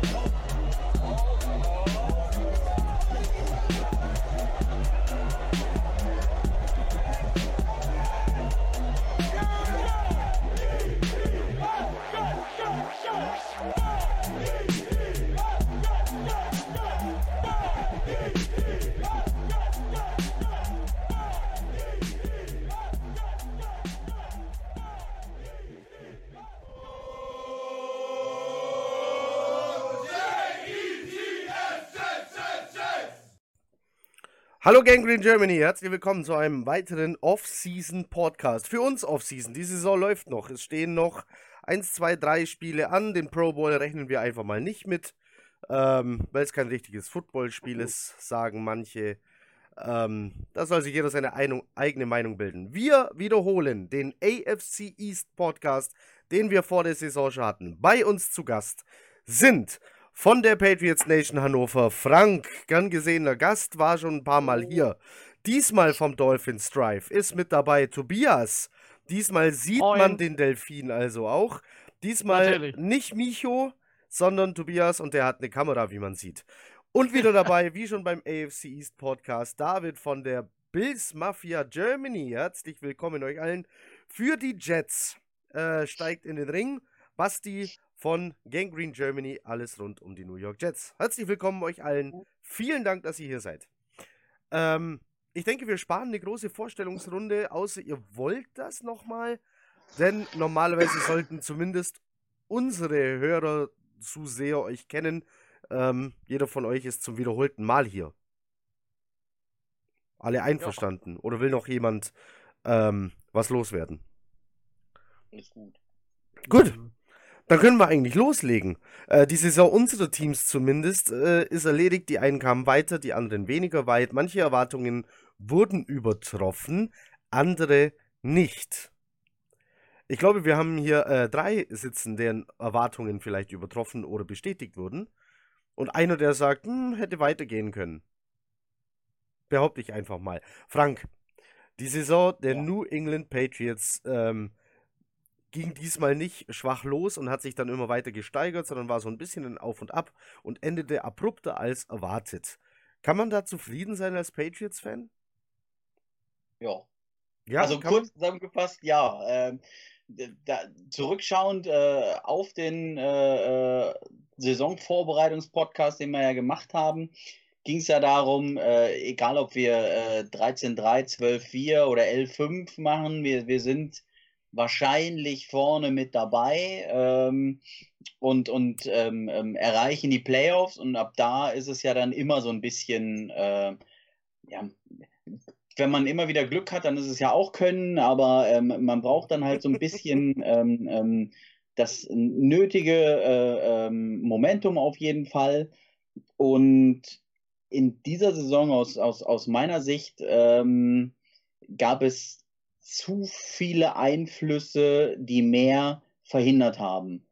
Hallo Gang Green Germany, herzlich willkommen zu einem weiteren Off-Season-Podcast. Für uns Off-Season, die Saison läuft noch. Es stehen noch 1, 2, 3 Spiele an. Den Pro Bowl rechnen wir einfach mal nicht mit, weil es kein richtiges Footballspiel ist, sagen manche. Da soll sich jeder seine eigene Meinung bilden. Wir wiederholen den AFC East Podcast, den wir vor der Saison schon hatten. Bei uns zu Gast sind von der Patriots Nation Hannover Frank, gern gesehener Gast, war schon ein paar Mal hier. Diesmal vom Dolphins Drive ist mit dabei Tobias. Diesmal sieht man den Delfin also auch. Diesmal natürlich nicht Micho, sondern Tobias, und der hat eine Kamera, wie man sieht. Und wieder dabei, wie schon beim AFC East Podcast, David von der Bills Mafia Germany. Herzlich willkommen euch allen. Für die Jets steigt in den Ring Basti von Gang Green Germany, alles rund um die New York Jets. Herzlich willkommen euch allen. Vielen Dank, dass ihr hier seid. Ich denke, wir sparen eine große Vorstellungsrunde, außer ihr wollt das nochmal. Denn normalerweise sollten zumindest unsere Hörer, Zuseher euch kennen. Jeder von euch ist zum wiederholten Mal hier. Alle einverstanden? Ja. Oder will noch jemand was loswerden? Alles gut. Gut. Dann können wir eigentlich loslegen. Die Saison unserer Teams zumindest ist erledigt. Die einen kamen weiter, die anderen weniger weit. Manche Erwartungen wurden übertroffen, andere nicht. Ich glaube, wir haben hier 3 sitzen, deren Erwartungen vielleicht übertroffen oder bestätigt wurden. Und einer, der sagt, hätte weitergehen können. Behaupte ich einfach mal. Frank, die Saison der New England Patriots ging diesmal nicht schwach los und hat sich dann immer weiter gesteigert, sondern war so ein bisschen ein Auf und Ab und endete abrupter als erwartet. Kann man da zufrieden sein als Patriots-Fan? Ja. Also kurz zusammengefasst, ja. Zurückschauend auf den Saisonvorbereitungspodcast, den wir ja gemacht haben, ging es ja darum, egal ob wir 13-3, 12-4 oder 11-5 machen, wir sind wahrscheinlich vorne mit dabei und erreichen die Playoffs, und ab da ist es ja dann immer so ein bisschen, wenn man immer wieder Glück hat, dann ist es ja auch Können, aber man braucht dann halt so ein bisschen das nötige Momentum auf jeden Fall. Und in dieser Saison aus meiner Sicht gab es zu viele Einflüsse, die mehr verhindert haben.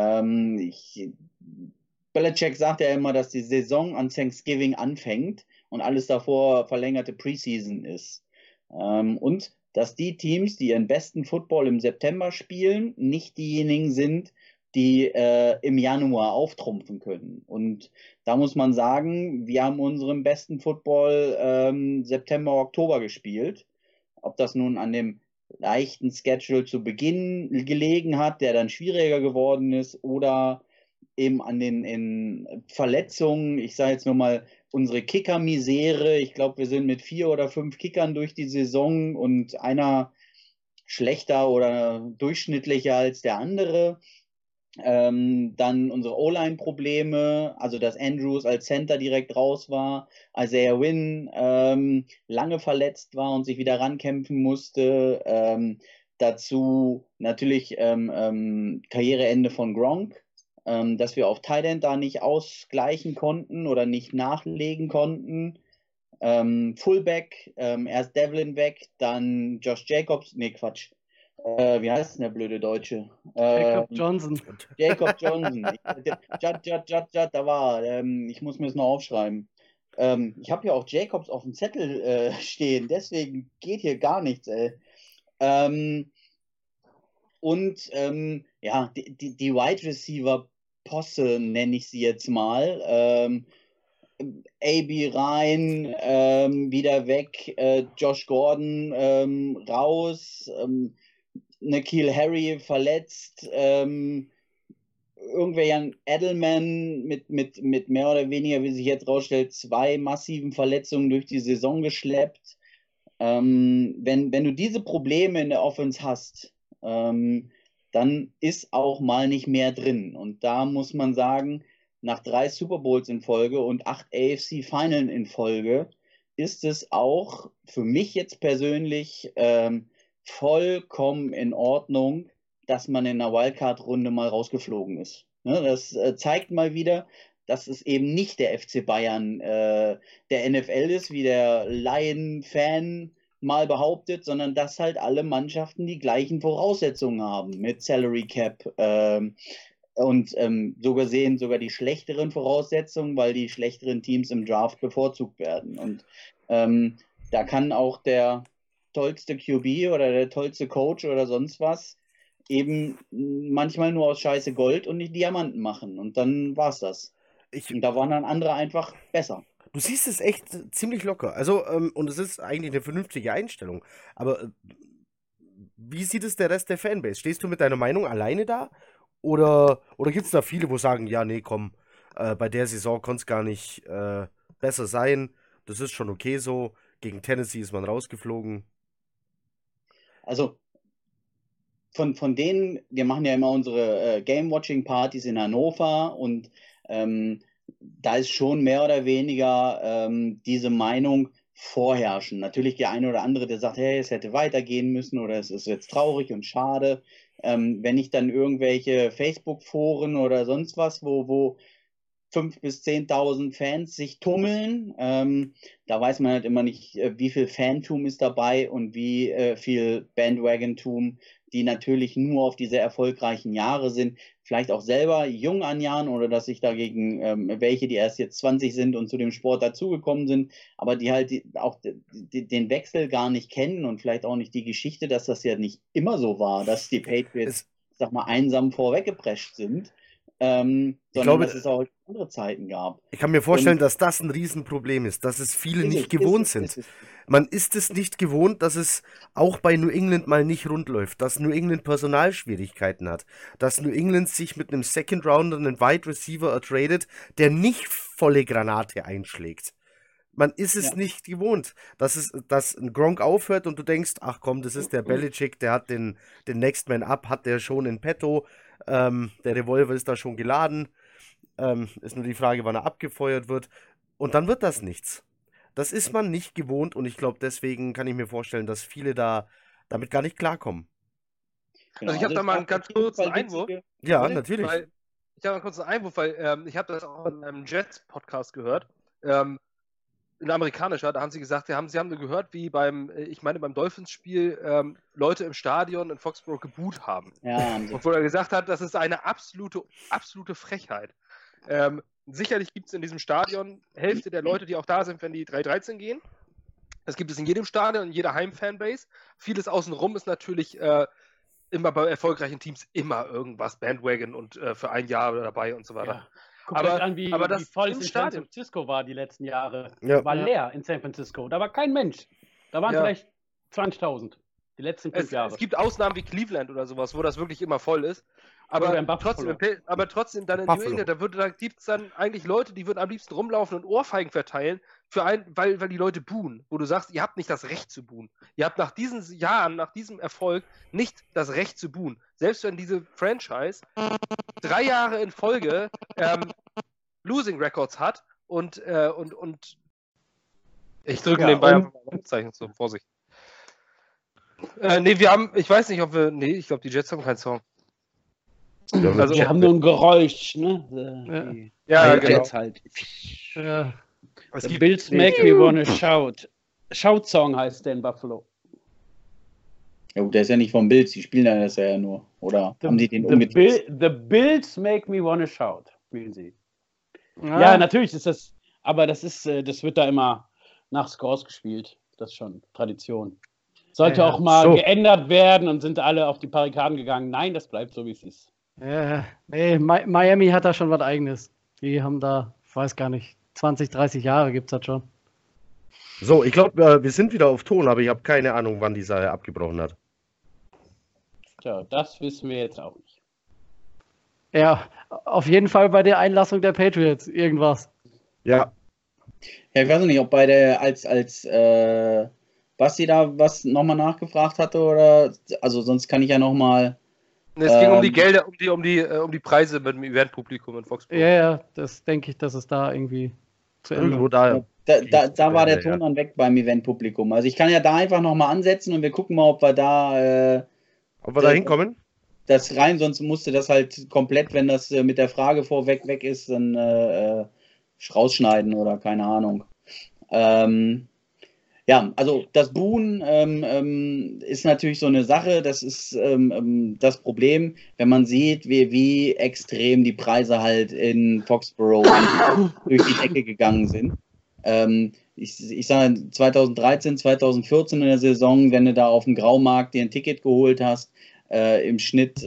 Belichick sagt ja immer, dass die Saison an Thanksgiving anfängt und alles davor verlängerte Preseason ist. Und dass die Teams, die ihren besten Football im September spielen, nicht diejenigen sind, die im Januar auftrumpfen können. Und da muss man sagen, wir haben unseren besten Football September, Oktober gespielt. Ob das nun an dem leichten Schedule zu Beginn gelegen hat, der dann schwieriger geworden ist, oder eben an den Verletzungen. Ich sage jetzt nur mal unsere Kicker-Misere. Ich glaube, wir sind mit 4 oder 5 Kickern durch die Saison und einer schlechter oder durchschnittlicher als der andere. Dann unsere O-Line-Probleme, also dass Andrews als Center direkt raus war, Isaiah Wynn lange verletzt war und sich wieder rankämpfen musste. Dazu natürlich Karriereende von Gronk, dass wir auf Tight End da nicht ausgleichen konnten oder nicht nachlegen konnten. Fullback, erst Devlin weg, dann Josh Jacobs, wie heißt denn der blöde Deutsche? Jacob Johnson. Jacob Johnson. Da war. Ich muss mir das noch aufschreiben. Ich habe hier auch Jacobs auf dem Zettel stehen, deswegen geht hier gar nichts, ey. Die Wide Receiver Posse, nenne ich sie jetzt mal. AB rein, wieder weg, Josh Gordon raus, N'Keal Harry verletzt, irgendwer Edelman mit mehr oder weniger, wie sich jetzt rausstellt, 2 massiven Verletzungen durch die Saison geschleppt. Wenn du diese Probleme in der Offense hast, dann ist auch mal nicht mehr drin. Und da muss man sagen, nach 3 Super Bowls in Folge und 8 AFC Finals in Folge ist es auch für mich jetzt persönlich vollkommen in Ordnung, dass man in einer Wildcard-Runde mal rausgeflogen ist. Ne, das zeigt mal wieder, dass es eben nicht der FC Bayern der NFL ist, wie der Lion-Fan mal behauptet, sondern dass halt alle Mannschaften die gleichen Voraussetzungen haben mit Salary Cap und sogar die schlechteren Voraussetzungen, weil die schlechteren Teams im Draft bevorzugt werden. Und da kann auch der tollste QB oder der tollste Coach oder sonst was eben manchmal nur aus Scheiße Gold und nicht Diamanten machen. Und dann war's das. Und da waren dann andere einfach besser. Du siehst es echt ziemlich locker. Also, und es ist eigentlich eine vernünftige Einstellung. Aber wie sieht es der Rest der Fanbase? Stehst du mit deiner Meinung alleine da? Oder gibt es da viele, wo sagen, ja, nee, komm, bei der Saison kann es gar nicht besser sein. Das ist schon okay so. Gegen Tennessee ist man rausgeflogen. Also, von denen, wir machen ja immer unsere Game-Watching-Partys in Hannover und da ist schon mehr oder weniger diese Meinung vorherrschen. Natürlich der eine oder andere, der sagt, hey, es hätte weitergehen müssen oder es ist jetzt traurig und schade. Wenn ich dann irgendwelche Facebook-Foren oder sonst was, wo 5.000 bis 10.000 Fans sich tummeln, da weiß man halt immer nicht, wie viel Fantum ist dabei und wie viel Bandwagontum, die natürlich nur auf diese erfolgreichen Jahre sind, vielleicht auch selber jung an Jahren oder dass sich dagegen welche, die erst jetzt 20 sind und zu dem Sport dazugekommen sind, aber die halt auch den Wechsel gar nicht kennen und vielleicht auch nicht die Geschichte, dass das ja nicht immer so war, dass die Patriots, sag mal, einsam vorweggeprescht sind, sondern dass es auch andere Zeiten gab. Ich kann mir vorstellen, dass das ein Riesenproblem ist, dass es viele nicht gewohnt sind. Man ist es nicht gewohnt, dass es auch bei New England mal nicht rund läuft, dass New England Personalschwierigkeiten hat, dass New England sich mit einem Second Rounder einen Wide Receiver ertradet, der nicht volle Granate einschlägt. Man ist es nicht gewohnt, dass ein Gronk aufhört und du denkst, ach komm, das ist der Belichick, der hat den Next Man Up, hat der schon in petto, der Revolver ist da schon geladen, ist nur die Frage, wann er abgefeuert wird und dann wird das nichts. Das ist man nicht gewohnt und ich glaube, deswegen kann ich mir vorstellen, dass viele damit gar nicht klarkommen. Genau, also ich habe da mal einen ganz kurzen Einwurf. Ja, natürlich. Ich habe einen kurzen Einwurf, weil ich habe das auch in einem Jets-Podcast gehört. In amerikanischer, da haben sie gesagt, sie haben gehört, wie beim Dolphins-Spiel Leute im Stadion in Foxborough geboot haben. Ja, und wo er gesagt hat, das ist eine absolute Frechheit. Sicherlich gibt es in diesem Stadion Hälfte der Leute, die auch da sind, wenn die 3-13 gehen. Das gibt es in jedem Stadion, in jeder Heim-Fanbase. Vieles außenrum ist natürlich immer bei erfolgreichen Teams immer irgendwas, Bandwagon und für ein Jahr dabei und so weiter. Ja. Guckt euch an, wie voll es in San Francisco war die letzten Jahre. Ja. War leer in San Francisco. Da war kein Mensch. Da waren vielleicht 20.000. Die letzten 5 Jahre. Es gibt Ausnahmen wie Cleveland oder sowas, wo das wirklich immer voll ist. Aber trotzdem dann in New England, da gibt es dann eigentlich Leute, die würden am liebsten rumlaufen und Ohrfeigen verteilen, weil die Leute buhen. Wo du sagst, ihr habt nicht das Recht zu buhen. Ihr habt nach diesen Jahren, nach diesem Erfolg nicht das Recht zu buhen. Selbst wenn diese Franchise 3 Jahre in Folge Losing Records hat und ich drücke nebenbei einfach mal ein Zeichen zur Vorsicht. Ich weiß nicht, ich glaube, die Jets haben keinen Song. Also, wir haben nur ein Geräusch, ne? Ja, genau. Jets halt. Ja. The Bills make me wanna shout. Shout-Song heißt der in Buffalo. Ja gut, der ist ja nicht vom Bills, die spielen das ja nur. Oder haben die den umgedreht? The Bills make me wanna shout, spielen sie. Ja, natürlich ist das, aber das wird da immer nach Scores gespielt. Das ist schon Tradition. Sollte auch mal geändert werden und sind alle auf die Barrikaden gegangen. Nein, das bleibt so, wie es ist. Nee, Miami hat da schon was Eigenes. Die haben da, ich weiß gar nicht, 20, 30 Jahre gibt es das schon. So, ich glaube, wir sind wieder auf Ton, aber ich habe keine Ahnung, wann die Sache abgebrochen hat. Tja, das wissen wir jetzt auch nicht. Ja, auf jeden Fall bei der Einlassung der Patriots irgendwas. Ja. Ja, ich weiß nicht, ob bei der, als Basti da was nochmal nachgefragt hatte oder, also sonst kann ich ja nochmal. Es ging um die Gelder, um die Preise mit dem Eventpublikum in Foxborough. Ja, das denke ich, dass es da irgendwie zu Irgendwo da. Da war der Ton dann weg beim Eventpublikum. Also ich kann ja da einfach nochmal ansetzen und wir gucken mal, ob wir da hinkommen? Das rein, sonst musste das halt komplett, wenn das mit der Frage vorweg weg ist, dann rausschneiden oder keine Ahnung. Ja, also das Buhen ist natürlich so eine Sache, das ist das Problem, wenn man sieht, wie extrem die Preise halt in Foxborough durch die Decke gegangen sind. Ich sage 2013, 2014 in der Saison, wenn du da auf dem Graumarkt dir ein Ticket geholt hast, im Schnitt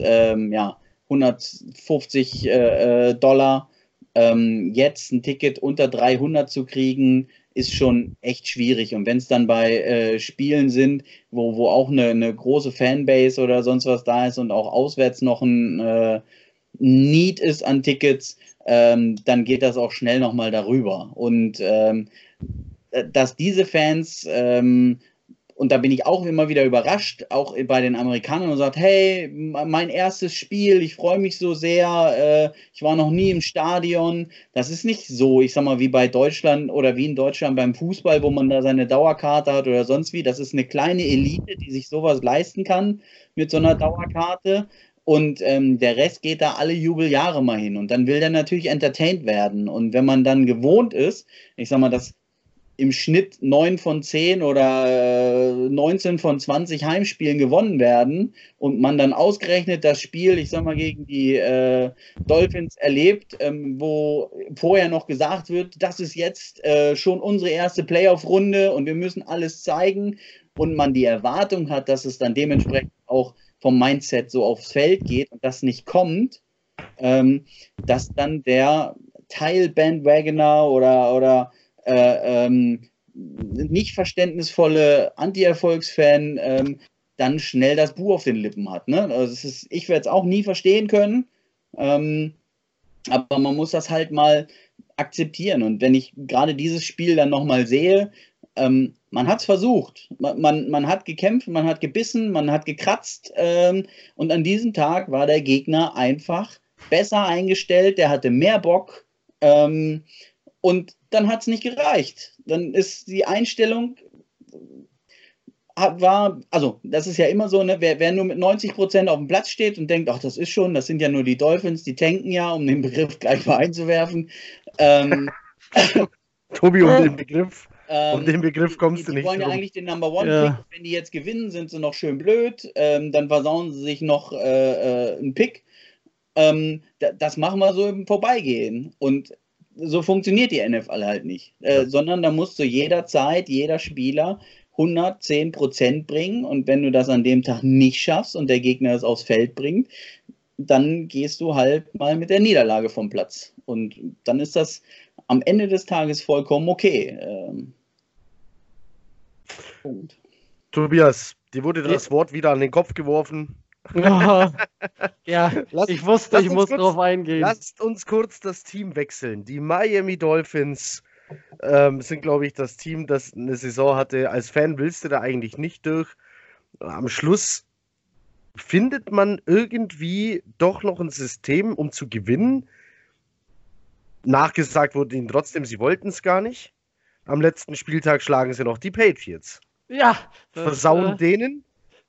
150 $. Jetzt ein Ticket unter 300 zu kriegen, ist schon echt schwierig. Und wenn es dann bei Spielen sind, wo auch eine große Fanbase oder sonst was da ist und auch auswärts noch ein Need ist an Tickets, dann geht das auch schnell nochmal darüber. Und dass diese Fans, und da bin ich auch immer wieder überrascht, auch bei den Amerikanern, und sagt, hey, mein erstes Spiel, ich freue mich so sehr, ich war noch nie im Stadion. Das ist nicht so, ich sag mal, wie bei Deutschland oder wie in Deutschland beim Fußball, wo man da seine Dauerkarte hat oder sonst wie. Das ist eine kleine Elite, die sich sowas leisten kann mit so einer Dauerkarte. Und der Rest geht da alle Jubeljahre mal hin. Und dann will der natürlich entertained werden. Und wenn man dann gewohnt ist, ich sag mal, dass im Schnitt 9 von 10 oder 19 von 20 Heimspielen gewonnen werden und man dann ausgerechnet das Spiel, ich sag mal, gegen die Dolphins erlebt, wo vorher noch gesagt wird, das ist jetzt schon unsere erste Playoff-Runde und wir müssen alles zeigen und man die Erwartung hat, dass es dann dementsprechend auch vom Mindset so aufs Feld geht und das nicht kommt, dass dann der Teil-Bandwagoner oder nicht verständnisvolle Anti-Erfolgsfan dann schnell das Buch auf den Lippen hat. Ne? Also ich werde es auch nie verstehen können, aber man muss das halt mal akzeptieren. Und wenn ich gerade dieses Spiel dann nochmal sehe, man hat es versucht, man hat gekämpft, man hat gebissen, man hat gekratzt und an diesem Tag war der Gegner einfach besser eingestellt, der hatte mehr Bock und dann hat es nicht gereicht. Dann ist die Einstellung also das ist ja immer so, ne, wer nur mit 90% auf dem Platz steht und denkt, ach, das ist schon, das sind ja nur die Dolphins, die tanken ja, um den Begriff gleich mal einzuwerfen. Tobi, um den Begriff kommst du nicht. Die wollen ja eigentlich den Number One Pick. Wenn die jetzt gewinnen, sind sie noch schön blöd. Dann versauen sie sich noch einen Pick. Das machen wir so im Vorbeigehen. Und so funktioniert die NFL halt nicht. Sondern da muss zu jeder Zeit jeder Spieler 110% bringen. Und wenn du das an dem Tag nicht schaffst und der Gegner es aufs Feld bringt, dann gehst du halt mal mit der Niederlage vom Platz. Und dann ist das am Ende des Tages vollkommen okay. Punkt. Tobias, dir wurde das Wort wieder an den Kopf geworfen. Ja, ich wusste, ich muss drauf eingehen. Lasst uns kurz das Team wechseln. Die Miami Dolphins sind, glaube ich, das Team, das eine Saison hatte. Als Fan willst du da eigentlich nicht durch. Am Schluss findet man irgendwie doch noch ein System, um zu gewinnen. Nachgesagt wurde ihnen trotzdem, sie wollten es gar nicht. Am letzten Spieltag schlagen sie noch die Patriots. Ja. Versauen denen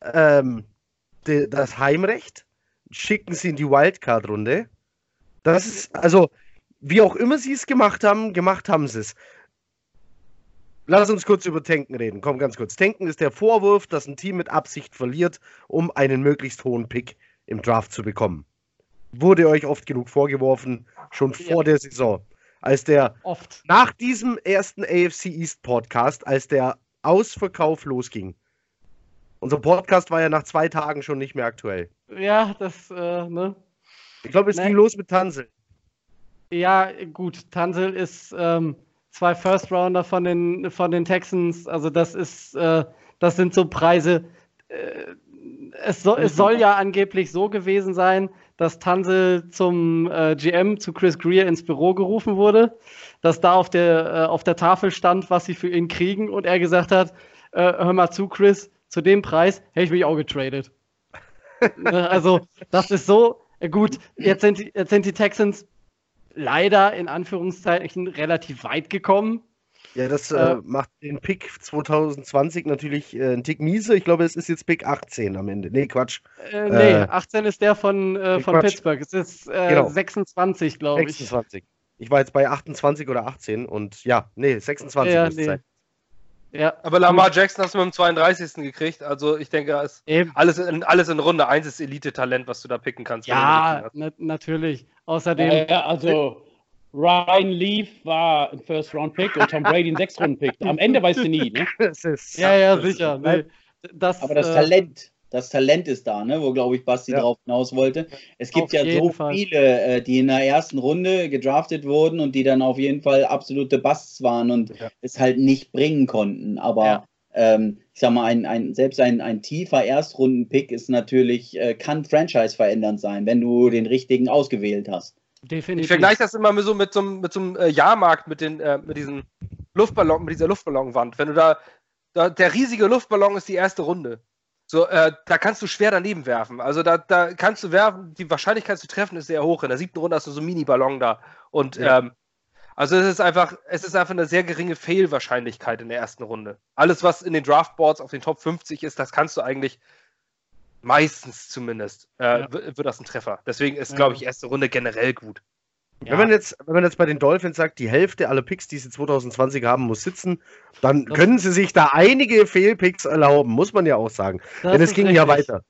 das Heimrecht, schicken sie in die Wildcard-Runde. Das ist, also, wie auch immer sie es gemacht haben sie es. Lass uns kurz über Tanken reden. Komm, ganz kurz. Tanken ist der Vorwurf, dass ein Team mit Absicht verliert, um einen möglichst hohen Pick im Draft zu bekommen. Wurde euch oft genug vorgeworfen, schon vor der Saison. Nach diesem ersten AFC East Podcast, als der Ausverkauf losging. Unser Podcast war ja nach 2 Tagen schon nicht mehr aktuell. Ja, das, ne? Ich glaube, es ging los mit Tunsil. Ja, gut, Tunsil ist 2 First-Rounder von den Texans. Also das sind so Preise. Es soll ja angeblich so gewesen sein, dass Tunsil zum GM, zu Chris Grier ins Büro gerufen wurde, dass da auf der Tafel stand, was sie für ihn kriegen und er gesagt hat, hör mal zu, Chris, zu dem Preis hätte ich mich auch getradet. Also das ist so, gut, jetzt sind die Texans leider in Anführungszeichen relativ weit gekommen. Ja, das macht den Pick 2020 natürlich einen Tick miese. Ich glaube, es ist jetzt Pick 18 am Ende. Nee, Quatsch. 18 ist der von Pittsburgh. Es ist genau. 26, glaube ich. 26. Ich war jetzt bei 28 oder 18 und ja, 26 ist Zeit. Ja, aber Lamar Jackson hast du mit dem 32. gekriegt. Also ich denke, alles in Runde 1 ist Elite-Talent, was du da picken kannst. Ja, natürlich. Außerdem... also Ryan Leaf war ein First-Round-Pick und Tom Brady ein 6-Runden-Pick. Am Ende weißt du nie, ne? Ja, sicher. Nee. Aber das Talent ist da, ne? Wo, glaube ich, Basti drauf hinaus wollte. Es gibt ja so viele, die in der ersten Runde gedraftet wurden und die dann auf jeden Fall absolute Busts waren und es halt nicht bringen konnten. Aber ich sag mal, selbst ein tiefer Erstrunden-Pick ist natürlich, kann Franchise verändernd sein, wenn du den richtigen ausgewählt hast. Definitiv. Ich vergleiche das immer mit so einem Jahrmarkt, mit diesen Luftballon, mit dieser Luftballonwand. Wenn du der riesige Luftballon ist die erste Runde. So, da kannst du schwer daneben werfen. Also da kannst du werfen, die Wahrscheinlichkeit zu treffen ist sehr hoch. In der 7. Runde hast du so einen Mini-Ballon da. Und also es ist einfach eine sehr geringe Fehlwahrscheinlichkeit in der ersten Runde. Alles, was in den Draftboards auf den Top 50 ist, das kannst du eigentlich meistens zumindest, wird das ein Treffer. Deswegen ist, glaube ich, erste Runde generell gut. Ja. Wenn man jetzt bei den Dolphins sagt, die Hälfte aller Picks, die sie 2020 haben, muss sitzen, dann können sie sich da einige Fehlpicks erlauben, muss man ja auch sagen. Denn es ging ja weiter.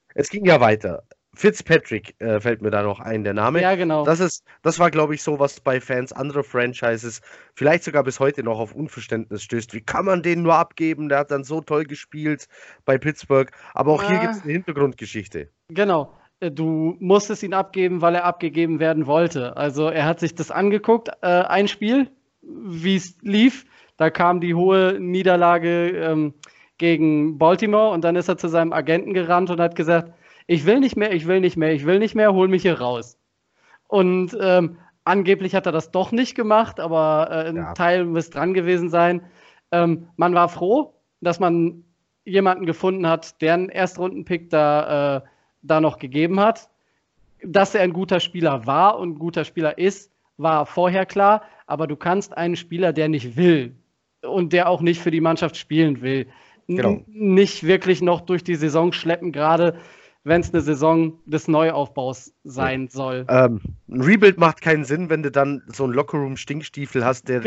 Fitzpatrick fällt mir da noch ein, der Name. Ja, genau. Das war, glaube ich, so, was bei Fans anderer Franchises vielleicht sogar bis heute noch auf Unverständnis stößt. Wie kann man den nur abgeben? Der hat dann so toll gespielt bei Pittsburgh. Aber auch hier gibt es eine Hintergrundgeschichte. Genau. Du musstest ihn abgeben, weil er abgegeben werden wollte. Also er hat sich das angeguckt, ein Spiel, wie es lief. Da kam die hohe Niederlage gegen Baltimore und dann ist er zu seinem Agenten gerannt und hat gesagt, ich will nicht mehr, hol mich hier raus. Und angeblich hat er das doch nicht gemacht, aber ein Teil muss dran gewesen sein. Man war froh, dass man jemanden gefunden hat, der einen Erstrundenpick da noch gegeben hat. Dass er ein guter Spieler war und ein guter Spieler ist, war vorher klar, aber du kannst einen Spieler, der nicht will und der auch nicht für die Mannschaft spielen will, nicht wirklich noch durch die Saison schleppen, gerade wenn es eine Saison des Neuaufbaus sein soll. Ein Rebuild macht keinen Sinn, wenn du dann so einen Lockerroom-Stinkstiefel hast, der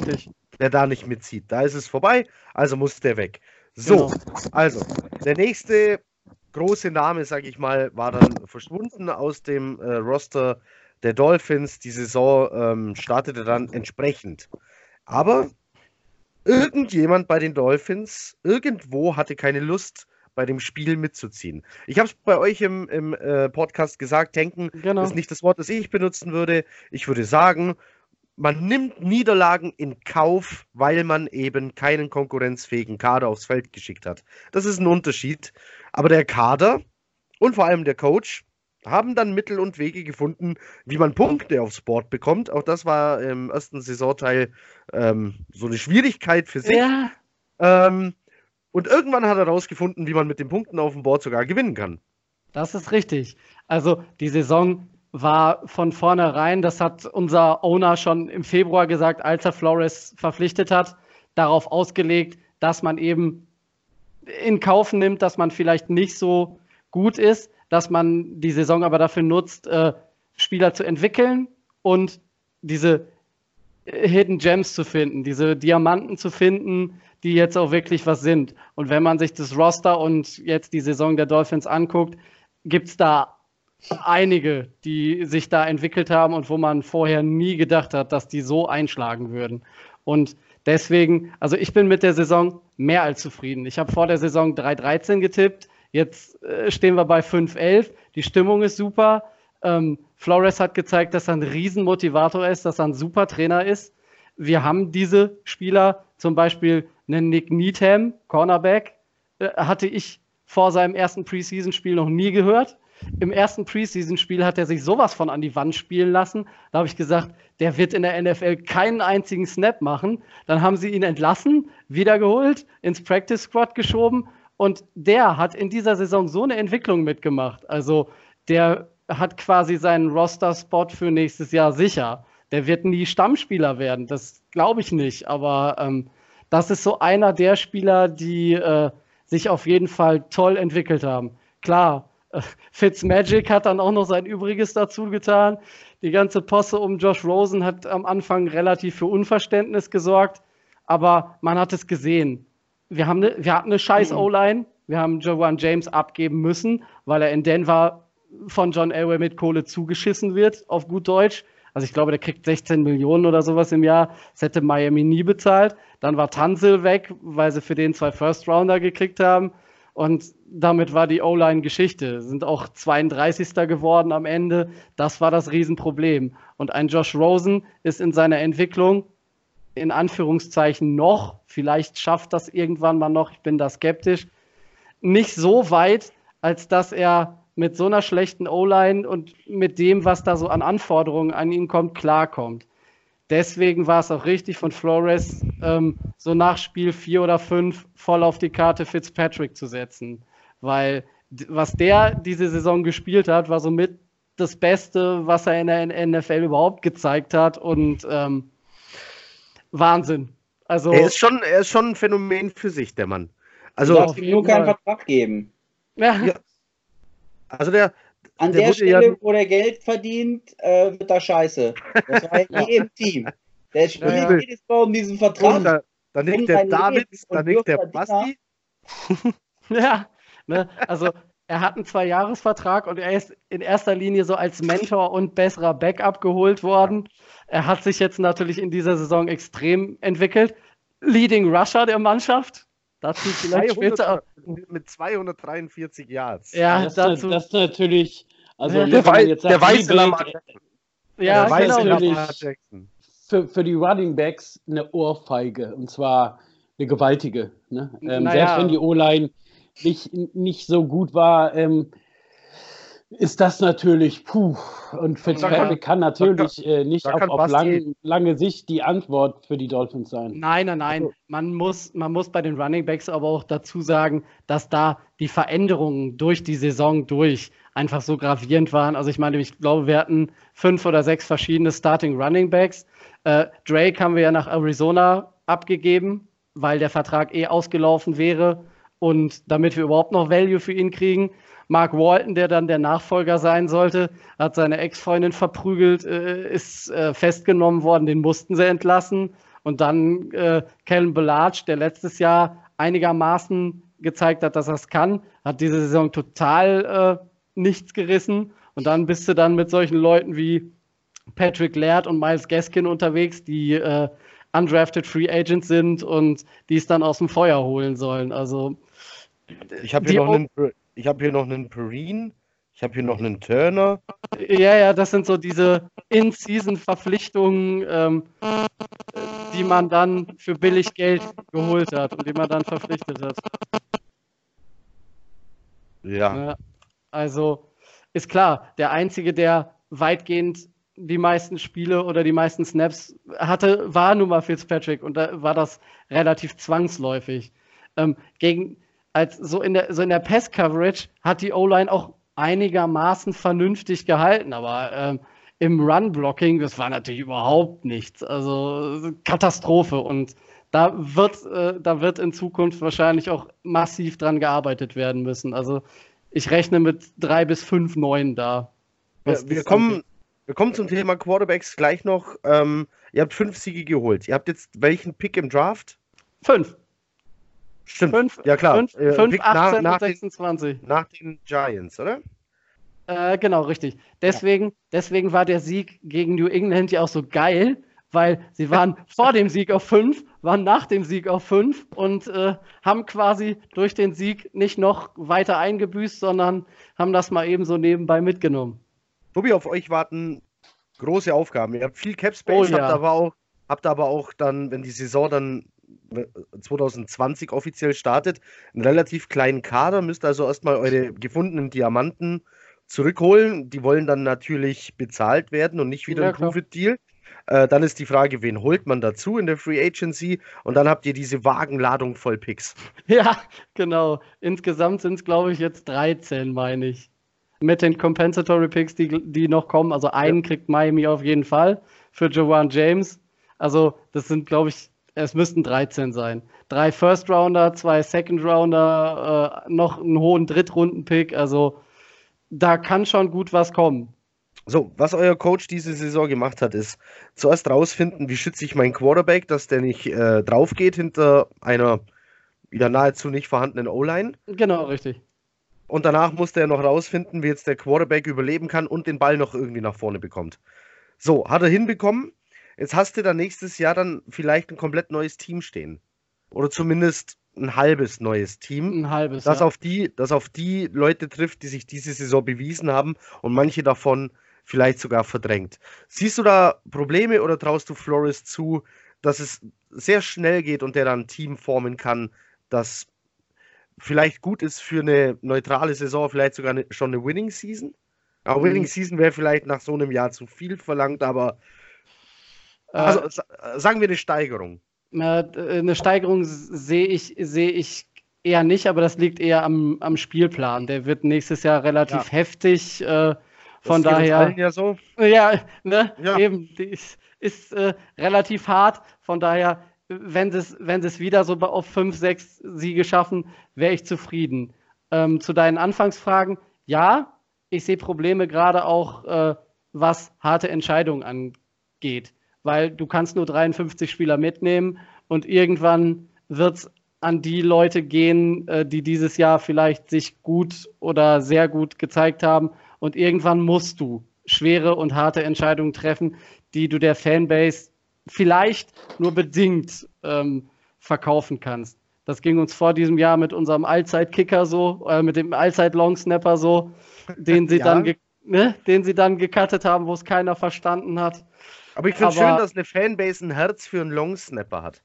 da nicht mitzieht. Da ist es vorbei, also muss der weg. So, also, der nächste große Name, sage ich mal, war dann verschwunden aus dem Roster der Dolphins. Die Saison startete dann entsprechend. Aber irgendjemand bei den Dolphins, irgendwo hatte keine Lust, bei dem Spiel mitzuziehen. Ich habe es bei euch im Podcast gesagt, tanken ist nicht das Wort, das ich benutzen würde. Ich würde sagen, man nimmt Niederlagen in Kauf, weil man eben keinen konkurrenzfähigen Kader aufs Feld geschickt hat. Das ist ein Unterschied. Aber der Kader und vor allem der Coach haben dann Mittel und Wege gefunden, wie man Punkte aufs Board bekommt. Auch das war im ersten Saisonteil so eine Schwierigkeit für sich. Ja. Und irgendwann hat er herausgefunden, wie man mit den Punkten auf dem Board sogar gewinnen kann. Das ist richtig. Also die Saison war von vornherein, das hat unser Owner schon im Februar gesagt, als er Flores verpflichtet hat, darauf ausgelegt, dass man eben in Kauf nimmt, dass man vielleicht nicht so gut ist, dass man die Saison aber dafür nutzt, Spieler zu entwickeln und diese Hidden Gems zu finden, diese Diamanten zu finden, die jetzt auch wirklich was sind. Und wenn man sich das Roster und jetzt die Saison der Dolphins anguckt, gibt es da einige, die sich da entwickelt haben und wo man vorher nie gedacht hat, dass die so einschlagen würden. Und deswegen, also ich bin mit der Saison mehr als zufrieden. Ich habe vor der Saison 3-13 getippt, jetzt stehen wir bei 5-11. Die Stimmung ist super. Flores hat gezeigt, dass er ein Riesenmotivator ist, dass er ein super Trainer ist. Wir haben diese Spieler, zum Beispiel einen Nick Needham, Cornerback, hatte ich vor seinem ersten Preseason-Spiel noch nie gehört. Im ersten Preseason-Spiel hat er sich sowas von an die Wand spielen lassen. Da habe ich gesagt, der wird in der NFL keinen einzigen Snap machen. Dann haben sie ihn entlassen, wiedergeholt, ins Practice Squad geschoben und der hat in dieser Saison so eine Entwicklung mitgemacht. Also der hat quasi seinen Roster-Spot für nächstes Jahr sicher. Der wird nie Stammspieler werden, das glaube ich nicht. Aber das ist so einer der Spieler, die sich auf jeden Fall toll entwickelt haben. Klar, Fitzmagic hat dann auch noch sein Übriges dazu getan. Die ganze Posse um Josh Rosen hat am Anfang relativ für Unverständnis gesorgt, aber man hat es gesehen. Wir hatten eine scheiß O-Line, wir haben Jawan James abgeben müssen, weil er in Denver von John Elway mit Kohle zugeschissen wird, auf gut Deutsch. Also ich glaube, der kriegt 16 Millionen oder sowas im Jahr. Das hätte Miami nie bezahlt. Dann war Tunsil weg, weil sie für den 2 First-Rounder gekriegt haben. Und damit war die O-Line Geschichte. Sind auch 32. geworden am Ende. Das war das Riesenproblem. Und ein Josh Rosen ist in seiner Entwicklung, in Anführungszeichen noch, vielleicht schafft das irgendwann mal noch, ich bin da skeptisch, nicht so weit, als dass er mit so einer schlechten O-Line und mit dem, was da so an Anforderungen an ihn kommt, klarkommt. Deswegen war es auch richtig von Flores, so nach Spiel 4 oder 5 voll auf die Karte Fitzpatrick zu setzen. Weil was der diese Saison gespielt hat, war somit das Beste, was er in der NFL überhaupt gezeigt hat. Und Wahnsinn. Also, er ist schon ein Phänomen für sich, der Mann. Also, du darfst ihm nur keinen Vertrag geben. Ja. Also an der Stelle, wo der Geld verdient, wird da scheiße. Das war in jedem Team. Der spielt jedes Mal um diesen Vertrag. Dann nickt der David, dann nickt der Basti. Ja, ne? Also er hat einen 2-Jahres-Vertrag und er ist in erster Linie so als Mentor und besserer Backup geholt worden. Er hat sich jetzt natürlich in dieser Saison extrem entwickelt. Leading Rusher der Mannschaft. Dazu vielleicht später. Mit 243 Yards. Ja, das ist natürlich. Also der weiße Lamar Jackson. Für die Running Backs eine Ohrfeige. Und zwar eine gewaltige. Ne? Selbst wenn die O-Line nicht so gut war, ist das natürlich, und Fitzpatrick kann natürlich nicht auf lange Sicht die Antwort für die Dolphins sein. Nein. Also, man muss bei den Running Backs aber auch dazu sagen, dass da die Veränderungen durch die Saison einfach so gravierend waren. Also ich meine, ich glaube, wir hatten 5 oder 6 verschiedene Starting Running Backs. Drake haben wir ja nach Arizona abgegeben, weil der Vertrag ausgelaufen wäre und damit wir überhaupt noch Value für ihn kriegen. Mark Walton, der dann der Nachfolger sein sollte, hat seine Ex-Freundin verprügelt, ist festgenommen worden, den mussten sie entlassen. Und dann Kellen Ballage, der letztes Jahr einigermaßen gezeigt hat, dass er es kann, hat diese Saison total nichts gerissen. Und dann bist du dann mit solchen Leuten wie Patrick Laird und Myles Gaskin unterwegs, die undrafted Free Agents sind und die es dann aus dem Feuer holen sollen. Also ich habe hier noch einen Perrine, ich habe hier noch einen Turner. Ja, das sind so diese In-Season-Verpflichtungen, die man dann für billig Geld geholt hat und die man dann verpflichtet hat. Ja. Also ist klar, der Einzige, der weitgehend die meisten Spiele oder die meisten Snaps hatte, war nun mal Fitzpatrick und da war das relativ zwangsläufig. So in der Pass-Coverage hat die O-Line auch einigermaßen vernünftig gehalten, aber im Run-Blocking, das war natürlich überhaupt nichts. Also Katastrophe. Und da wird in Zukunft wahrscheinlich auch massiv dran gearbeitet werden müssen. Also ich rechne mit 3 bis 5 Neuen da. Wir kommen zum Thema Quarterbacks gleich noch. Ihr habt 5 Siege geholt. Ihr habt jetzt welchen Pick im Draft? 5. Stimmt, 5, ja klar. 5, 18 und 26. Nach den Giants, oder? Genau, richtig. Deswegen war der Sieg gegen New England ja auch so geil, weil sie waren vor dem Sieg auf 5, waren nach dem Sieg auf 5 und haben quasi durch den Sieg nicht noch weiter eingebüßt, sondern haben das mal eben so nebenbei mitgenommen. Tobi, auf euch warten große Aufgaben. Ihr habt viel Cap Space, habt aber auch dann, wenn die Saison dann 2020 offiziell startet, einen relativ kleinen Kader, müsst also erstmal eure gefundenen Diamanten zurückholen. Die wollen dann natürlich bezahlt werden und nicht wieder ein Profit-Deal. Dann ist die Frage, wen holt man dazu in der Free Agency? Und dann habt ihr diese Wagenladung voll Picks. Ja, genau. Insgesamt sind es, glaube ich, jetzt 13, meine ich. Mit den Compensatory Picks, die noch kommen. Also einen kriegt Miami auf jeden Fall für Jawan James. Also das sind, glaube ich, es müssten 13 sein. 3 First-Rounder, 2 Second-Rounder, noch einen hohen Drittrunden-Pick. Also da kann schon gut was kommen. So, was euer Coach diese Saison gemacht hat, ist zuerst rausfinden, wie schütze ich meinen Quarterback, dass der nicht drauf geht hinter einer wieder nahezu nicht vorhandenen O-Line. Genau, richtig. Und danach musste er noch rausfinden, wie jetzt der Quarterback überleben kann und den Ball noch irgendwie nach vorne bekommt. So, hat er hinbekommen. Jetzt hast du dann nächstes Jahr dann vielleicht ein komplett neues Team stehen. Oder zumindest ein halbes neues Team. Ein halbes, das auf die Leute trifft, die sich diese Saison bewiesen haben und manche davon vielleicht sogar verdrängt. Siehst du da Probleme oder traust du Flores zu, dass es sehr schnell geht und der dann ein Team formen kann, das vielleicht gut ist für eine neutrale Saison, vielleicht sogar schon eine Winning Season? Aber Winning Season wäre vielleicht nach so einem Jahr zu viel verlangt, aber also sagen wir eine Steigerung. Eine Steigerung sehe ich eher nicht, aber das liegt eher am Spielplan. Der wird nächstes Jahr relativ heftig. Von das daher. Allen ja so. Ja, ne? Ja. Eben. Ist relativ hart. Von daher, wenn sie es wieder so auf 5, 6 Siege schaffen, wäre ich zufrieden. Zu deinen Anfangsfragen, ja, ich sehe Probleme gerade auch, was harte Entscheidungen angeht. Weil du kannst nur 53 Spieler mitnehmen und irgendwann wird es an die Leute gehen, die dieses Jahr vielleicht sich gut oder sehr gut gezeigt haben. Und irgendwann musst du schwere und harte Entscheidungen treffen, die du der Fanbase vielleicht nur bedingt verkaufen kannst. Das ging uns vor diesem Jahr mit unserem Allzeit-Kicker so, mit dem Allzeit-Longsnapper so, den sie dann gecuttet haben, wo es keiner verstanden hat. Aber ich finde es schön, dass eine Fanbase ein Herz für einen Longsnapper hat.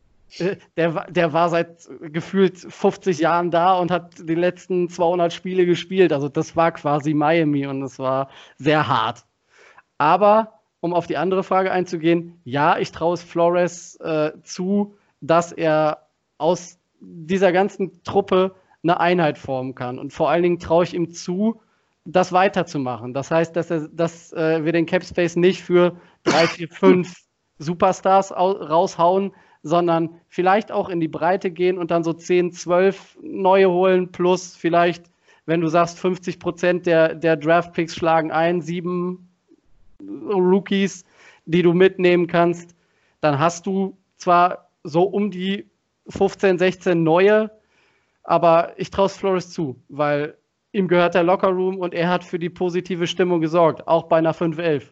Der war seit gefühlt 50 Jahren da und hat die letzten 200 Spiele gespielt. Also das war quasi Miami und es war sehr hart. Aber um auf die andere Frage einzugehen, ja, ich traue es Flores zu, dass er aus dieser ganzen Truppe eine Einheit formen kann. Und vor allen Dingen traue ich ihm zu, das weiterzumachen. Das heißt, dass wir den Cap Space nicht für 3, 4, 5 Superstars raushauen, sondern vielleicht auch in die Breite gehen und dann so 10, 12 neue holen, plus vielleicht, wenn du sagst, 50% der Draft-Picks schlagen ein, 7 Rookies, die du mitnehmen kannst, dann hast du zwar so um die 15, 16 neue, aber ich traue es Flores zu, weil ihm gehört der Lockerroom und er hat für die positive Stimmung gesorgt, auch bei einer 5-11.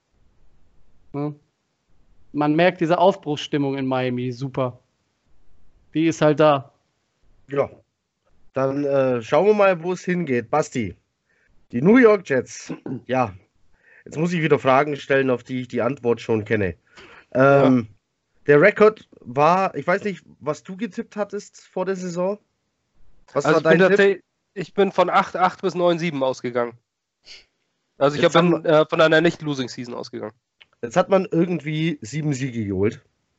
Ne? Man merkt diese Aufbruchsstimmung in Miami, super. Die ist halt da. Ja, dann schauen wir mal, wo es hingeht. Basti, die New York Jets, ja, jetzt muss ich wieder Fragen stellen, auf die ich die Antwort schon kenne. Der Rekord war, ich weiß nicht, was du getippt hattest vor der Saison? Was war dein Tipp? Ich bin von 8-8 bis 9-7 ausgegangen. Also ich bin von einer Nicht-Losing-Season ausgegangen. Jetzt hat man irgendwie 7 Siege geholt.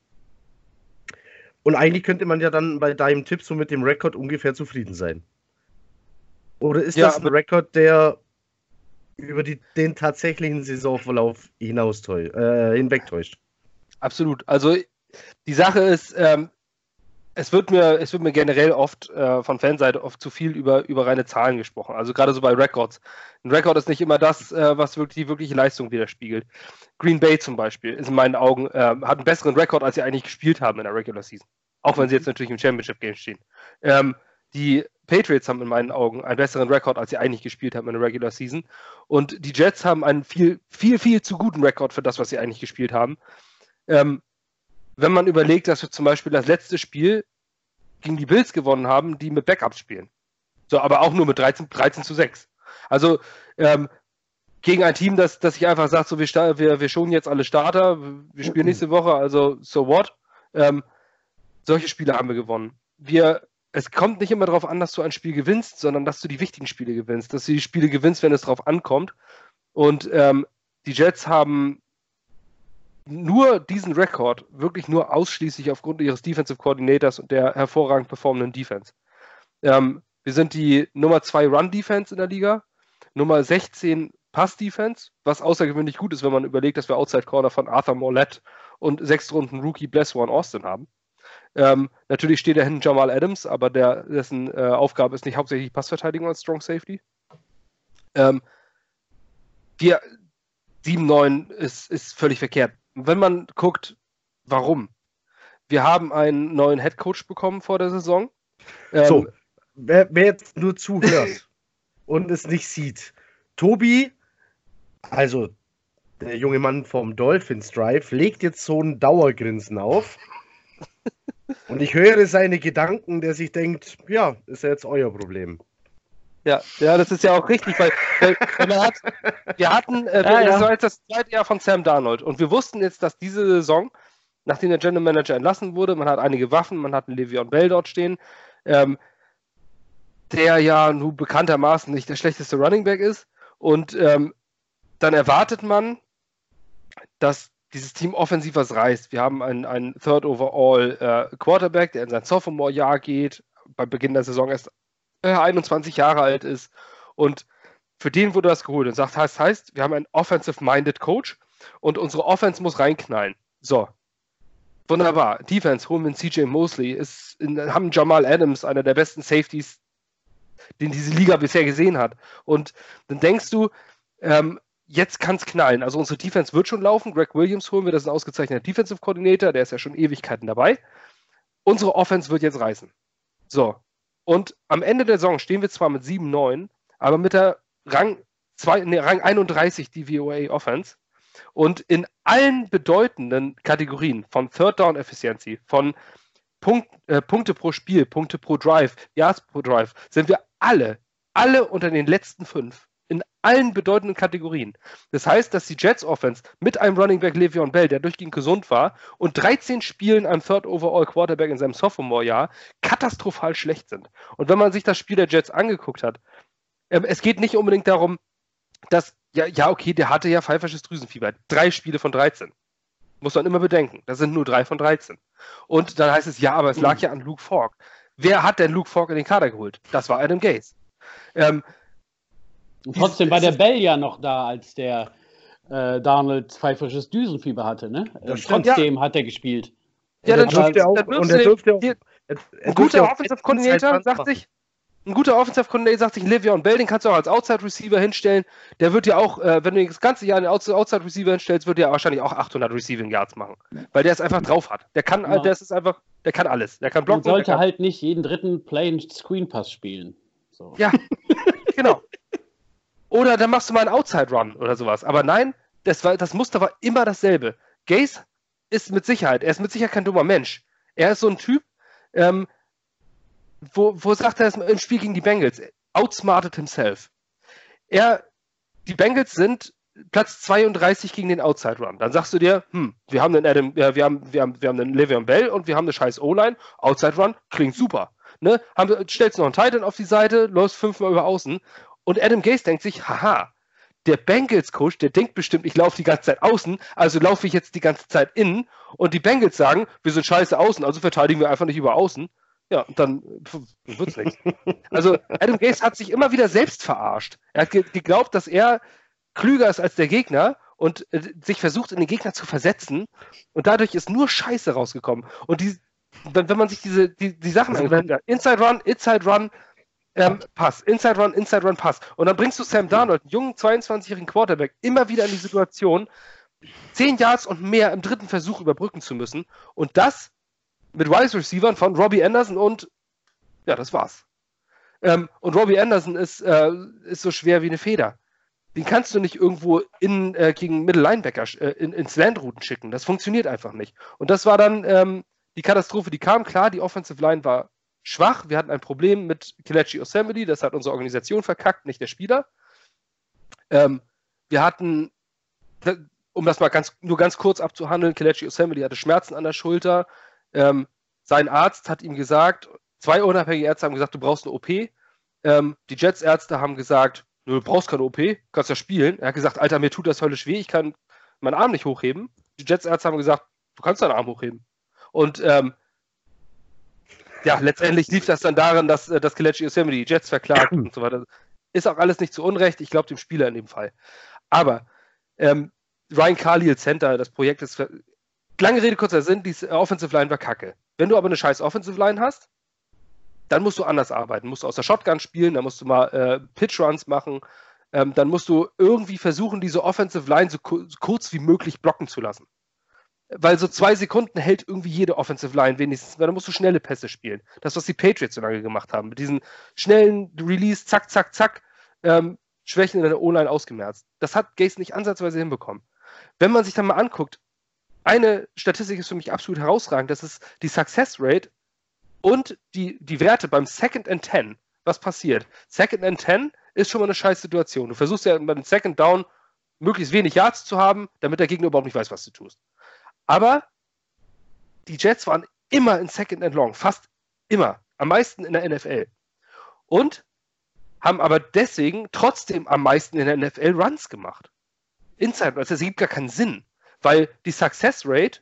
Und eigentlich könnte man ja dann bei deinem Tipp so mit dem Rekord ungefähr zufrieden sein. Oder ist das ein Rekord, der über den tatsächlichen Saisonverlauf hinwegtäuscht? Absolut. Also die Sache ist, es wird mir generell oft von Fanseite oft zu viel über reine Zahlen gesprochen. Also gerade so bei Records. Ein Rekord ist nicht immer das, was wirklich die wirkliche Leistung widerspiegelt. Green Bay zum Beispiel ist in meinen Augen, hat einen besseren Rekord, als sie eigentlich gespielt haben in der Regular Season. Auch wenn sie jetzt natürlich im Championship Game stehen. Die Patriots haben in meinen Augen einen besseren Rekord, als sie eigentlich gespielt haben in der Regular Season. Und die Jets haben einen viel, viel, viel zu guten Rekord für das, was sie eigentlich gespielt haben. Wenn man überlegt, dass wir zum Beispiel das letzte Spiel gegen die Bills gewonnen haben, die mit Backups spielen. So, aber auch nur mit 13-6. Also gegen ein Team, das sich einfach sagt, so wir schonen jetzt alle Starter, wir spielen nächste Woche, also so what? Solche Spiele haben wir gewonnen. Es kommt nicht immer darauf an, dass du ein Spiel gewinnst, sondern dass du die wichtigen Spiele gewinnst, dass du die Spiele gewinnst, wenn es darauf ankommt. Und die Jets haben nur diesen Rekord, wirklich nur ausschließlich aufgrund ihres Defensive Coordinators und der hervorragend performenden Defense. Wir sind die Nummer 2 Run-Defense in der Liga, Nummer 16 Pass-Defense, was außergewöhnlich gut ist, wenn man überlegt, dass wir Outside-Corner von Arthur Mollett und 6. Runden Rookie Blesswan Austin haben. Natürlich steht da hinten Jamal Adams, aber dessen Aufgabe ist nicht hauptsächlich Passverteidigung als Strong Safety. 7-9 ist völlig verkehrt. Wenn man guckt, warum? Wir haben einen neuen Headcoach bekommen vor der Saison. So, wer jetzt nur zuhört und es nicht sieht, Tobi, also der junge Mann vom Dolphins Drive, legt jetzt so ein Dauergrinsen auf. Und ich höre seine Gedanken, der sich denkt, ja, ist ja jetzt euer Problem. Ja, das ist ja auch richtig, weil das war jetzt das zweite Jahr von Sam Darnold und wir wussten jetzt, dass diese Saison, nachdem der General Manager entlassen wurde, man hat einige Waffen, man hat einen Le'Veon Bell dort stehen, der ja nun bekanntermaßen nicht der schlechteste Running Back ist und dann erwartet man, dass dieses Team offensiv was reißt. Wir haben einen Third Overall Quarterback, der in sein Sophomore-Jahr geht, beim Beginn der Saison erst 21 Jahre alt ist und für den wurde das geholt und sagt, heißt, wir haben einen offensive-minded Coach und unsere Offense muss reinknallen. So, wunderbar. Defense, holen wir einen CJ Mosley, haben Jamal Adams, einer der besten Safeties, den diese Liga bisher gesehen hat. Und dann denkst du, jetzt kann es knallen. Also unsere Defense wird schon laufen. Greg Williams holen wir, das ist ein ausgezeichneter Defensive Coordinator, der ist ja schon Ewigkeiten dabei. Unsere Offense wird jetzt reißen. So. Und am Ende der Saison stehen wir zwar mit 7-9, aber mit der Rang 31 DVOA Offense und in allen bedeutenden Kategorien von Third Down Efficiency, von Punkte pro Spiel, Punkte pro Drive, Yards pro Drive, sind wir alle unter den letzten 5. In allen bedeutenden Kategorien. Das heißt, dass die Jets Offense mit einem Running Back Le'Veon Bell, der durchgehend gesund war, und 13 Spielen einem Third Overall Quarterback in seinem Sophomore-Jahr katastrophal schlecht sind. Und wenn man sich das Spiel der Jets angeguckt hat, es geht nicht unbedingt darum, dass, okay, der hatte ja pfeifersches Drüsenfieber. 3 Spiele von 13. Muss man immer bedenken. Das sind nur 3 von 13. Und dann heißt es, ja, aber es lag ja an Luke Falk. Wer hat denn Luke Falk in den Kader geholt? Das war Adam Gase. Und trotzdem war der Bell ja noch da, als der Darnold pfeifersches Düsenfieber hatte, ne? Trotzdem hat er gespielt. Ja, dann dürfte er auch. Ein guter Offensive Coordinator sagt sich, Le'Veon Bell, den kannst du auch als Outside Receiver hinstellen. Der wird ja auch, wenn du das ganze Jahr einen Outside Receiver hinstellst, wird er wahrscheinlich auch 800 Receiving Yards machen. Weil der es einfach drauf hat. Der kann alles. Der kann blocken. Man sollte halt nicht jeden dritten Play einen Screen Pass spielen. So. Ja, genau. Oder dann machst du mal einen Outside-Run oder sowas. Aber nein, das Muster war immer dasselbe. Gase ist mit Sicherheit kein dummer Mensch. Er ist so ein Typ, wo sagt er es im Spiel gegen die Bengals? Outsmarted himself. Die Bengals sind Platz 32 gegen den Outside-Run. Dann sagst du dir, wir haben einen Le'Veon Bell und wir haben eine scheiß O-Line. Outside-Run klingt super. Ne? Stellst noch einen Tight End auf die Seite, läufst 5-mal über außen. Und Adam Gase denkt sich, haha, der Bengals-Coach, der denkt bestimmt, ich laufe die ganze Zeit außen, also laufe ich jetzt die ganze Zeit innen. Und die Bengals sagen, wir sind scheiße außen, also verteidigen wir einfach nicht über außen. Ja, und dann wird's nichts. Also Adam Gase hat sich immer wieder selbst verarscht. Er hat geglaubt, dass er klüger ist als der Gegner und sich versucht, in den Gegner zu versetzen. Und dadurch ist nur Scheiße rausgekommen. Und wenn man sich die Sachen anguckt, Inside Run, Pass, Inside Run, Pass. Und dann bringst du Sam Darnold, einen jungen 22-jährigen Quarterback, immer wieder in die Situation, 10 Yards und mehr im dritten Versuch überbrücken zu müssen. Und das mit Wide Receivern von Robbie Anderson und ja, das war's. Und Robbie Anderson ist so schwer wie eine Feder. Den kannst du nicht irgendwo gegen Middle Linebacker in Slant-Routen schicken. Das funktioniert einfach nicht. Und das war dann die Katastrophe, die kam. Klar, die Offensive Line war schwach. Wir hatten ein Problem mit Kelechi Osemele. Das hat unsere Organisation verkackt, nicht der Spieler. wir hatten, um das mal nur ganz kurz abzuhandeln, Kelechi Osemele hatte Schmerzen an der Schulter. Sein Arzt hat ihm gesagt, 2 unabhängige Ärzte haben gesagt, du brauchst eine OP. Die Jets-Ärzte haben gesagt, du brauchst keine OP, kannst ja spielen. Er hat gesagt, Alter, mir tut das höllisch weh, ich kann meinen Arm nicht hochheben. Die Jets-Ärzte haben gesagt, du kannst deinen Arm hochheben. Und letztendlich lief das dann daran, dass Kelechi Osemele die Jets verklagt und so weiter. Ist auch alles nicht zu Unrecht, ich glaube dem Spieler in dem Fall. Aber Ryan Khalil Center, das Projekt ist, lange Rede, kurzer Sinn, die Offensive Line war kacke. Wenn du aber eine scheiß Offensive Line hast, dann musst du anders arbeiten. Musst du aus der Shotgun spielen, dann musst du mal Pitch-Runs machen, dann musst du irgendwie versuchen, diese Offensive Line so kurz wie möglich blocken zu lassen. Weil so 2 Sekunden hält irgendwie jede Offensive Line wenigstens, weil dann musst du schnelle Pässe spielen. Das, was die Patriots so lange gemacht haben, mit diesen schnellen Release, zack, zack, zack, Schwächen in der O-Line ausgemerzt. Das hat Gase nicht ansatzweise hinbekommen. Wenn man sich dann mal anguckt, eine Statistik ist für mich absolut herausragend, das ist die Success Rate und die Werte beim Second and 10. Was passiert? Second and 10 ist schon mal eine scheiß Situation. Du versuchst ja beim Second Down möglichst wenig Yards zu haben, damit der Gegner überhaupt nicht weiß, was du tust. Aber die Jets waren immer in Second and Long, fast immer, am meisten in der NFL. Und haben aber deswegen trotzdem am meisten in der NFL Runs gemacht. Inside Runs, das ergibt gar keinen Sinn, weil die Success Rate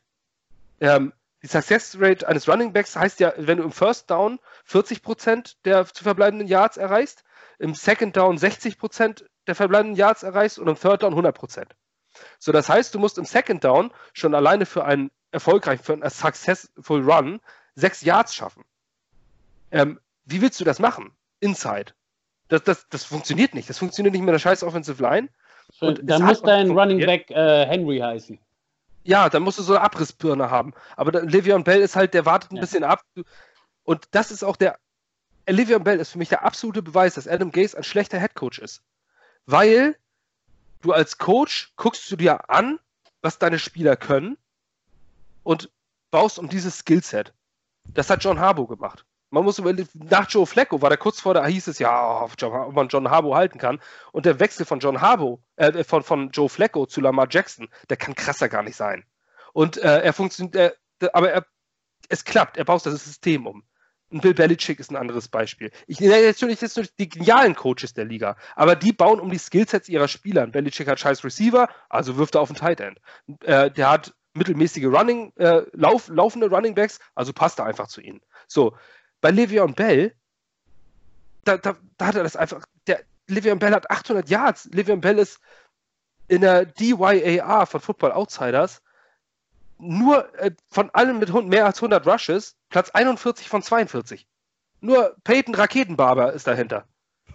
eines Running Backs heißt ja, wenn du im First Down 40% der zu verbleibenden Yards erreichst, im Second Down 60% der verbleibenden Yards erreichst und im Third Down 100%. So, das heißt, du musst im Second Down schon alleine für einen successful Run 6 Yards schaffen. Wie willst du das machen? Inside. Das funktioniert nicht. Das funktioniert nicht mit einer scheiß Offensive Line. Und dann muss dein Running Back Henry heißen. Ja, dann musst du so eine Abrissbirne haben. Aber Le'Veon Bell ist halt, der wartet ein bisschen ab. Und das ist auch Le'Veon Bell ist für mich der absolute Beweis, dass Adam Gase ein schlechter Headcoach ist. Weil du als Coach guckst du dir an, was deine Spieler können und baust um dieses Skillset. Das hat John Harbaugh gemacht. Man muss überlegen, nach Joe Flacco war der kurz vor der, hieß es ja, ob man John Harbaugh halten kann. Und der Wechsel von John Harbaugh, von Joe Flacco zu Lamar Jackson, der kann krasser gar nicht sein. Und er funktioniert, es klappt, er baut das System um. Und Bill Belichick ist ein anderes Beispiel. Ich nenne jetzt nicht die genialen Coaches der Liga, aber die bauen um die Skillsets ihrer Spieler. Belichick hat scheiß Receiver, also wirft er auf den Tight End. Der hat mittelmäßige laufende Running Backs, also passt er einfach zu ihnen. So, bei Le'Veon Bell, da hat er das einfach, Le'Veon Bell hat 800 Yards. Le'Veon Bell ist in der DYAR von Football Outsiders nur von allen mit mehr als 100 Rushes Platz 41 von 42. Nur Peyton Raketenbarber ist dahinter.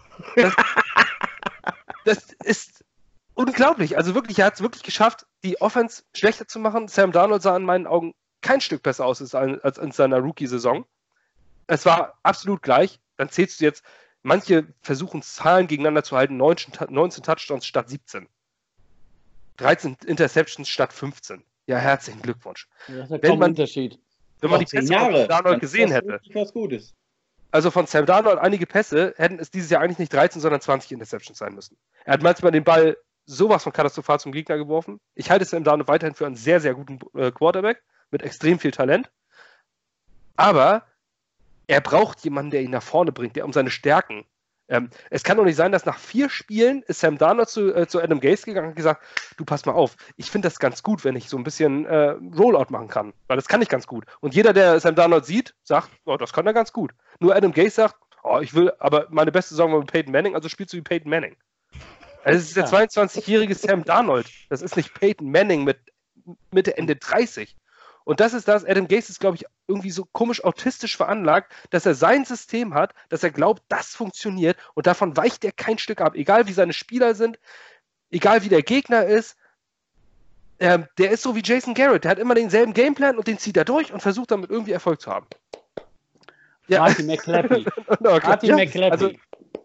Das ist unglaublich. Also wirklich, er hat es wirklich geschafft, die Offense schlechter zu machen. Sam Darnold sah in meinen Augen kein Stück besser aus als in seiner Rookie-Saison. Es war absolut gleich. Dann zählst du jetzt, manche versuchen Zahlen gegeneinander zu halten, 19 Touchdowns statt 17. 13 Interceptions statt 15. Ja, herzlichen Glückwunsch. Das ist ein Unterschied. Wenn man die Pässe von Sam Darnold gesehen hätte. Was Gutes. Also von Sam Darnold einige Pässe hätten es dieses Jahr eigentlich nicht 13, sondern 20 Interceptions sein müssen. Er hat manchmal den Ball sowas von katastrophal zum Gegner geworfen. Ich halte Sam Darnold weiterhin für einen sehr, sehr guten Quarterback mit extrem viel Talent. Aber er braucht jemanden, der ihn nach vorne bringt, der um seine Stärken. Es kann doch nicht sein, dass nach 4 Spielen ist Sam Darnold zu Adam Gase gegangen und hat gesagt, du pass mal auf, ich finde das ganz gut, wenn ich so ein bisschen Rollout machen kann, weil das kann ich ganz gut. Und jeder, der Sam Darnold sieht, sagt, oh, das kann er ganz gut. Nur Adam Gase sagt, oh, ich will, aber meine beste Saison war mit Peyton Manning, also spielst du wie Peyton Manning. Also es ist der 22-jährige Sam Darnold. Das ist nicht Peyton Manning mit Mitte, Ende 30. Und das ist das, Adam Gase ist, glaube ich, irgendwie so komisch autistisch veranlagt, dass er sein System hat, dass er glaubt, das funktioniert und davon weicht er kein Stück ab. Egal wie seine Spieler sind, egal wie der Gegner ist, der ist so wie Jason Garrett, der hat immer denselben Gameplan und den zieht er durch und versucht damit irgendwie Erfolg zu haben. Ja. Marty McClappy. McClappy.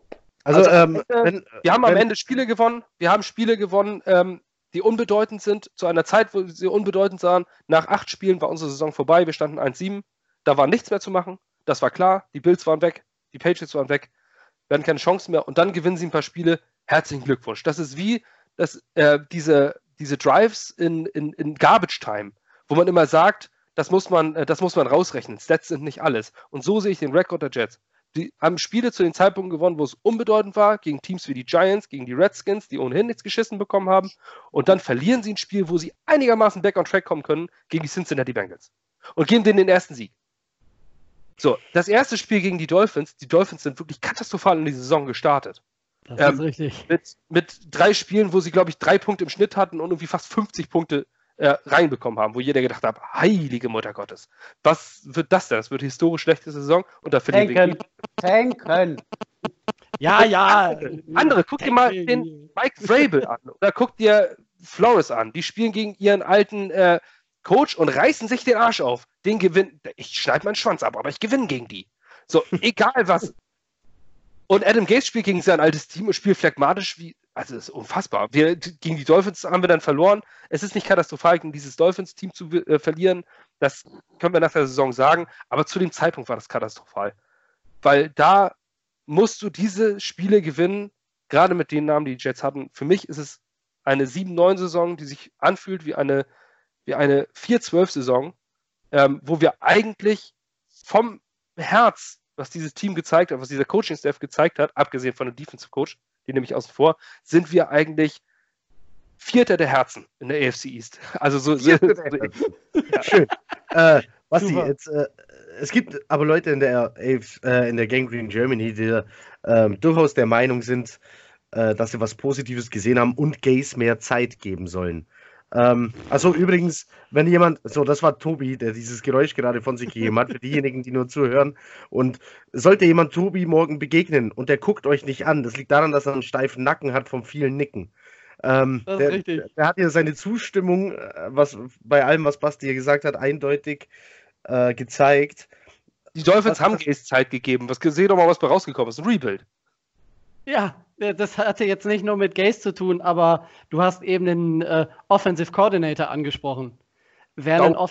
Wir haben am Ende Spiele gewonnen, die unbedeutend sind, zu einer Zeit, wo sie unbedeutend sahen. Nach 8 Spielen war unsere Saison vorbei, wir standen 1-7, da war nichts mehr zu machen, das war klar, die Bills waren weg, die Patriots waren weg, wir hatten keine Chance mehr und dann gewinnen sie ein paar Spiele, herzlichen Glückwunsch. Das ist wie dass diese Drives in Garbage Time, wo man immer sagt, das muss man rausrechnen. Stats sind nicht alles. Und so sehe ich den Rekord der Jets. Die haben Spiele zu den Zeitpunkten gewonnen, wo es unbedeutend war, gegen Teams wie die Giants, gegen die Redskins, die ohnehin nichts geschissen bekommen haben. Und dann verlieren sie ein Spiel, wo sie einigermaßen back on track kommen können, gegen die Cincinnati Bengals. Und geben denen den ersten Sieg. So, das erste Spiel gegen die Dolphins sind wirklich katastrophal in die Saison gestartet. Das ist richtig. Mit 3 Spielen, wo sie, glaube ich, 3 Punkte im Schnitt hatten und irgendwie fast 50 Punkte reinbekommen haben, wo jeder gedacht hat, heilige Mutter Gottes, was wird das denn? Das wird eine historisch schlechte Saison und da verlieren wir. Tanken. Ja. Andere, guck dir mal den Mike Vrabel an oder guck dir Flores an. Die spielen gegen ihren alten Coach und reißen sich den Arsch auf. Den Gewinn, ich schneide meinen Schwanz ab, aber ich gewinne gegen die. So, egal was. Und Adam Gase spielt gegen sein altes Team und spielt phlegmatisch also das ist unfassbar. Gegen die Dolphins haben wir dann verloren. Es ist nicht katastrophal, gegen dieses Dolphins-Team zu verlieren. Das können wir nach der Saison sagen. Aber zu dem Zeitpunkt war das katastrophal. Weil da musst du diese Spiele gewinnen, gerade mit den Namen, die die Jets hatten. Für mich ist es eine 7-9-Saison, die sich anfühlt wie eine 4-12-Saison, wo wir eigentlich vom Herz, was dieses Team gezeigt hat, was dieser Coaching-Staff gezeigt hat, abgesehen von dem Defensive Coach, die nehme ich außen vor, sind wir eigentlich Vierter der Herzen in der AFC East. Also so ja. Schön. Basti, jetzt, es gibt aber Leute in der Gang Green Germany, die durchaus der Meinung sind, dass sie was Positives gesehen haben und Gase mehr Zeit geben sollen. Also übrigens, wenn jemand, das war Tobi, der dieses Geräusch gerade von sich gegeben hat, für diejenigen, die nur zuhören, und sollte jemand Tobi morgen begegnen und der guckt euch nicht an, das liegt daran, dass er einen steifen Nacken hat vom vielen Nicken. Das ist richtig. Der hat ja seine Zustimmung, was bei allem, was Basti hier gesagt hat, eindeutig gezeigt. Die Dolphins haben Gase Zeit gegeben. Seh doch mal, was bei rausgekommen ist. Ein Rebuild. Ja, das hatte jetzt nicht nur mit Gase zu tun, aber du hast eben den Offensive Coordinator angesprochen. Wer einen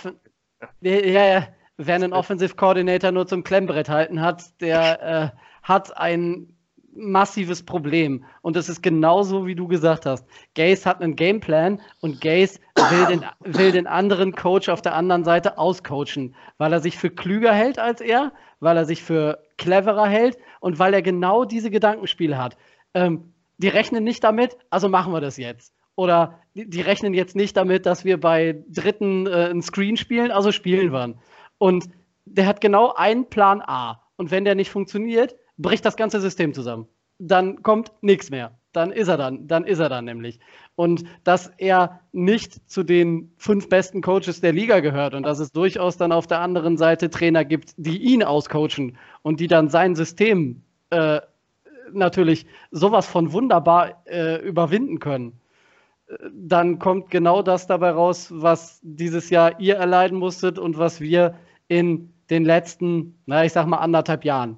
Offensive Coordinator nur zum Klemmbrett halten hat, der hat ein massives Problem. Und das ist genauso, wie du gesagt hast. Gase hat einen Gameplan und Gase will den anderen Coach auf der anderen Seite auscoachen, weil er sich für klüger hält als er, weil er sich für cleverer hält und weil er genau diese Gedankenspiele hat. Die rechnen nicht damit, also machen wir das jetzt. Oder die rechnen jetzt nicht damit, dass wir bei Dritten ein Screen spielen, also spielen wir. Und der hat genau einen Plan A. Und wenn der nicht funktioniert, bricht das ganze System zusammen. Dann kommt nichts mehr. Dann ist er dann nämlich. Und dass er nicht zu den 5 besten Coaches der Liga gehört und dass es durchaus dann auf der anderen Seite Trainer gibt, die ihn auscoachen und die dann sein System natürlich sowas von wunderbar überwinden können, dann kommt genau das dabei raus, was dieses Jahr ihr erleiden musstet und was wir in den letzten, ich sag mal 1,5 Jahren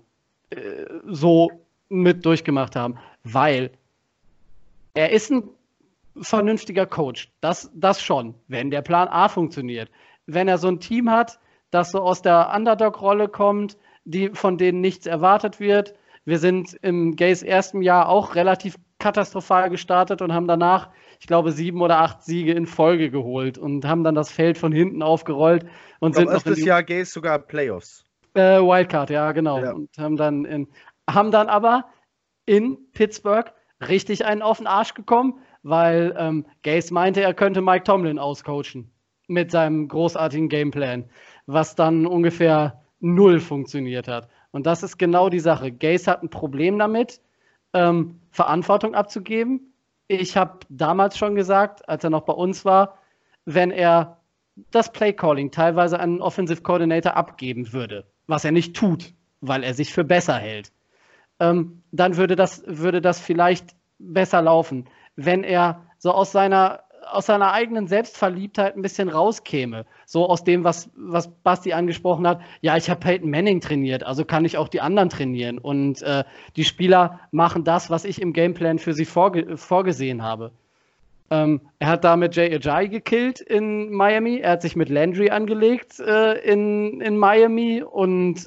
so mit durchgemacht haben. Weil er ist ein vernünftiger Coach. Das schon, wenn der Plan A funktioniert. Wenn er so ein Team hat, das so aus der Underdog-Rolle kommt, von denen nichts erwartet wird. Wir sind im Gase ersten Jahr auch relativ katastrophal gestartet und haben danach, ich glaube, 7 oder 8 Siege in Folge geholt und haben dann das Feld von hinten aufgerollt. Und sind noch erstes Jahr Gase sogar Playoffs. Wildcard, ja, genau. Ja. Und haben dann aber in Pittsburgh richtig einen auf den Arsch gekommen, weil Gase meinte, er könnte Mike Tomlin auscoachen mit seinem großartigen Gameplan, was dann ungefähr 0 funktioniert hat. Und das ist genau die Sache. Gase hat ein Problem damit, Verantwortung abzugeben. Ich habe damals schon gesagt, als er noch bei uns war, wenn er das Playcalling teilweise an einen Offensive Coordinator abgeben würde, was er nicht tut, weil er sich für besser hält, dann würde das vielleicht besser laufen. Wenn er so aus seiner eigenen Selbstverliebtheit ein bisschen rauskäme, so aus dem, was Basti angesprochen hat, ja, ich habe Peyton Manning trainiert, also kann ich auch die anderen trainieren und die Spieler machen das, was ich im Gameplan für sie vorgesehen habe. Er hat damit Jay Ajayi gekillt in Miami, er hat sich mit Landry angelegt in Miami und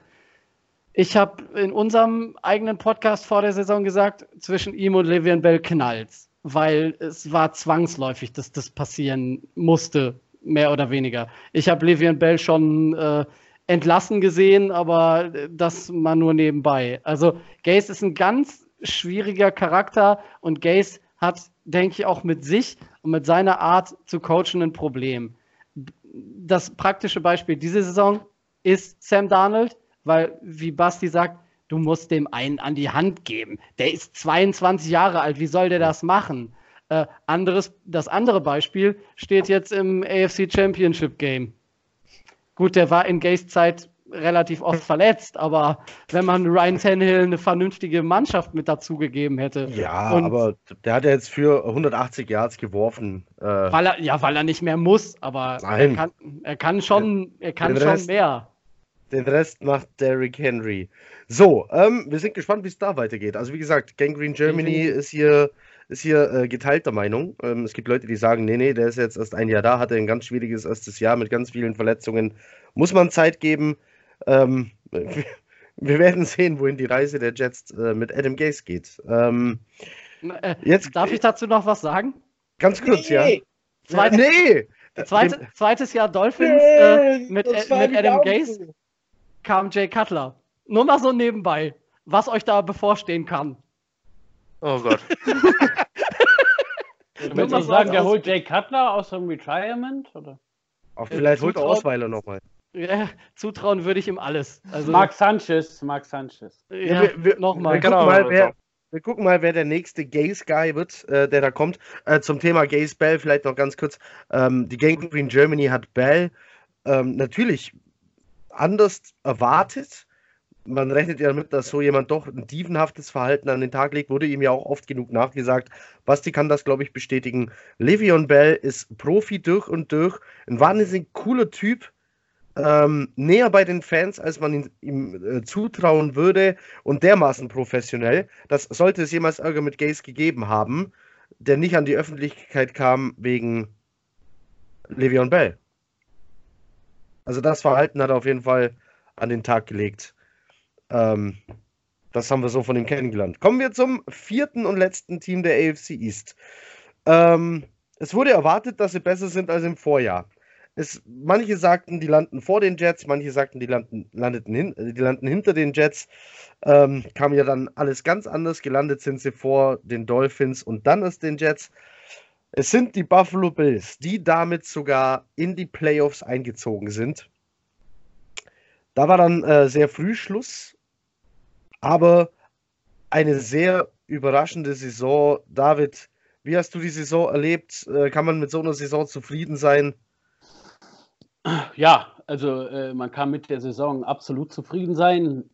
ich habe in unserem eigenen Podcast vor der Saison gesagt, zwischen ihm und Le'Veon Bell knallt's. weil es war zwangsläufig, dass das passieren musste, mehr oder weniger. Ich habe Le'Veon Bell schon entlassen gesehen, aber das mal nur nebenbei. Also Gase ist ein ganz schwieriger Charakter und Gase hat, denke ich, auch mit sich und mit seiner Art zu coachen ein Problem. Das praktische Beispiel diese Saison ist Sam Darnold, weil, wie Basti sagt, du musst dem einen an die Hand geben. Der ist 22 Jahre alt, wie soll der das machen? Das andere Beispiel steht jetzt im AFC Championship Game. Gut, der war in Gays Zeit relativ oft verletzt, aber wenn man Ryan Tannehill eine vernünftige Mannschaft mit dazugegeben hätte. Ja, aber der hat ja jetzt für 180 Yards geworfen. Weil er nicht mehr muss, aber er kann schon mehr. Den Rest macht Derrick Henry. So, wir sind gespannt, wie es da weitergeht. Also wie gesagt, Gang Green Germany ist hier geteilter Meinung. Es gibt Leute, die sagen, nee, der ist jetzt erst ein Jahr da, hatte ein ganz schwieriges erstes Jahr mit ganz vielen Verletzungen. Muss man Zeit geben. Wir werden sehen, wohin die Reise der Jets mit Adam Gase geht. Darf ich dazu noch was sagen? Ganz kurz, ja. Zweites Jahr Dolphins mit Adam Gase kam Jay Cutler. Nur mal so nebenbei, was euch da bevorstehen kann. Oh Gott. Willst du sagen, der holt Jay Cutler aus dem Retirement? Oder? Auch vielleicht holt er Osweiler nochmal. Ja, zutrauen würde ich ihm alles. Also, Mark Sanchez. Ja, nochmal. Wir gucken mal, wer der nächste Gase-Guy wird, der da kommt. Zum Thema Gase-Bell vielleicht noch ganz kurz. Die Gang Green Germany hat Bell natürlich anders erwartet. Man rechnet ja damit, dass so jemand doch ein dievenhaftes Verhalten an den Tag legt, wurde ihm ja auch oft genug nachgesagt. Basti kann das, glaube ich, bestätigen. Le'Veon Bell ist Profi durch und durch, ein wahnsinnig cooler Typ, näher bei den Fans, als man ihm zutrauen würde und dermaßen professionell, dass sollte es jemals Ärger mit Gase gegeben haben, der nicht an die Öffentlichkeit kam wegen Le'Veon Bell. Also das Verhalten hat er auf jeden Fall an den Tag gelegt. Das haben wir so von ihm kennengelernt. Kommen wir zum 4. und letzten Team der AFC East. Es wurde erwartet, dass sie besser sind als im Vorjahr. Manche sagten, die landen vor den Jets, manche sagten, die landen hinter den Jets. Kam ja dann alles ganz anders. Gelandet sind sie vor den Dolphins und dann erst den Jets. Es sind die Buffalo Bills, die damit sogar in die Playoffs eingezogen sind. Da war dann sehr früh Schluss, aber eine sehr überraschende Saison. David, wie hast du die Saison erlebt? Kann man mit so einer Saison zufrieden sein? Ja, also man kann mit der Saison absolut zufrieden sein.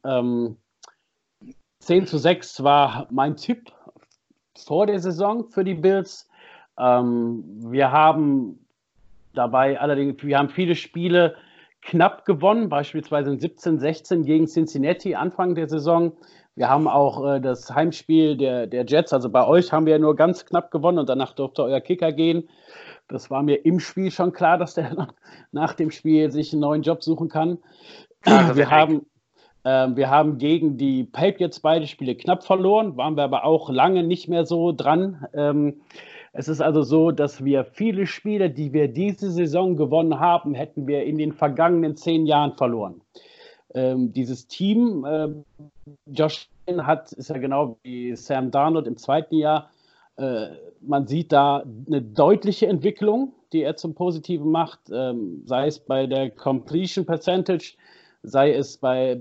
10-6 war mein Tipp vor der Saison für die Bills. Wir haben viele Spiele knapp gewonnen, beispielsweise in 17-16 gegen Cincinnati Anfang der Saison. Wir haben auch das Heimspiel der Jets, also bei euch haben wir ja nur ganz knapp gewonnen und danach durfte euer Kicker gehen. Das war mir im Spiel schon klar, dass der nach dem Spiel sich einen neuen Job suchen kann. Wir haben gegen die Patriots beide Spiele knapp verloren, waren wir aber auch lange nicht mehr so dran. Es ist also so, dass wir viele Spiele, die wir diese Saison gewonnen haben, hätten wir in den vergangenen 10 Jahren verloren. Dieses Team, Josh ist ja genau wie Sam Darnold im zweiten Jahr. Man sieht da eine deutliche Entwicklung, die er zum Positiven macht, sei es bei der Completion Percentage, sei es bei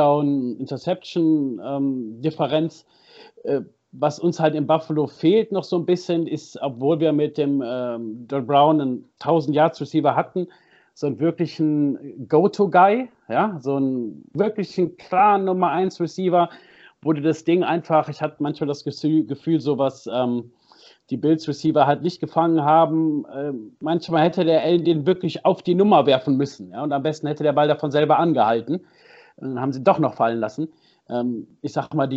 Touchdown-Interception-Differenz. Was uns halt in Buffalo fehlt noch so ein bisschen, ist, obwohl wir mit dem John Brown einen 1000-Yards-Receiver hatten, so einen wirklichen Go-To-Guy, ja, so einen wirklichen klaren Nummer-1-Receiver, wurde das Ding einfach, ich hatte manchmal das Gefühl, so was die Bills-Receiver halt nicht gefangen haben. Manchmal hätte der Allen den wirklich auf die Nummer werfen müssen, ja, und am besten hätte der Ball davon selber angehalten. Dann haben sie doch noch fallen lassen. Ich sag mal,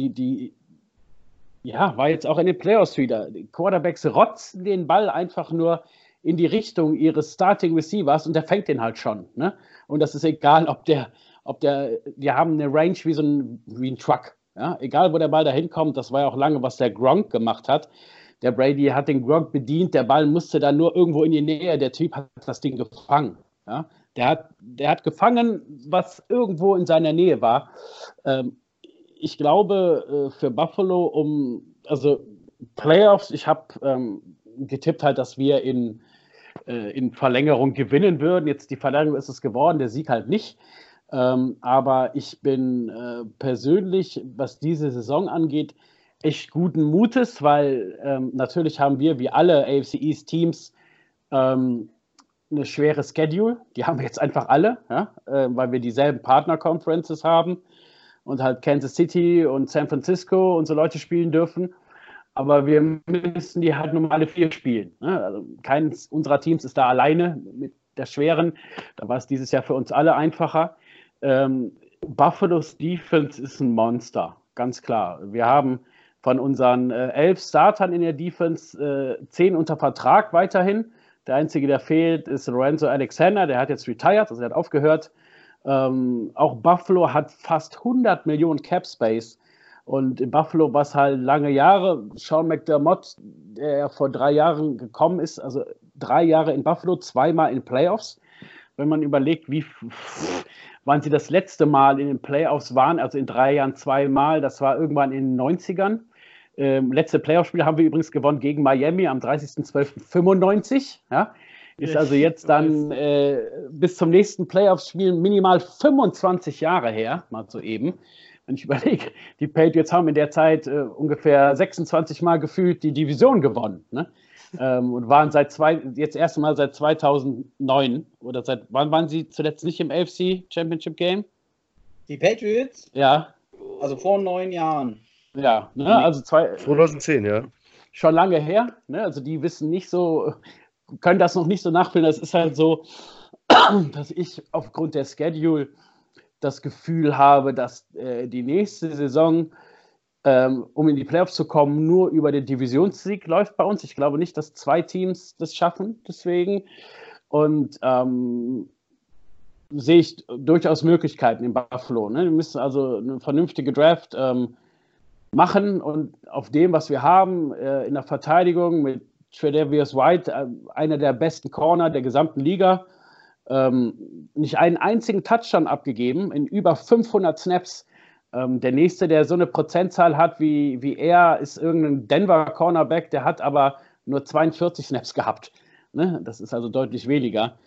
war jetzt auch in den Playoffs wieder. Die Quarterbacks rotzen den Ball einfach nur in die Richtung ihres Starting Receivers und der fängt den halt schon. Ne? Und das ist egal, die haben eine Range wie ein Truck. Ja? Egal, wo der Ball da hinkommt, das war ja auch lange, was der Gronk gemacht hat. Der Brady hat den Gronk bedient, der Ball musste dann nur irgendwo in die Nähe, der Typ hat das Ding gefangen. Ja? Der hat gefangen, was irgendwo in seiner Nähe war. Ich glaube, für Buffalo, also Playoffs, ich habe getippt halt, dass wir in Verlängerung gewinnen würden. Jetzt die Verlängerung ist es geworden, der Sieg halt nicht. Aber ich bin persönlich, was diese Saison angeht, echt guten Mutes, weil natürlich haben wir, wie alle AFC East Teams, eine schwere Schedule. Die haben wir jetzt einfach alle, ja? Weil wir dieselben Partner-Conferences haben und halt Kansas City und San Francisco und so Leute spielen dürfen. Aber wir müssen die halt nur alle 4 spielen. Ne? Also keines unserer Teams ist da alleine mit der schweren. Da war es dieses Jahr für uns alle einfacher. Buffalo's Defense ist ein Monster, ganz klar. Wir haben von unseren 11 Startern in der Defense 10 unter Vertrag weiterhin. Der einzige, der fehlt, ist Lorenzo Alexander. Der hat jetzt retired, also er hat aufgehört. Auch Buffalo hat fast 100 Millionen Cap Space. Und in Buffalo war es halt lange Jahre. Sean McDermott, der vor 3 Jahren gekommen ist, also 3 Jahre in Buffalo, 2-mal in Playoffs. Wenn man überlegt, wann sie das letzte Mal in den Playoffs waren, also in 3 Jahren 2-mal, das war irgendwann in den 90ern. Letzte Playoff-Spiel haben wir übrigens gewonnen gegen Miami am 30.12.95. Ja? Ist also jetzt dann bis zum nächsten Playoff-Spiel minimal 25 Jahre her, mal so eben. Wenn ich überlege, die Patriots haben in der Zeit ungefähr 26 Mal gefühlt die Division gewonnen. Ne? Und waren jetzt erst Mal seit 2009 oder wann waren sie zuletzt nicht im AFC Championship Game? Die Patriots? Ja. Also vor 9 Jahren. Ja, ne? Also 2010, ja. Schon lange her. Ne? Also die wissen nicht so, können das noch nicht so nachfühlen. Das ist halt so, dass ich aufgrund der Schedule das Gefühl habe, dass die nächste Saison, um in die Playoffs zu kommen, nur über den Divisionssieg läuft bei uns. Ich glaube nicht, dass 2 Teams das schaffen, deswegen. Und sehe ich durchaus Möglichkeiten in Buffalo. Ne? Wir müssen also eine vernünftige Draft machen und auf dem, was wir haben, in der Verteidigung mit Tre'Davious White, einer der besten Corner der gesamten Liga, nicht einen einzigen Touchdown abgegeben in über 500 Snaps. Der nächste, der so eine Prozentzahl hat wie er, ist irgendein Denver Cornerback, der hat aber nur 42 Snaps gehabt. Ne? Das ist also deutlich weniger.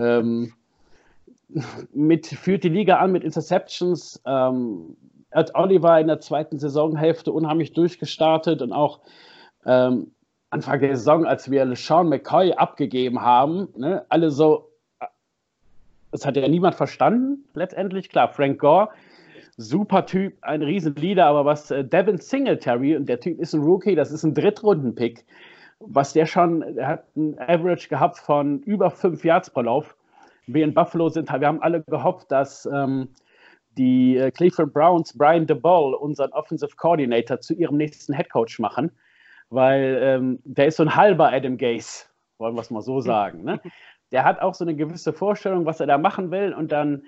Führt die Liga an mit Interceptions. Ed Oliver in der 2. Saisonhälfte unheimlich durchgestartet und auch Anfang der Saison, als wir LeSean McCoy abgegeben haben, ne, alle so, das hat ja niemand verstanden, letztendlich. Klar, Frank Gore, super Typ, ein riesen Leader, aber was Devin Singletary, und der Typ ist ein Rookie, das ist ein Drittrunden-Pick, was der hat ein Average gehabt von über 5 Yards pro Lauf. Wir in Buffalo wir haben alle gehofft, dass die Cleveland Browns Brian DeBoll, unseren Offensive Coordinator, zu ihrem nächsten Headcoach machen, weil der ist so ein halber Adam Gase, wollen wir es mal so sagen. Ne? Der hat auch so eine gewisse Vorstellung, was er da machen will, und dann,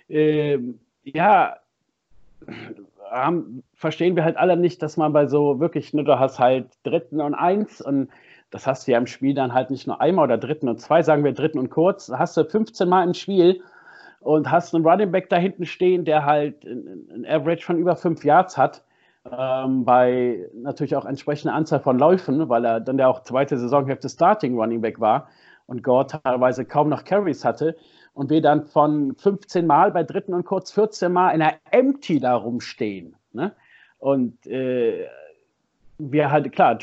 verstehen wir halt alle nicht, dass man bei so wirklich, ne, du hast halt 3. und 1 und das hast du ja im Spiel dann halt nicht nur einmal oder 3. und 2, sagen wir 3. und kurz, hast du 15 Mal im Spiel und hast einen Running Back da hinten stehen, der halt ein Average von über 5 Yards hat, bei natürlich auch entsprechender Anzahl von Läufen, weil er dann ja auch 2. Saisonhälfte Starting Running Back war und Gore teilweise kaum noch Carries hatte und wir dann von 15 Mal bei 3. und kurz 14 Mal in einer Empty da rumstehen. Ne? Und wir halt, klar,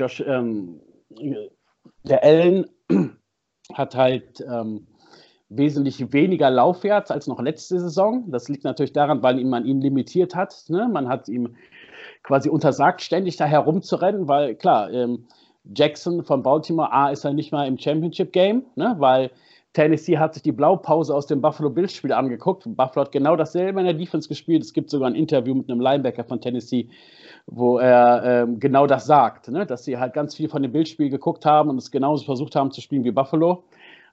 der Allen hat halt wesentlich weniger Laufyards als noch letzte Saison. Das liegt natürlich daran, weil man ihn limitiert hat. Ne? Man hat ihm quasi untersagt, ständig da herumzurennen, weil klar, Jackson von Baltimore, ist er nicht mal im Championship-Game, ne? Weil Tennessee hat sich die Blaupause aus dem Buffalo-Bills-Spiel angeguckt. Buffalo hat genau dasselbe in der Defense gespielt. Es gibt sogar ein Interview mit einem Linebacker von Tennessee, wo er genau das sagt, ne? Dass sie halt ganz viel von dem Bills-Spiel geguckt haben und es genauso versucht haben zu spielen wie Buffalo.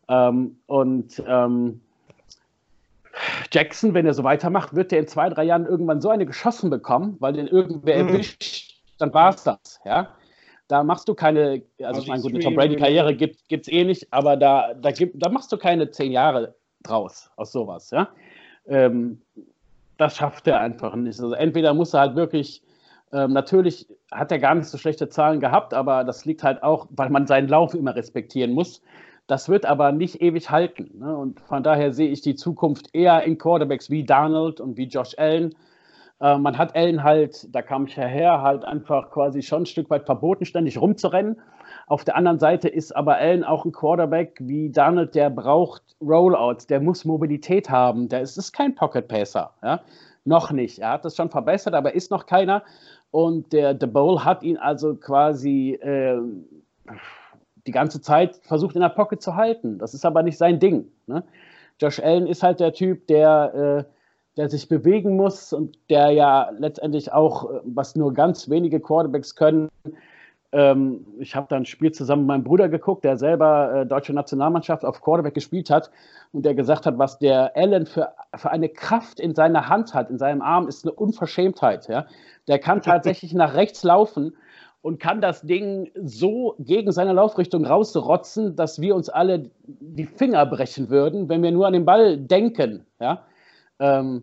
Jackson, wenn er so weitermacht, wird er in 2, 3 Jahren irgendwann so eine geschossen bekommen, weil den irgendwer erwischt, dann war es das, ja. da machst du keine, also ich meine, gut, eine Tom Brady-Karriere gibt es eh nicht, aber da machst du keine 10 Jahre draus aus sowas, ja. Das schafft er einfach nicht. Also entweder muss er halt wirklich, natürlich hat er gar nicht so schlechte Zahlen gehabt, aber das liegt halt auch, weil man seinen Lauf immer respektieren muss. Das wird aber nicht ewig halten. Ne? Und von daher sehe ich die Zukunft eher in Quarterbacks wie Darnold und wie Josh Allen. Man hat Allen halt, da kam ich her, halt einfach quasi schon ein Stück weit verboten, ständig rumzurennen. Auf der anderen Seite ist aber Allen auch ein Quarterback wie Darnold, der braucht Rollouts, der muss Mobilität haben. Der ist kein Pocket Passer, ja? Noch nicht. Er hat das schon verbessert, aber ist noch keiner. Und der Bowl hat ihn also quasi die ganze Zeit versucht in der Pocket zu halten. Das ist aber nicht sein Ding. Ne? Josh Allen ist halt der Typ, der sich bewegen muss und der ja letztendlich auch, was nur ganz wenige Quarterbacks können. Ich habe da ein Spiel zusammen mit meinem Bruder geguckt, der selber deutsche Nationalmannschaft auf Quarterback gespielt hat und der gesagt hat, was der Allen für eine Kraft in seiner Hand hat, in seinem Arm, ist eine Unverschämtheit. Ja? Der kann tatsächlich nach rechts laufen und kann das Ding so gegen seine Laufrichtung rausrotzen, dass wir uns alle die Finger brechen würden, wenn wir nur an den Ball denken. Ja? Dann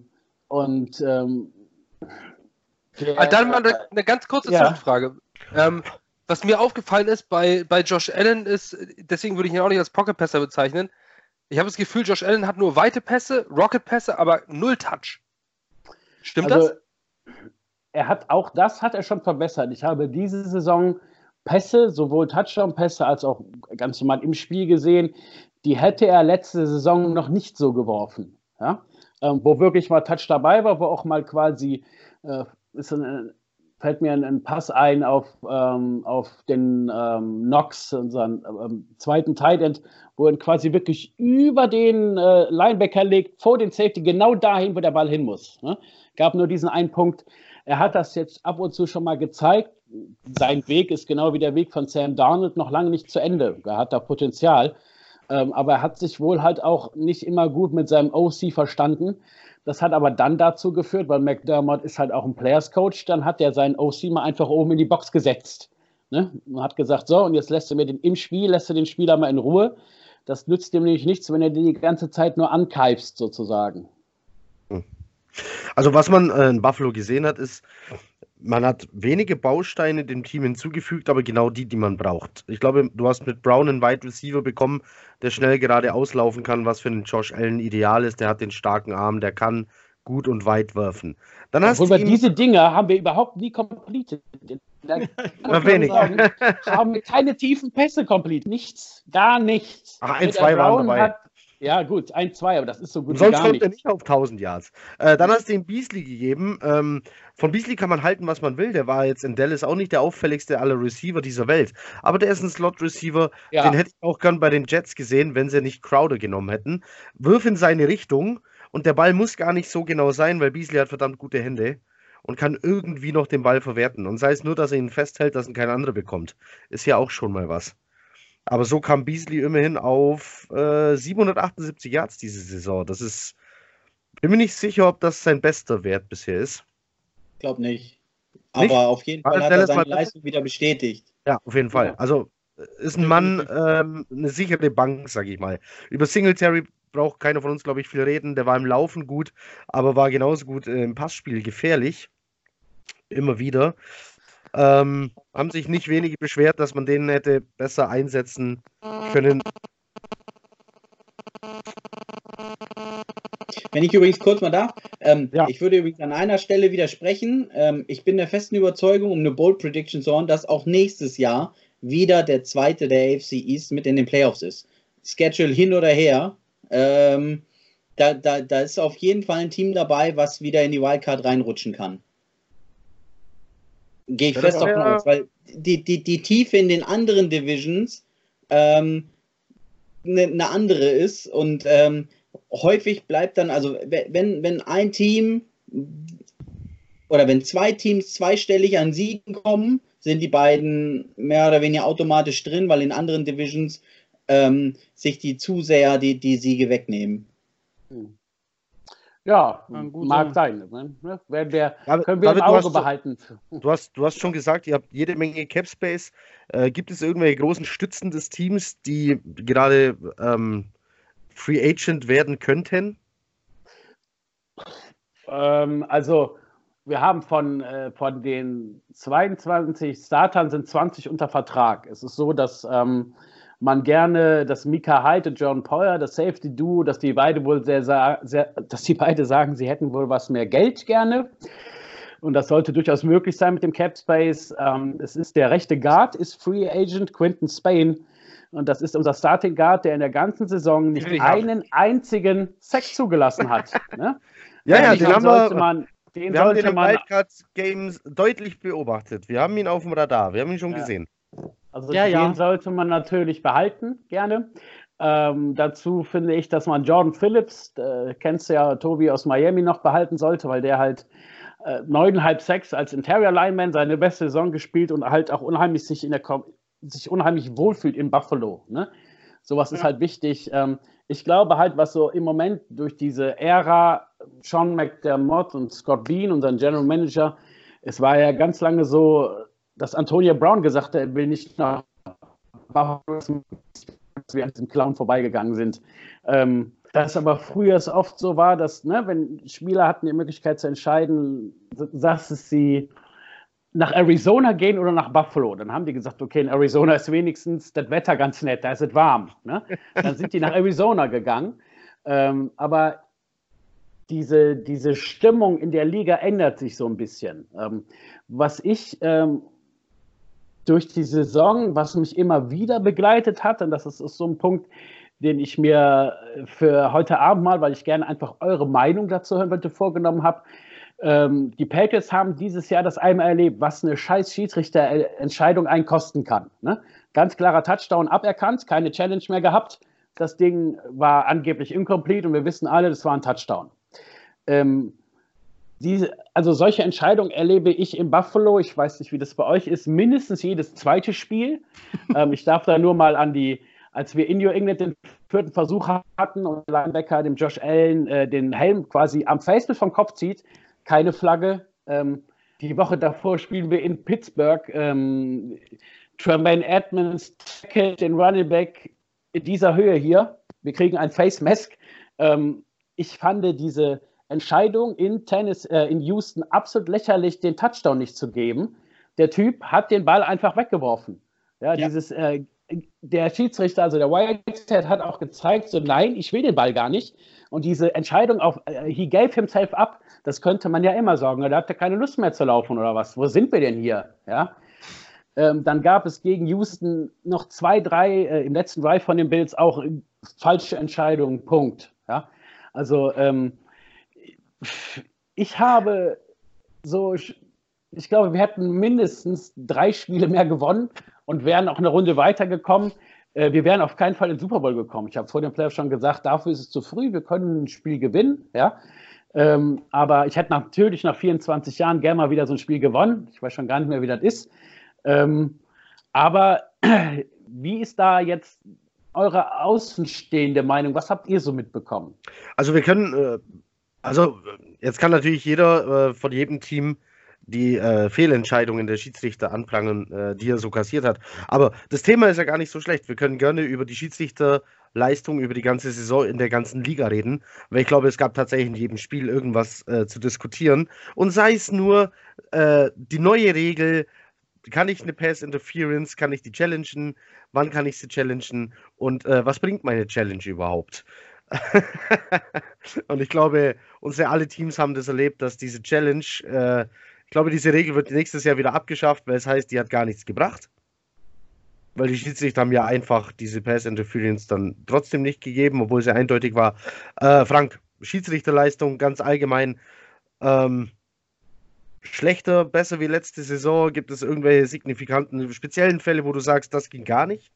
mal eine ganz kurze Zwischenfrage. Was mir aufgefallen ist bei Josh Allen ist, deswegen würde ich ihn auch nicht als Pocket-Passer bezeichnen, ich habe das Gefühl, Josh Allen hat nur weite Pässe, Rocket-Pässe, aber null Touch. Stimmt das? Das hat er schon verbessert. Ich habe diese Saison Pässe, sowohl Touchdown-Pässe als auch ganz normal im Spiel gesehen, die hätte er letzte Saison noch nicht so geworfen. Ja? Wo wirklich mal Touch dabei war, wo auch mal quasi fällt mir ein Pass ein auf den Knox, unseren zweiten Tight End, wo er quasi wirklich über den Linebacker legt, vor den Safety, genau dahin, wo der Ball hin muss. Ne? Gab nur diesen einen Punkt. Er hat das jetzt ab und zu schon mal gezeigt. Sein Weg ist genau wie der Weg von Sam Darnold noch lange nicht zu Ende. Er hat da Potenzial. Aber er hat sich wohl halt auch nicht immer gut mit seinem OC verstanden. Das hat aber dann dazu geführt, weil McDermott ist halt auch ein Players-Coach, dann hat er seinen OC mal einfach oben in die Box gesetzt. Ne? Und hat gesagt, so, und jetzt lässt du den Spieler mal in Ruhe. Das nützt dem nämlich nichts, wenn er den die ganze Zeit nur ankeifst, sozusagen. Also was man in Buffalo gesehen hat, ist, man hat wenige Bausteine dem Team hinzugefügt, aber genau die man braucht. Ich glaube, du hast mit Brown einen Wide Receiver bekommen, der schnell gerade auslaufen kann, was für einen Josh Allen ideal ist. Der hat den starken Arm, der kann gut und weit werfen. Dann diese Dinger haben wir überhaupt nie completed. Wenig. Haben wir keine tiefen Pässe complete. Nichts, gar nichts. Ach, 1-2 waren dabei. Ja, gut, 1-2, aber das ist so gut wie gar nicht. Sonst kommt er nicht auf 1000 Yards. Dann hast du ihm Beasley gegeben. Von Beasley kann man halten, was man will. Der war jetzt in Dallas auch nicht der auffälligste aller Receiver dieser Welt. Aber der ist ein Slot-Receiver. Ja. Den hätte ich auch gern bei den Jets gesehen, wenn sie nicht Crowder genommen hätten. Wirf in seine Richtung und der Ball muss gar nicht so genau sein, weil Beasley hat verdammt gute Hände und kann irgendwie noch den Ball verwerten. Und sei es nur, dass er ihn festhält, dass ihn kein anderer bekommt. Ist ja auch schon mal was. Aber so kam Beasley immerhin auf 778 Yards diese Saison. Das ist, bin mir nicht sicher, ob das sein bester Wert bisher ist. Ich glaube nicht. Aber auf jeden Fall hat er seine Leistung wieder bestätigt. Ja, auf jeden Fall. Also ist ein Mann, eine sichere Bank, sage ich mal. Über Singletary braucht keiner von uns, glaube ich, viel reden. Der war im Laufen gut, aber war genauso gut im Passspiel gefährlich. Immer wieder. Haben sich nicht wenige beschwert, dass man den hätte besser einsetzen können. Wenn ich übrigens kurz mal darf, ich würde übrigens an einer Stelle widersprechen. Ich bin der festen Überzeugung, um eine Bold Prediction zu haben, dass auch nächstes Jahr wieder der Zweite der AFC East mit in den Playoffs ist. Schedule hin oder her. Da ist auf jeden Fall ein Team dabei, was wieder in die Wildcard reinrutschen kann. Gehe ich fest davon aus, weil die Tiefe in den anderen Divisions eine andere ist und häufig bleibt dann, also wenn ein Team oder wenn zwei Teams zweistellig an Siegen kommen, sind die beiden mehr oder weniger automatisch drin, weil in anderen Divisions sich die zu sehr die Siege wegnehmen. Ja, mag sein. Ne? Können wir im Auge behalten. Du hast schon gesagt, ihr habt jede Menge Cap Space. Gibt es irgendwelche großen Stützen des Teams, die gerade Free Agent werden könnten? Also wir haben von den 22 Startern sind 20 unter Vertrag. Es ist so, dass man gerne, dass Micah Hyde und Jordan Poyer, das Safety Duo, dass die beide wohl dass die beide sagen, sie hätten wohl was mehr Geld gerne. Und das sollte durchaus möglich sein mit dem Cap Space. Es ist der rechte Guard, ist Free Agent Quinton Spain. Und das ist unser Starting Guard, der in der ganzen Saison nicht einen einzigen Sack zugelassen hat. Ne? Ja, den haben wir haben den im Wildcard-Games deutlich beobachtet. Wir haben ihn auf dem Radar, wir haben ihn schon gesehen. Also den sollte man natürlich behalten, gerne. Dazu finde ich, dass man Jordan Phillips, kennst du ja, Tobi, aus Miami noch behalten sollte, weil der halt 9,5 Sacks als Interior Lineman seine beste Saison gespielt und halt auch unheimlich sich unheimlich wohlfühlt in Buffalo. Ne? Sowas ist halt wichtig. Ich glaube halt, was so im Moment durch diese Ära Sean McDermott und Scott Bean, unseren General Manager, es war ja ganz lange so, dass Antonio Brown gesagt hat, er will nicht nach Buffalo, dass wir an diesem Clown vorbeigegangen sind. Dass aber früher es oft so war, dass, ne, wenn Spieler hatten die Möglichkeit zu entscheiden, dass sie nach Arizona gehen oder nach Buffalo, dann haben die gesagt, okay, in Arizona ist wenigstens das Wetter ganz nett, da ist es warm. Ne? Dann sind die nach Arizona gegangen. Aber diese Stimmung in der Liga ändert sich so ein bisschen. Was ich durch die Saison, was mich immer wieder begleitet hat, und das ist so ein Punkt, den ich mir für heute Abend mal, weil ich gerne einfach eure Meinung dazu hören wollte, vorgenommen habe. Die Patriots haben dieses Jahr das einmal erlebt, was eine scheiß Schiedsrichterentscheidung einen kosten kann. Ne? Ganz klarer Touchdown aberkannt, keine Challenge mehr gehabt. Das Ding war angeblich incomplete und wir wissen alle, das war ein Touchdown. Also solche Entscheidungen erlebe ich in Buffalo, ich weiß nicht, wie das bei euch ist, mindestens jedes zweite Spiel. Ich darf da nur mal als wir in New England den 4. Versuch hatten und der Linebacker dem Josh Allen den Helm quasi am Faceplate vom Kopf zieht, keine Flagge. Die Woche davor spielen wir in Pittsburgh. Tremaine Edmonds tackelt den Running Back in dieser Höhe hier. Wir kriegen ein Face Mask. Ich fand diese Entscheidung in Houston absolut lächerlich, den Touchdown nicht zu geben. Der Typ hat den Ball einfach weggeworfen. Ja. Der Schiedsrichter, also der Whitehead, hat auch gezeigt, so nein, ich will den Ball gar nicht. Und diese Entscheidung auf he gave himself up, das könnte man ja immer sagen, da hat er keine Lust mehr zu laufen oder was. Wo sind wir denn hier? Ja. Dann gab es gegen Houston noch 2, 3 im letzten Drive von den Bills auch falsche Entscheidungen, Punkt. Ja. Also ich glaube, wir hätten mindestens 3 Spiele mehr gewonnen und wären auch eine Runde weitergekommen. Wir wären auf keinen Fall in den Super Bowl gekommen. Ich habe vor dem Playoff schon gesagt, dafür ist es zu früh, wir können ein Spiel gewinnen. Ja? Aber ich hätte natürlich nach 24 Jahren gerne mal wieder so ein Spiel gewonnen. Ich weiß schon gar nicht mehr, wie das ist. Aber wie ist da jetzt eure außenstehende Meinung? Was habt ihr so mitbekommen? Also wir können, jetzt kann natürlich jeder von jedem Team die Fehlentscheidungen der Schiedsrichter anprangern, die er so kassiert hat. Aber das Thema ist ja gar nicht so schlecht. Wir können gerne über die Schiedsrichterleistung, über die ganze Saison in der ganzen Liga reden, weil ich glaube, es gab tatsächlich in jedem Spiel irgendwas zu diskutieren. Und sei es nur die neue Regel, kann ich eine Pass Interference, kann ich die challengen, wann kann ich sie challengen und was bringt meine Challenge überhaupt? Und ich glaube, alle Teams haben das erlebt, dass diese Challenge, ich glaube, diese Regel wird nächstes Jahr wieder abgeschafft, weil es heißt, die hat gar nichts gebracht. Weil die Schiedsrichter haben ja einfach diese Pass Interference dann trotzdem nicht gegeben, obwohl sie eindeutig war. Frank, Schiedsrichterleistung ganz allgemein, schlechter, besser wie letzte Saison? Gibt es irgendwelche signifikanten, speziellen Fälle, wo du sagst, das ging gar nicht?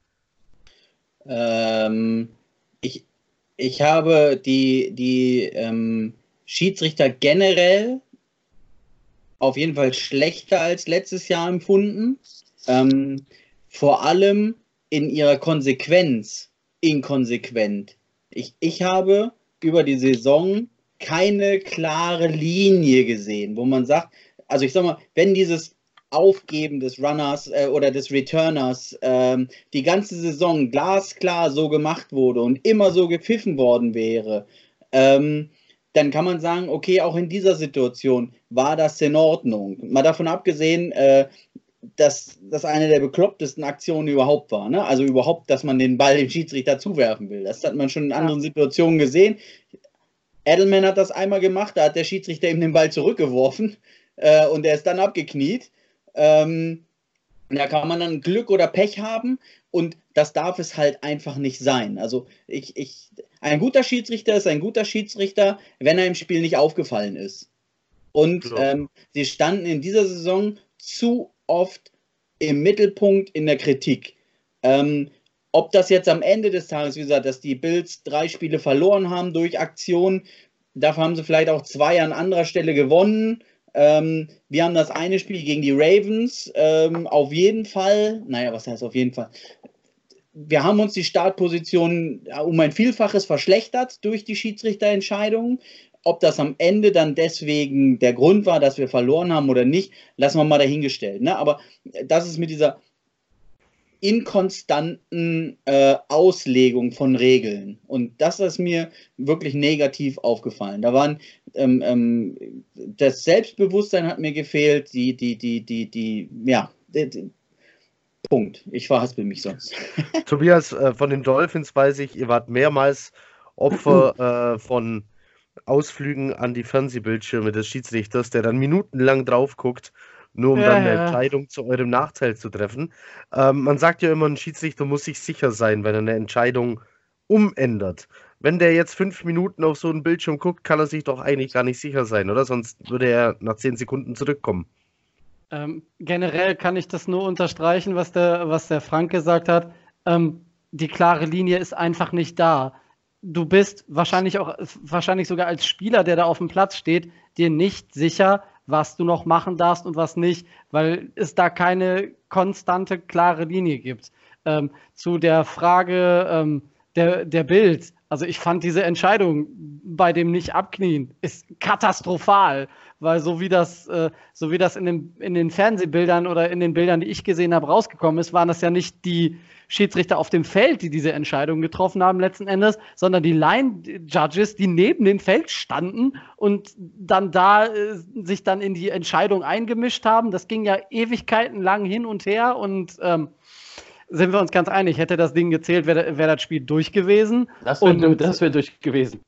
Ich habe die Schiedsrichter generell auf jeden Fall schlechter als letztes Jahr empfunden. Vor allem in ihrer Konsequenz inkonsequent. Ich habe über die Saison keine klare Linie gesehen, wo man sagt, also ich sag mal, wenn dieses Aufgeben des Runners oder des Returners die ganze Saison glasklar so gemacht wurde und immer so gepfiffen worden wäre, dann kann man sagen, okay, auch in dieser Situation war das in Ordnung. Mal davon abgesehen, dass das eine der beklopptesten Aktionen überhaupt war. Ne? Also überhaupt, dass man den Ball dem Schiedsrichter zuwerfen will. Das hat man schon in anderen Situationen gesehen. Edelman hat das einmal gemacht, da hat der Schiedsrichter ihm den Ball zurückgeworfen und er ist dann abgekniet. Da kann man dann Glück oder Pech haben und das darf es halt einfach nicht sein. Also ein guter Schiedsrichter ist ein guter Schiedsrichter, wenn er im Spiel nicht aufgefallen ist. Und sie standen in dieser Saison zu oft im Mittelpunkt in der Kritik. Ob das jetzt am Ende des Tages, wie gesagt, dass die Bills 3 Spiele verloren haben durch Aktionen, dafür haben sie vielleicht auch 2 an anderer Stelle gewonnen. Wir haben das eine Spiel gegen die Ravens auf jeden Fall, naja, was heißt auf jeden Fall? Wir haben uns die Startposition um ein Vielfaches verschlechtert durch die Schiedsrichterentscheidungen. Ob das am Ende dann deswegen der Grund war, dass wir verloren haben oder nicht, lassen wir mal dahingestellt. Ne? Aber das ist mit dieser inkonstanten Auslegung von Regeln. Und das ist mir wirklich negativ aufgefallen. Da waren das Selbstbewusstsein hat mir gefehlt, Punkt. Ich verhaspel mich sonst. Tobias, von den Dolphins weiß ich, ihr wart mehrmals Opfer von Ausflügen an die Fernsehbildschirme des Schiedsrichters, der dann minutenlang drauf guckt, nur um dann eine Entscheidung zu eurem Nachteil zu treffen. Man sagt ja immer, ein Schiedsrichter muss sich sicher sein, wenn er eine Entscheidung umändert. Wenn der jetzt 5 Minuten auf so einen Bildschirm guckt, kann er sich doch eigentlich gar nicht sicher sein, oder? Sonst würde er nach 10 Sekunden zurückkommen. Generell kann ich das nur unterstreichen, was der Frank gesagt hat. Die klare Linie ist einfach nicht da. Du bist wahrscheinlich sogar als Spieler, der da auf dem Platz steht, dir nicht sicher, was du noch machen darfst und was nicht, weil es da keine konstante, klare Linie gibt. Zu der Frage der Bills, also ich fand diese Entscheidung bei dem Nicht-Abknien ist katastrophal, weil so wie das in den Fernsehbildern oder in den Bildern, die ich gesehen habe, rausgekommen ist, waren das ja nicht die Schiedsrichter auf dem Feld, die diese Entscheidung getroffen haben letzten Endes, sondern die Line-Judges, die neben dem Feld standen und dann sich dann in die Entscheidung eingemischt haben. Das ging ja Ewigkeiten lang hin und her und sind wir uns ganz einig, hätte das Ding gezählt, wäre das Spiel durch gewesen. Das wäre durch gewesen.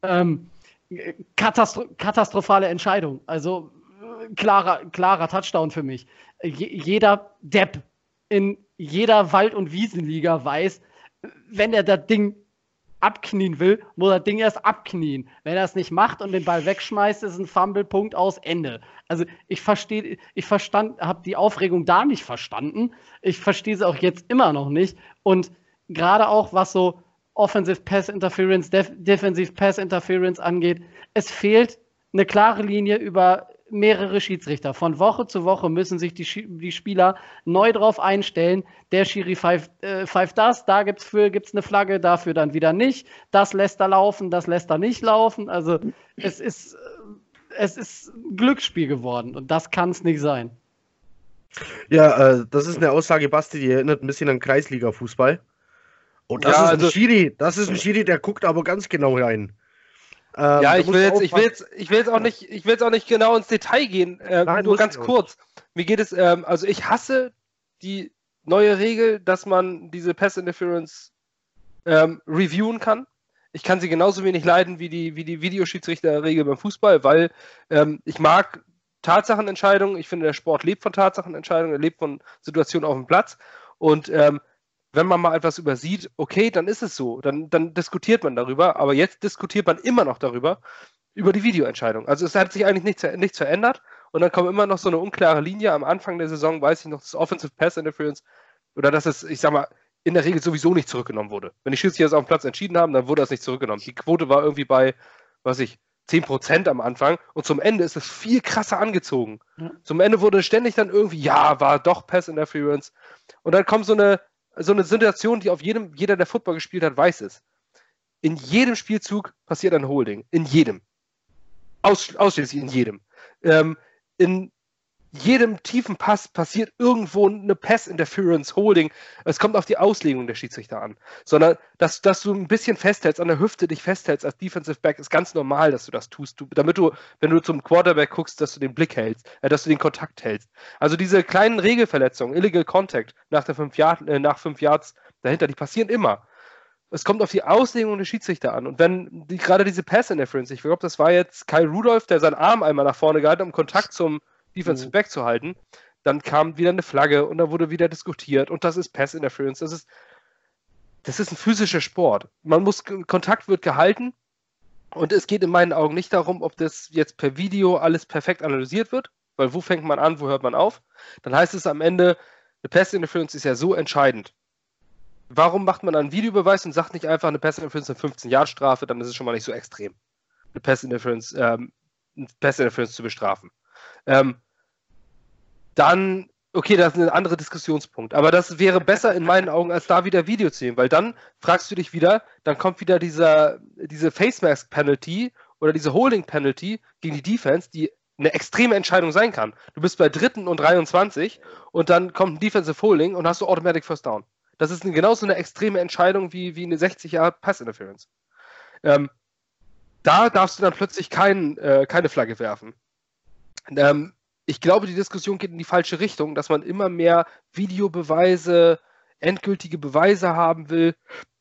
Katastrophale Entscheidung. Also klarer Touchdown für mich. Jeder Depp in jeder Wald- und Wiesenliga weiß, wenn er das Ding abknien will, muss er das Ding erst abknien. Wenn er es nicht macht und den Ball wegschmeißt, ist ein Fumble, Punkt, aus, Ende. Also habe die Aufregung da nicht verstanden. Ich verstehe sie auch jetzt immer noch nicht. Und gerade auch, was so Offensive Pass Interference, Defensive Pass Interference angeht, es fehlt eine klare Linie über mehrere Schiedsrichter. Von Woche zu Woche müssen sich die Spieler neu drauf einstellen. Der Schiri pfeift das, da gibt's eine Flagge, dafür dann wieder nicht. Das lässt er laufen, das lässt er nicht laufen. Also es ist ein Glücksspiel geworden und das kann es nicht sein. Ja, das ist eine Aussage, Basti, die erinnert ein bisschen an Kreisliga-Fußball. Und das ist ein Schiri, der guckt aber ganz genau rein. Ich will jetzt auch nicht genau ins Detail gehen, nein, nur ganz kurz. Mir geht es, also ich hasse die neue Regel, dass man diese Pass Interference reviewen kann. Ich kann sie genauso wenig leiden wie die Videoschiedsrichterregel beim Fußball, weil ich mag Tatsachenentscheidungen. Ich finde, der Sport lebt von Tatsachenentscheidungen, er lebt von Situationen auf dem Platz. Und wenn man mal etwas übersieht, okay, dann ist es so, dann diskutiert man darüber, aber jetzt diskutiert man immer noch über die Videoentscheidung. Also es hat sich eigentlich nichts verändert und dann kommt immer noch so eine unklare Linie. Am Anfang der Saison weiß ich noch, das Offensive Pass Interference oder dass es, ich sag mal, in der Regel sowieso nicht zurückgenommen wurde. Wenn die Schiedsrichter das auf dem Platz entschieden haben, dann wurde das nicht zurückgenommen. Die Quote war irgendwie bei, 10% am Anfang und zum Ende ist es viel krasser angezogen. Ja. Zum Ende wurde ständig dann irgendwie, war doch Pass Interference und dann kommt so eine Situation, die auf jeder, der Football gespielt hat, weiß ist. In jedem Spielzug passiert ein Holding. In jedem. Ausschließlich in jedem. In jedem tiefen Pass passiert irgendwo eine Pass-Interference, Holding. Es kommt auf die Auslegung der Schiedsrichter an. Sondern, dass du ein bisschen festhältst, an der Hüfte dich festhältst als Defensive Back, ist ganz normal, dass du das tust. Damit du, wenn du zum Quarterback guckst, dass du den Blick hältst, dass du den Kontakt hältst. Also diese kleinen Regelverletzungen, Illegal Contact nach 5 Yards dahinter, die passieren immer. Es kommt auf die Auslegung der Schiedsrichter an. Und wenn gerade diese Pass-Interference, ich glaube, das war jetzt Kyle Rudolph, der seinen Arm einmal nach vorne gehalten hat, um Kontakt zum Defensive Back zu halten, dann kam wieder eine Flagge und dann wurde wieder diskutiert und das ist Pass-Interference. Das ist ein physischer Sport. Kontakt wird gehalten und es geht in meinen Augen nicht darum, ob das jetzt per Video alles perfekt analysiert wird, weil wo fängt man an, wo hört man auf? Dann heißt es am Ende, eine Pass-Interference ist ja so entscheidend. Warum macht man einen Videobeweis und sagt nicht einfach eine Pass-Interference eine 15-Jahre-Strafe, dann ist es schon mal nicht so extrem, eine Pass-Interference zu bestrafen. Dann, okay, das ist ein anderer Diskussionspunkt, aber das wäre besser in meinen Augen, als da wieder Video zu nehmen, weil dann fragst du dich wieder, dann kommt wieder diese Face-Mask-Penalty oder diese Holding-Penalty gegen die Defense, die eine extreme Entscheidung sein kann. Du bist bei 3. und 23 und dann kommt ein Defensive Holding und hast du Automatic First Down. Das ist genauso eine extreme Entscheidung wie eine 60-Jahre-Pass-Interference. Da darfst du dann plötzlich keine Flagge werfen. Ich glaube, die Diskussion geht in die falsche Richtung, dass man immer mehr Videobeweise, endgültige Beweise haben will.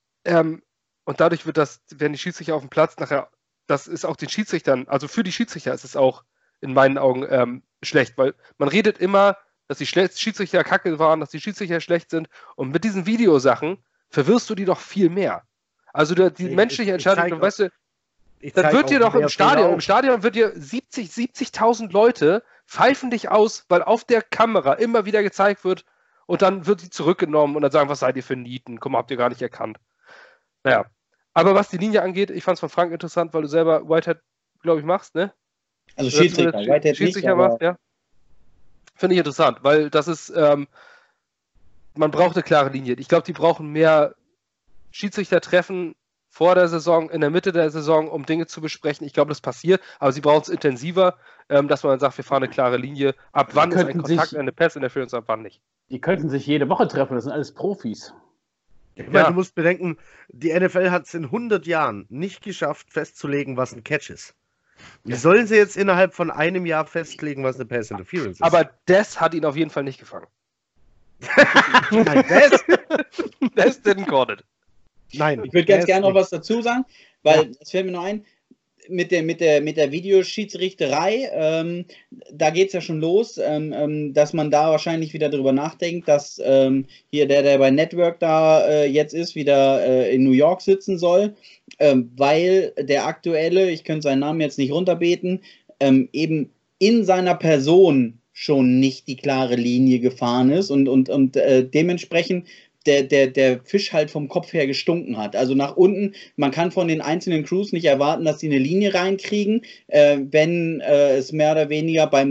Und dadurch werden die Schiedsrichter auf dem Platz nachher, das ist auch den Schiedsrichtern, also für die Schiedsrichter ist es auch in meinen Augen schlecht, weil man redet immer, dass die Schiedsrichter kacke waren, dass die Schiedsrichter schlecht sind und mit diesen Videosachen verwirrst du die doch viel mehr. Also die menschliche Entscheidung, weißt du, dann wird dir doch im Stadion wird dir 70.000 Leute pfeifen dich aus, weil auf der Kamera immer wieder gezeigt wird und dann wird sie zurückgenommen und dann sagen, was seid ihr für Nieten? Guck mal, habt ihr gar nicht erkannt. Naja, aber was die Linie angeht, ich fand es von Frank interessant, weil du selber Whitehead, glaube ich, machst, ne? Also Schiedsrichter, Whitehead Schiedsrichter nicht, machst, ja. Finde ich interessant, weil das ist, man braucht eine klare Linie. Ich glaube, die brauchen mehr Schiedsrichtertreffen vor der Saison, in der Mitte der Saison, um Dinge zu besprechen. Ich glaube, das passiert, aber sie brauchen es intensiver, dass man sagt, wir fahren eine klare Linie. Ab wann ist ein Kontakt, eine Pass-Interference, ab wann nicht? Die könnten sich jede Woche treffen, das sind alles Profis. Ich meine, du musst bedenken, die NFL hat es in 100 Jahren nicht geschafft, festzulegen, was ein Catch ist. Wie sollen sie jetzt innerhalb von einem Jahr festlegen, was eine Pass-Interference ist? Aber das hat ihn auf jeden Fall nicht gefangen. Nein, das didn't got it. Nein. Ich würde ganz gerne noch was dazu sagen, weil das fällt mir noch ein, mit der Videoschiedsrichterei, da geht es ja schon los, dass man da wahrscheinlich wieder drüber nachdenkt, dass hier der bei Network da jetzt ist, wieder in New York sitzen soll, weil der aktuelle, ich könnte seinen Namen jetzt nicht runterbeten, eben in seiner Person schon nicht die klare Linie gefahren ist und dementsprechend der Fisch halt vom Kopf her gestunken hat. Also nach unten, man kann von den einzelnen Crews nicht erwarten, dass sie eine Linie reinkriegen, wenn es mehr oder weniger bei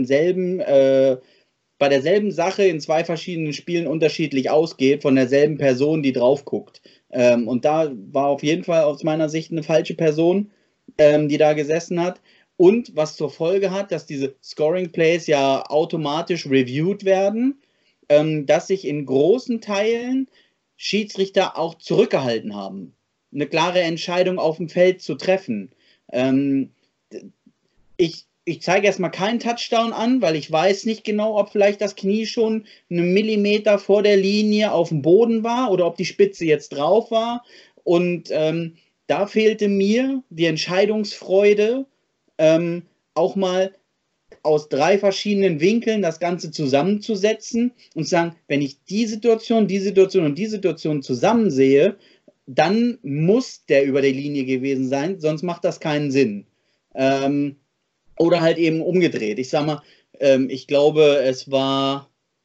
derselben Sache in 2 verschiedenen Spielen unterschiedlich ausgeht, von derselben Person, die drauf guckt. Und da war auf jeden Fall aus meiner Sicht eine falsche Person, die da gesessen hat. Und was zur Folge hat, dass diese Scoring Plays ja automatisch reviewed werden, dass sich in großen Teilen Schiedsrichter auch zurückgehalten haben, eine klare Entscheidung auf dem Feld zu treffen. Ich zeige erstmal keinen Touchdown an, weil ich weiß nicht genau, ob vielleicht das Knie schon einen Millimeter vor der Linie auf dem Boden war oder ob die Spitze jetzt drauf war. Und da fehlte mir die Entscheidungsfreude, auch mal aus 3 verschiedenen Winkeln das Ganze zusammenzusetzen und zu sagen, wenn ich die Situation und die Situation zusammen sehe, dann muss der über der Linie gewesen sein, sonst macht das keinen Sinn. Oder halt eben umgedreht. Ich sag mal, ich glaube, es war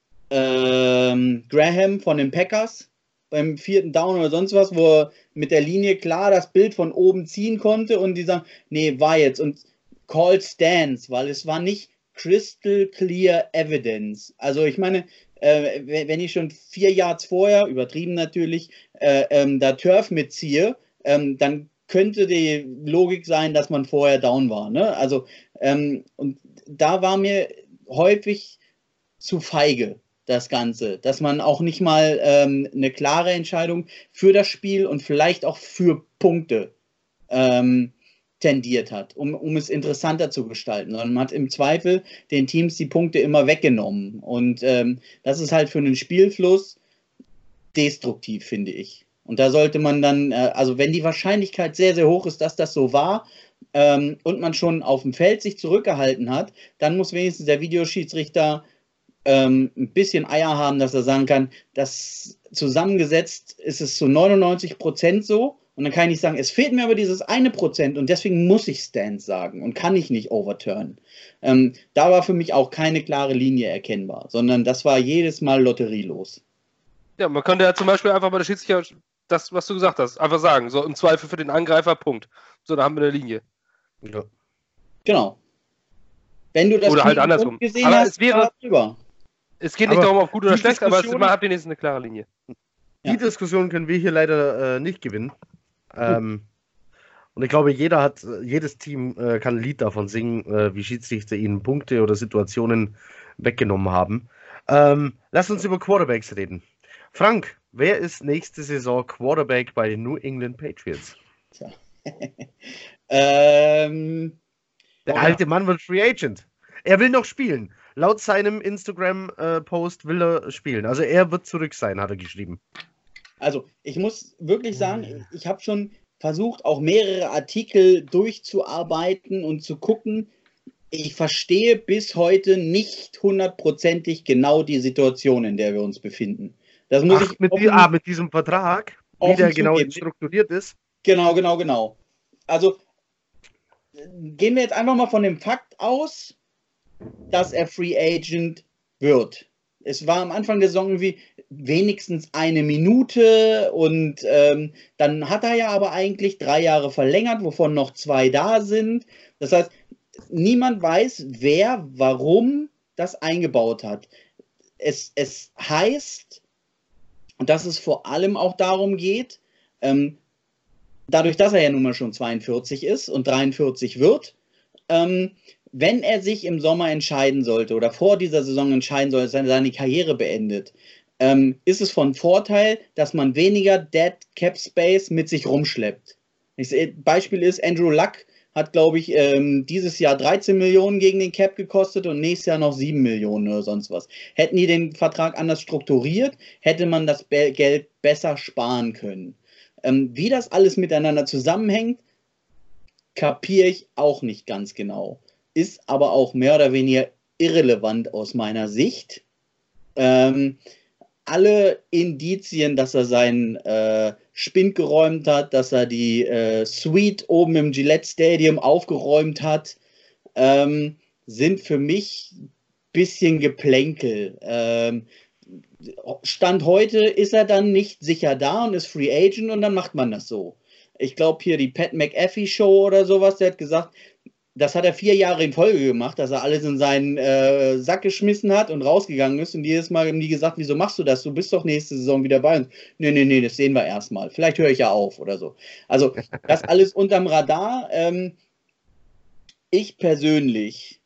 Graham von den Packers beim 4. Down oder sonst was, wo er mit der Linie klar das Bild von oben ziehen konnte und die sagen, nee, war jetzt. Und Call Stance, weil es war nicht crystal clear evidence. Also ich meine, wenn ich schon 4 Yards vorher, übertrieben natürlich, da Turf mitziehe, dann könnte die Logik sein, dass man vorher down war. Ne? Also, und da war mir häufig zu feige das Ganze, dass man auch nicht mal eine klare Entscheidung für das Spiel und vielleicht auch für Punkte tendiert hat, um es interessanter zu gestalten, sondern man hat im Zweifel den Teams die Punkte immer weggenommen und das ist halt für einen Spielfluss destruktiv, finde ich. Und da sollte man dann, also wenn die Wahrscheinlichkeit sehr, sehr hoch ist, dass das so war und man schon auf dem Feld sich zurückgehalten hat, dann muss wenigstens der Videoschiedsrichter ein bisschen Eier haben, dass er sagen kann, das zusammengesetzt ist es zu 99% so. Und dann kann ich nicht sagen, es fehlt mir aber dieses 1% und deswegen muss ich Stance sagen und kann ich nicht overturnen. Da war für mich auch keine klare Linie erkennbar, sondern das war jedes Mal lotterielos. Ja, man könnte ja zum Beispiel einfach bei der Schiedsrichter das, was du gesagt hast, einfach sagen, so im Zweifel für den Angreifer, Punkt. So, da haben wir eine Linie. Ja. Genau. Wenn du das oder halt andersrum. Gesehen aber hast, es geht nicht darum, ob gut oder schlecht, aber man hat wenigstens eine klare Linie. Die Diskussion können wir hier leider nicht gewinnen. Und ich glaube, jedes Team kann ein Lied davon singen, wie Schiedsrichter ihnen Punkte oder Situationen weggenommen haben. Lass uns über Quarterbacks reden. Frank, wer ist nächste Saison Quarterback bei den New England Patriots? Der alte Mann wird Free Agent. Er will noch spielen. Laut seinem Instagram-Post will er spielen. Also er wird zurück sein, hat er geschrieben. Also ich muss wirklich sagen, ich habe schon versucht, auch mehrere Artikel durchzuarbeiten und zu gucken. Ich verstehe bis heute nicht hundertprozentig genau die Situation, in der wir uns befinden. Das muss ich mit diesem Vertrag, wie der genau strukturiert ist? Genau. Also gehen wir jetzt einfach mal von dem Fakt aus, dass er Free Agent wird. Es war am Anfang der Saison irgendwie wenigstens 1 Minute und dann hat er ja aber eigentlich 3 Jahre verlängert, wovon noch 2 da sind. Das heißt, niemand weiß, wer, warum das eingebaut hat. Es heißt, dass es vor allem auch darum geht, dadurch, dass er ja nun mal schon 42 ist und 43 wird, wenn er sich im Sommer entscheiden sollte oder vor dieser Saison entscheiden sollte, dass er seine Karriere beendet, ist es von Vorteil, dass man weniger Dead Cap Space mit sich rumschleppt. Beispiel ist, Andrew Luck hat, glaube ich, dieses Jahr 13 Millionen gegen den Cap gekostet und nächstes Jahr noch 7 Millionen oder sonst was. Hätten die den Vertrag anders strukturiert, hätte man das Geld besser sparen können. Wie das alles miteinander zusammenhängt, kapiere ich auch nicht ganz genau. Ist aber auch mehr oder weniger irrelevant aus meiner Sicht. Alle Indizien, dass er seinen Spind geräumt hat, dass er die Suite oben im Gillette Stadium aufgeräumt hat, sind für mich ein bisschen Geplänkel. Stand heute ist er dann nicht sicher da und ist Free Agent und dann macht man das so. Ich glaube hier die Pat McAfee Show oder sowas, der hat gesagt, das hat er 4 Jahre in Folge gemacht, dass er alles in seinen Sack geschmissen hat und rausgegangen ist und jedes Mal haben die gesagt, wieso machst du das? Du bist doch nächste Saison wieder bei uns. Nee, das sehen wir erstmal. Vielleicht höre ich ja auf oder so. Also das alles unterm Radar. Ich persönlich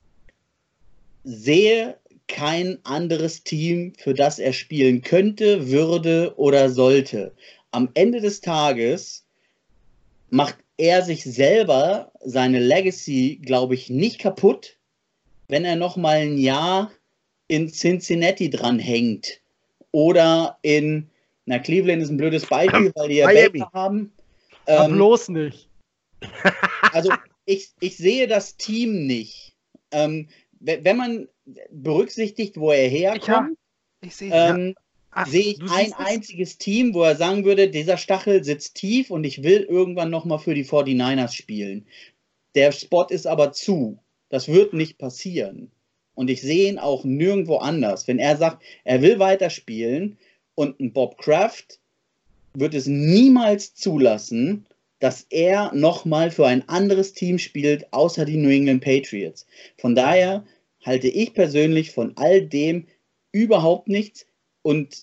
sehe kein anderes Team, für das er spielen könnte, würde oder sollte. Am Ende des Tages macht er sich selber seine Legacy, glaube ich, nicht kaputt, wenn er noch mal ein Jahr in Cincinnati dranhängt oder in, Cleveland ist ein blödes Beispiel, weil die ja Baker haben. Bloß nicht. Also ich sehe das Team nicht. Wenn man berücksichtigt, wo er herkommt, sehe ich ein einziges Team, wo er sagen würde, dieser Stachel sitzt tief und ich will irgendwann nochmal für die 49ers spielen. Der Spot ist aber zu. Das wird nicht passieren. Und ich sehe ihn auch nirgendwo anders. Wenn er sagt, er will weiterspielen und ein Bob Kraft wird es niemals zulassen, dass er nochmal für ein anderes Team spielt, außer die New England Patriots. Von daher halte ich persönlich von all dem überhaupt nichts. Und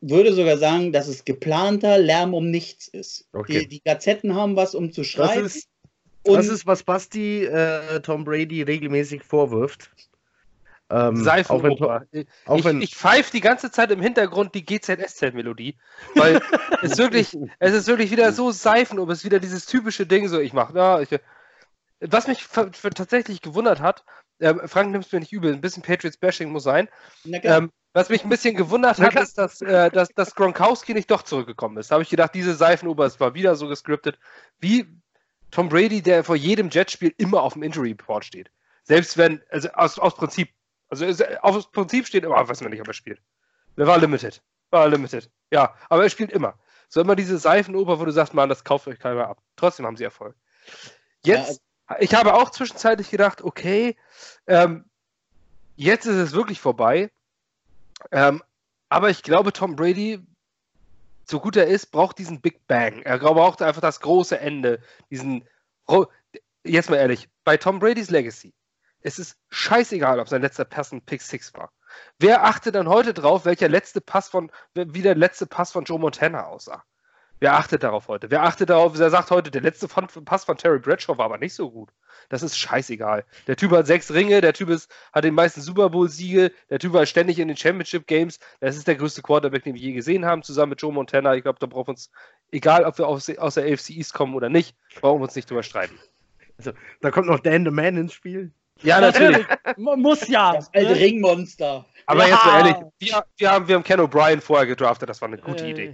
würde sogar sagen, dass es geplanter Lärm um nichts ist. Okay. Die Gazetten haben was, um zu schreiben. Das ist, was Basti Tom Brady regelmäßig vorwirft. Seifenoper. Ich pfeife die ganze Zeit im Hintergrund die GZSZ-Melodie, weil es ist wirklich wieder so Seifenoper, es ist wieder dieses typische Ding, so was mich tatsächlich gewundert hat, Frank, nimm's mir nicht übel, ein bisschen Patriots-Bashing muss sein. Was mich ein bisschen gewundert hat, ist, dass Gronkowski nicht doch zurückgekommen ist. Da habe ich gedacht, diese Seifenoper, es war wieder so gescriptet, wie Tom Brady, der vor jedem Jetspiel immer auf dem Injury Report steht. Selbst wenn, also aus Prinzip. Also aufs Prinzip steht immer, weiß man nicht, ob er spielt. Der war limited. Ja, aber er spielt immer. So immer diese Seifenoper, wo du sagst, Mann, das kauft euch keiner ab. Trotzdem haben sie Erfolg. Jetzt, ich habe auch zwischenzeitlich gedacht, okay, jetzt ist es wirklich vorbei. Aber ich glaube, Tom Brady, so gut er ist, braucht diesen Big Bang. Er braucht einfach das große Ende. Jetzt mal ehrlich, bei Tom Bradys Legacy, es ist scheißegal, ob sein letzter Pass ein Pick 6 war. Wer achtet dann heute drauf, wie der letzte Pass von Joe Montana aussah? Wer achtet darauf heute? Wer achtet darauf, wer sagt heute, der letzte Pass von Terry Bradshaw war aber nicht so gut. Das ist scheißegal. Der Typ hat 6 Ringe, der Typ hat den meisten Super Bowl-Siege, der Typ war ständig in den Championship Games. Das ist der größte Quarterback, den wir je gesehen haben, zusammen mit Joe Montana. Ich glaube, da brauchen wir uns, egal ob wir aus der AFC East kommen oder nicht, brauchen wir uns nicht drüber streiten. Also, da kommt noch Dan the Man ins Spiel. Ja, natürlich. Muss ja. Das alte Ringmonster. Aber jetzt mal ehrlich, wir haben Ken O'Brien vorher gedraftet, das war eine gute Idee.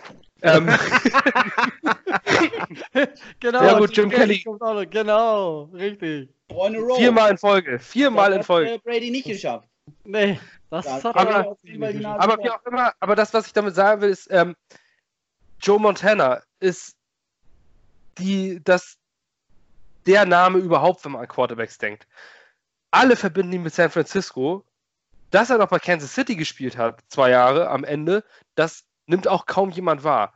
Genau. Ja gut, Jim Kelly. Genau, richtig. 4-mal in Folge. 4-mal in Folge. Hat Brady nicht geschafft. Nee, das hat aber wie auch immer, aber das, was ich damit sagen will, ist, Joe Montana ist der Name überhaupt, wenn man an Quarterbacks denkt. Alle verbinden ihn mit San Francisco. Dass er noch bei Kansas City gespielt hat, 2 Jahre am Ende, das nimmt auch kaum jemand wahr.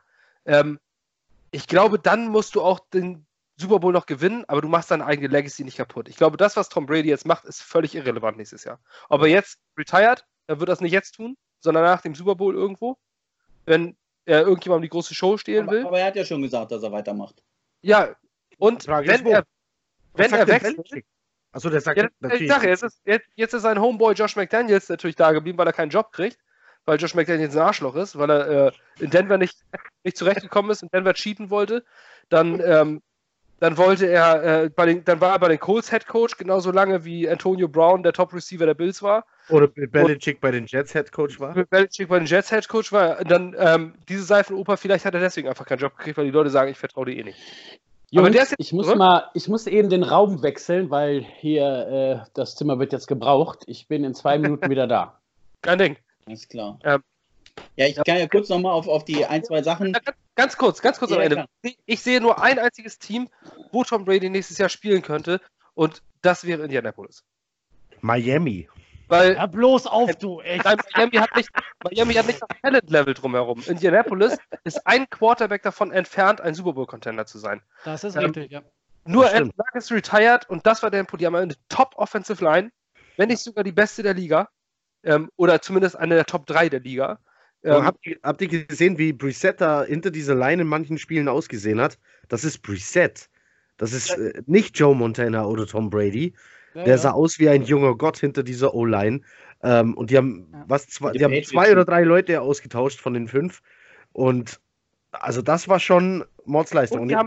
Ich glaube, dann musst du auch den Super Bowl noch gewinnen, aber du machst deine eigene Legacy nicht kaputt. Ich glaube, das, was Tom Brady jetzt macht, ist völlig irrelevant nächstes Jahr. Ob er jetzt retired, er wird das nicht jetzt tun, sondern nach dem Super Bowl irgendwo, wenn er irgendjemand die große Show stehlen will. Aber er hat ja schon gesagt, dass er weitermacht. Ja, und wenn er wechselt... Achso, der sagt natürlich. Ich sage, jetzt ist sein Homeboy Josh McDaniels natürlich da geblieben, weil er keinen Job kriegt, weil Josh McDaniels ein Arschloch ist, weil er in Denver nicht zurechtgekommen ist, in Denver cheaten wollte. Dann wollte er, dann war er bei den Colts Head Coach, genauso lange wie Antonio Brown der Top Receiver der Bills war. Oder Belichick bei den Jets Head Coach war. Belichick bei den Jets Head Coach war. Dann diese Seifenoper, vielleicht hat er deswegen einfach keinen Job gekriegt, weil die Leute sagen, ich vertraue dir eh nicht. Jungs, ich muss eben den Raum wechseln, weil hier das Zimmer wird jetzt gebraucht. Ich bin in 2 Minuten wieder da. Kein Ding. Alles klar. Ja, ich kann ja kurz nochmal auf die 1, 2 Sachen. Ganz kurz am Ende. Ich sehe nur ein einziges Team, wo Tom Brady nächstes Jahr spielen könnte, und das wäre Indianapolis. Miami. Weil, ja, bloß auf, du, echt. Miami hat nicht das Talent-Level drumherum. Indianapolis ist ein Quarterback davon entfernt, ein Super Bowl-Contender zu sein. Das ist richtig, ja. Nur Andrew Luck ist retired und das war der Input. Die haben eine Top-Offensive Line, wenn nicht sogar die beste der Liga. Oder zumindest eine der Top 3 der Liga. Habt ihr gesehen, wie Brissett da hinter dieser Line in manchen Spielen ausgesehen hat? Das ist Brissett. Das ist nicht Joe Montana oder Tom Brady. Der sah aus wie ein junger Gott hinter dieser O-Line. Und die haben die haben 2 oder 3 Leute ausgetauscht von den 5. Und also das war schon Mordsleistung. Und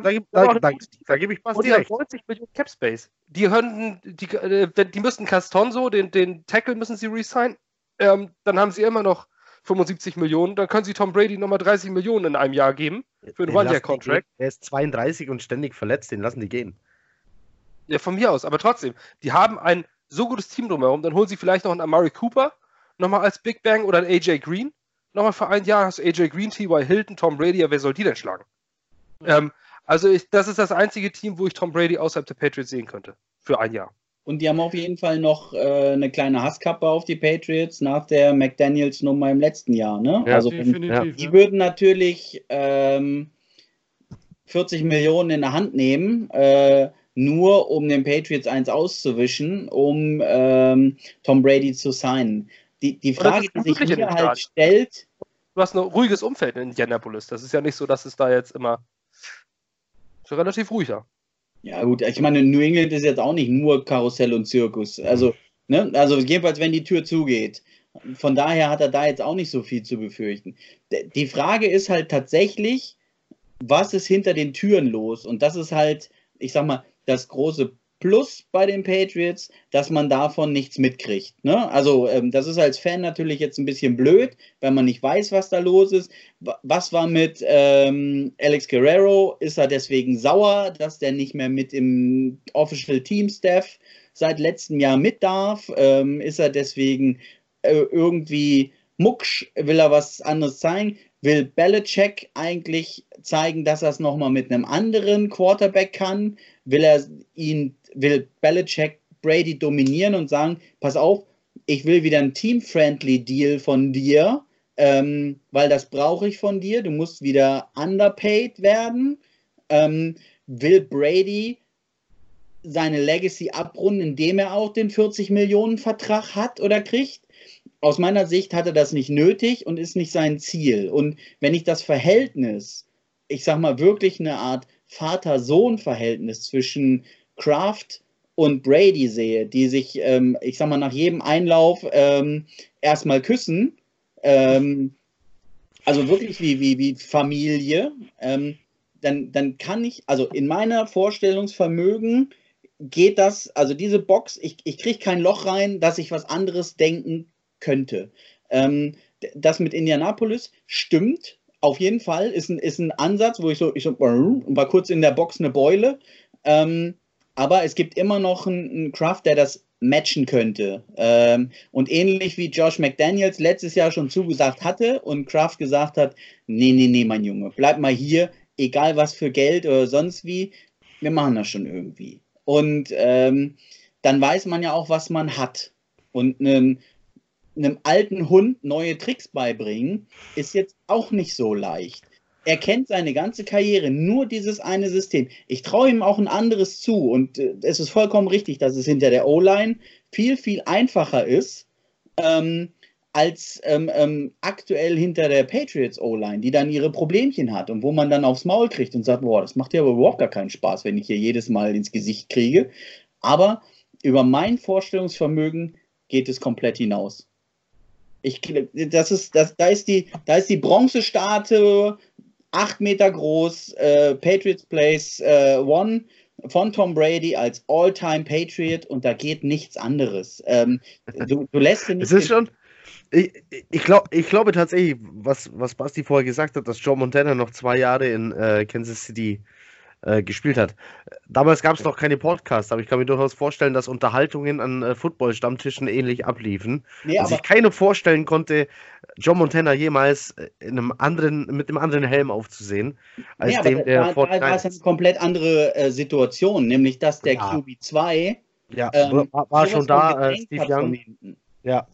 da gebe ich Basti recht. 90 Millionen Cap Space. Die müssten Castonzo, den Tackle müssen sie resignen. Dann haben sie immer noch 75 Millionen. Dann können sie Tom Brady nochmal 30 Millionen in einem Jahr geben. Für einen One-Year-Contract. Er ist 32 und ständig verletzt. Den lassen die gehen. Ja, von mir aus. Aber trotzdem, die haben ein so gutes Team drumherum. Dann holen sie vielleicht noch einen Amari Cooper nochmal als Big Bang oder einen AJ Green. Nochmal für ein Jahr hast du AJ Green, T.Y. Hilton, Tom Brady. Ja, wer soll die denn schlagen? Das ist das einzige Team, wo ich Tom Brady außerhalb der Patriots sehen könnte. Für ein Jahr. Und die haben auf jeden Fall noch eine kleine Hasskappe auf die Patriots nach der McDaniels-Nummer im letzten Jahr. Ne? Ja, also definitiv. Die würden natürlich 40 Millionen in der Hand nehmen, nur um den Patriots eins auszuwischen, um Tom Brady zu signen. Die Frage, die sich hier halt stellt, ein ruhiges Umfeld in Indianapolis. Das ist ja nicht so, dass es da jetzt immer relativ ruhiger. Ja gut, ich meine, New England ist jetzt auch nicht nur Karussell und Zirkus. Also, ne? Also jedenfalls, wenn die Tür zugeht. Von daher hat er da jetzt auch nicht so viel zu befürchten. Die Frage ist halt tatsächlich, was ist hinter den Türen los? Und das ist halt, ich sag mal, das große Plus bei den Patriots, dass man davon nichts mitkriegt. Ne? Also das ist als Fan natürlich jetzt ein bisschen blöd, weil man nicht weiß, was da los ist. Was war mit Alex Guerrero? Ist er deswegen sauer, dass der nicht mehr mit im Official Team Staff seit letztem Jahr mit darf? Ist er deswegen irgendwie mucksch? Will er was anderes zeigen? Will Belichick eigentlich zeigen, dass er es nochmal mit einem anderen Quarterback kann? Will Belichick Brady dominieren und sagen, pass auf, ich will wieder einen Team-Friendly Deal von dir, weil das brauche ich von dir, du musst wieder underpaid werden. Will Brady seine Legacy abrunden, indem er auch den 40-Millionen-Vertrag hat oder kriegt? Aus meiner Sicht hat er das nicht nötig und ist nicht sein Ziel. Und wenn ich das Verhältnis, ich sag mal wirklich eine Art Vater-Sohn-Verhältnis zwischen Kraft und Brady sehe, die sich, ich sag mal, nach jedem Einlauf erstmal küssen, also wirklich wie Familie, dann kann ich, also in meiner Vorstellungsvermögen geht das, also diese Box, ich kriege kein Loch rein, dass ich was anderes denken könnte. Das mit Indianapolis stimmt, auf jeden Fall, ist ein Ansatz, wo ich so war kurz in der Box eine Beule, aber es gibt immer noch einen Kraft, der das matchen könnte. Und ähnlich wie Josh McDaniels letztes Jahr schon zugesagt hatte und Kraft gesagt hat, nee, mein Junge, bleib mal hier, egal was für Geld oder sonst wie, wir machen das schon irgendwie. Und dann weiß man ja auch, was man hat. Und einem alten Hund neue Tricks beibringen, ist jetzt auch nicht so leicht. Er kennt seine ganze Karriere, nur dieses eine System. Ich traue ihm auch ein anderes zu und es ist vollkommen richtig, dass es hinter der O-Line viel, viel einfacher ist, als aktuell hinter der Patriots O-Line, die dann ihre Problemchen hat und wo man dann aufs Maul kriegt und sagt, boah, das macht ja aber überhaupt gar keinen Spaß, wenn ich hier jedes Mal ins Gesicht kriege. Aber über mein Vorstellungsvermögen geht es komplett hinaus. Da ist die Bronzestatue, 8 Meter groß, Patriots Place One von Tom Brady als All-Time Patriot und da geht nichts anderes. Du lässt ihn nicht. Es ist schon. Ich glaube tatsächlich, was Basti vorher gesagt hat, dass Joe Montana noch 2 Jahre in Kansas City gespielt hat. Damals gab es noch keine Podcasts, aber ich kann mir durchaus vorstellen, dass Unterhaltungen an Football-Stammtischen ähnlich abliefen. Nee, und sich keiner vorstellen konnte, Joe Montana jemals mit einem anderen Helm aufzusehen, als dem der da war es eine komplett andere Situation, nämlich dass der QB2 war schon da, Steve Young. Ja.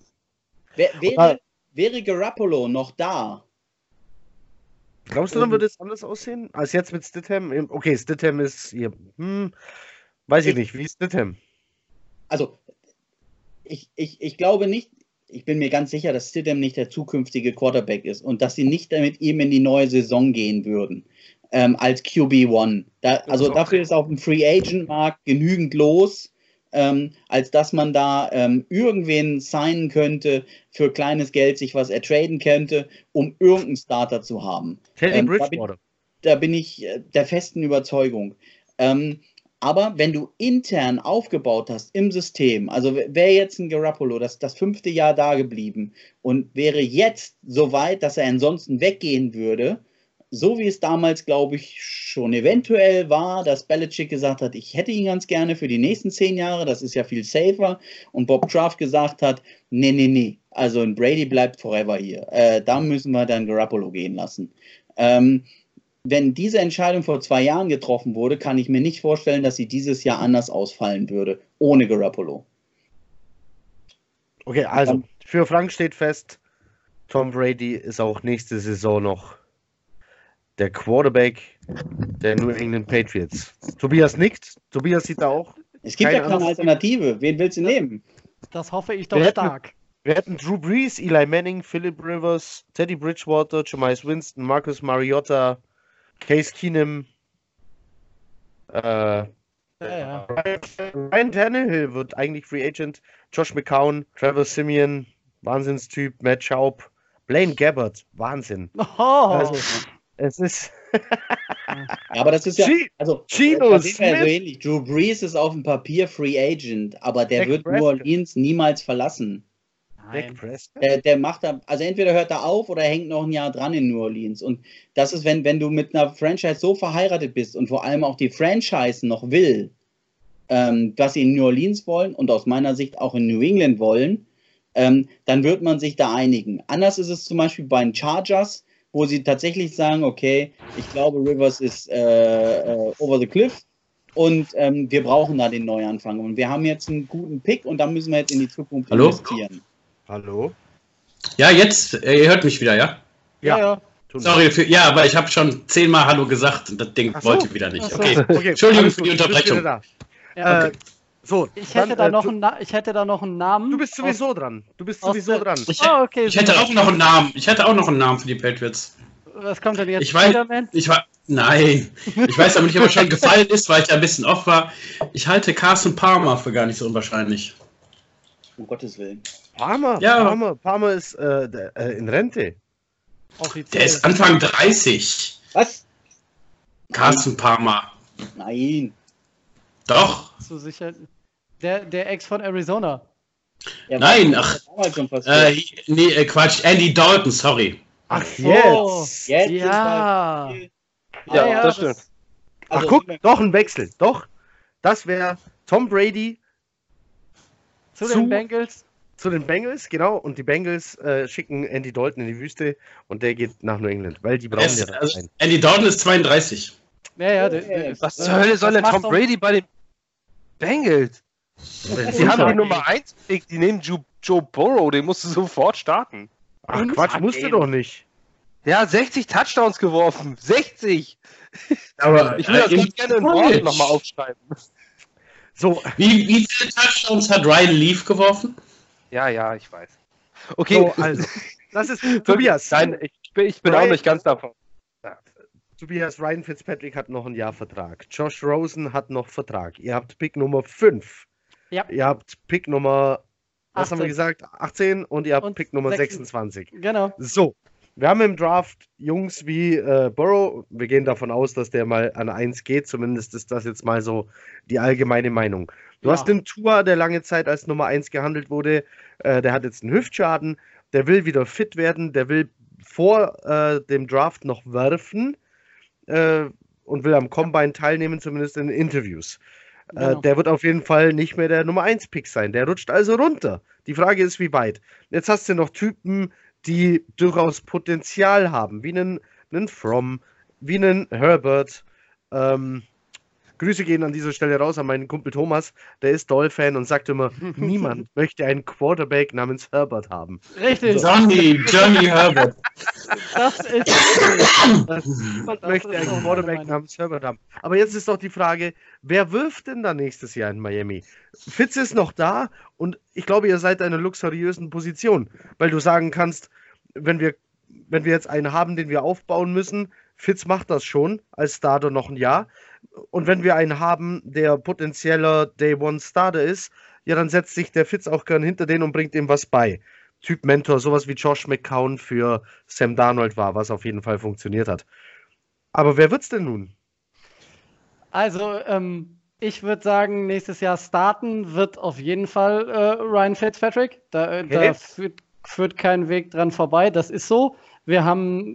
Wäre Garoppolo noch da? Glaubst du, dann würde es anders aussehen als jetzt mit Stidham? Okay, Stidham ist hier. Weiß ich nicht. Wie ist Stidham? Also, ich glaube nicht, ich bin mir ganz sicher, dass Stidham nicht der zukünftige Quarterback ist und dass sie nicht mit ihm in die neue Saison gehen würden. Als QB1. Dafür ist auf dem Free Agent Markt genügend los, als dass man da irgendwen signen könnte, für kleines Geld sich was ertraden könnte, um irgendeinen Starter zu haben. Teddy Bridgewater. Da bin ich der festen Überzeugung. Aber wenn du intern aufgebaut hast im System, also wäre jetzt ein Garoppolo das 5. Jahr da geblieben und wäre jetzt so weit, dass er ansonsten weggehen würde, so wie es damals, glaube ich, schon eventuell war, dass Belichick gesagt hat, ich hätte ihn ganz gerne für die nächsten 10 Jahre, das ist ja viel safer, und Bob Kraft gesagt hat, nee, also ein Brady bleibt forever hier. Da müssen wir dann Garoppolo gehen lassen. Wenn diese Entscheidung vor 2 Jahren getroffen wurde, kann ich mir nicht vorstellen, dass sie dieses Jahr anders ausfallen würde, ohne Garoppolo. Okay, also für Frank steht fest, Tom Brady ist auch nächste Saison noch der Quarterback der New England Patriots. Tobias nickt. Tobias sieht da auch. Es gibt ja keine Alternative. Wen willst du nehmen? Das hoffe ich doch stark. Wir hätten Drew Brees, Eli Manning, Phillip Rivers, Teddy Bridgewater, Jameis Winston, Marcus Mariota, Case Keenum, Ryan Tannehill wird eigentlich Free Agent, Josh McCown, Trevor Siemian, Wahnsinnstyp, Matt Schaub, Blaine Gabbert, Wahnsinn. Also, es ist... aber das ist ja, also, Geno Smith. Ja so ähnlich. Drew Brees ist auf dem Papier Free Agent, aber der wird New Orleans niemals verlassen. Der macht da, also entweder hört er auf oder hängt noch ein Jahr dran in New Orleans. Und das ist, wenn du mit einer Franchise so verheiratet bist und vor allem auch die Franchise noch will, was sie in New Orleans wollen und aus meiner Sicht auch in New England wollen, dann wird man sich da einigen. Anders ist es zum Beispiel bei den Chargers, wo sie tatsächlich sagen, okay, ich glaube, Rivers ist over the cliff und wir brauchen da den Neuanfang. Und wir haben jetzt einen guten Pick und da müssen wir jetzt in die Zukunft investieren. Hallo? Ja, jetzt, ihr hört mich wieder, ja? Ja. Sorry, aber ich habe schon 10-mal Hallo gesagt und das Ding wollte wieder nicht. Okay, Entschuldigung für die Unterbrechung. Okay. So, ich hätte da noch einen Namen. Du bist sowieso dran. Ich hätte auch noch einen Namen. Ich hätte auch noch einen Namen für die Patriots. Was kommt denn jetzt? Nein. Ich weiß aber nicht, ob er schon gefallen ist, weil ich da ein bisschen off war. Ich halte Carson Palmer für gar nicht so unwahrscheinlich. Um Gottes Willen. Palmer? Ja. Palmer ist in Rente. Der ist Anfang 30. Was? Carson Palmer. Nein. Doch. So sicher. Der Ex von Arizona. Nein, Quatsch. Andy Dalton, sorry. Ach, jetzt. Ja, das stimmt. Ach, guck, doch ein Wechsel. Doch. Das wäre Tom Brady zu den Bengals. Zu den Bengals, genau. Und die Bengals schicken Andy Dalton in die Wüste und der geht nach New England, weil die brauchen einen. Andy Dalton ist 32. Was zur Hölle soll denn Tom Brady bei den Bengals? Die haben die Nummer 1 Pick, die nehmen Joe Burrow, den musst du sofort starten. Ach Quatsch, musst du doch nicht. Der hat 60 Touchdowns geworfen. 60! Aber ich will das ganz gerne in Worten nochmal aufschreiben. So. Wie viele Touchdowns hat Ryan Leaf geworfen? Ja, ich weiß. Okay. So, also, das ist Tobias. Nein, ich bin auch nicht ganz davon. Ja. Tobias, Ryan Fitzpatrick hat noch ein Jahr Vertrag. Josh Rosen hat noch Vertrag. Ihr habt Pick Nummer 5. Ja. Ihr habt Pick Nummer, was 18. haben wir gesagt? 18 und ihr habt Pick Nummer 26. Genau. So, wir haben im Draft Jungs wie Burrow. Wir gehen davon aus, dass der mal an 1 geht. Zumindest ist das jetzt mal so die allgemeine Meinung. Du hast den Tua, der lange Zeit als Nummer 1 gehandelt wurde. Der hat jetzt einen Hüftschaden. Der will wieder fit werden. Der will vor dem Draft noch werfen und will am Combine teilnehmen, zumindest in Interviews. Genau. Der wird auf jeden Fall nicht mehr der Nummer 1 Pick sein. Der rutscht also runter. Die Frage ist, wie weit. Jetzt hast du noch Typen, die durchaus Potenzial haben, wie einen Fromm, wie einen Herbert. Grüße gehen an dieser Stelle raus an meinen Kumpel Thomas, der ist Doll-Fan und sagt immer, niemand möchte einen Quarterback namens Herbert haben. Richtig. Johnny Herbert. Das ist niemand möchte einen Quarterback namens Herbert haben. Aber jetzt ist doch die Frage, wer wirft denn da nächstes Jahr in Miami? Fitz ist noch da und ich glaube, ihr seid in einer luxuriösen Position, weil du sagen kannst, wenn wir jetzt einen haben, den wir aufbauen müssen, Fitz macht das schon als Starter noch ein Jahr. Und wenn wir einen haben, der potenzieller Day-One-Starter ist, ja, dann setzt sich der Fitz auch gern hinter den und bringt ihm was bei. Typ Mentor, sowas wie Josh McCown für Sam Darnold war, was auf jeden Fall funktioniert hat. Aber wer wird's denn nun? Also, ich würde sagen, nächstes Jahr starten wird auf jeden Fall Ryan Fitzpatrick. Da führt kein Weg dran vorbei, das ist so. Wir haben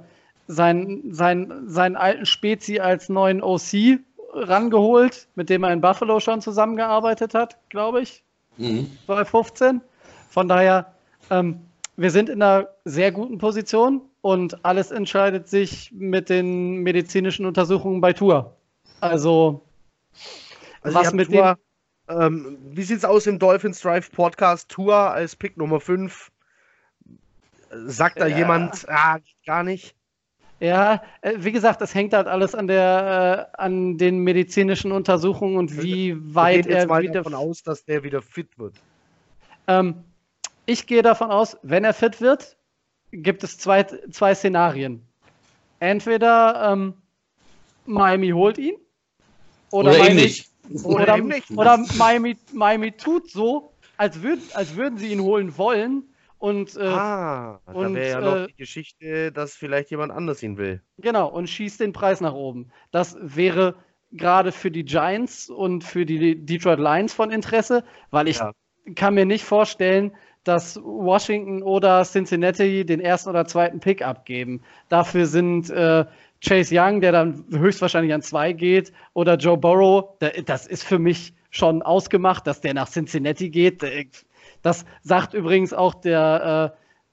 seinen alten Spezi als neuen OC rangeholt, mit dem er in Buffalo schon zusammengearbeitet hat, glaube ich, bei 15. Von daher, wir sind in einer sehr guten Position und alles entscheidet sich mit den medizinischen Untersuchungen bei Tua. Also was mit Tua, wie sieht's aus im Dolphins Drive Podcast? Tua als Pick Nummer 5. Sagt da jemand, gar nicht? Ja, wie gesagt, das hängt halt alles an den medizinischen Untersuchungen und wie weit er wieder davon aus, dass der wieder fit wird. Ich gehe davon aus, wenn er fit wird, gibt es zwei Szenarien. Entweder Miami holt ihn oder eben nicht. Oder Miami tut so, als würden sie ihn holen wollen. Und, da wäre ja noch die Geschichte, dass vielleicht jemand anders ihn will. Genau, und schießt den Preis nach oben. Das wäre gerade für die Giants und für die Detroit Lions von Interesse, weil ich kann mir nicht vorstellen, dass Washington oder Cincinnati den ersten oder zweiten Pick abgeben. Dafür sind Chase Young, der dann höchstwahrscheinlich an 2 geht, oder Joe Burrow, das ist für mich schon ausgemacht, dass der nach Cincinnati geht. Das sagt übrigens auch der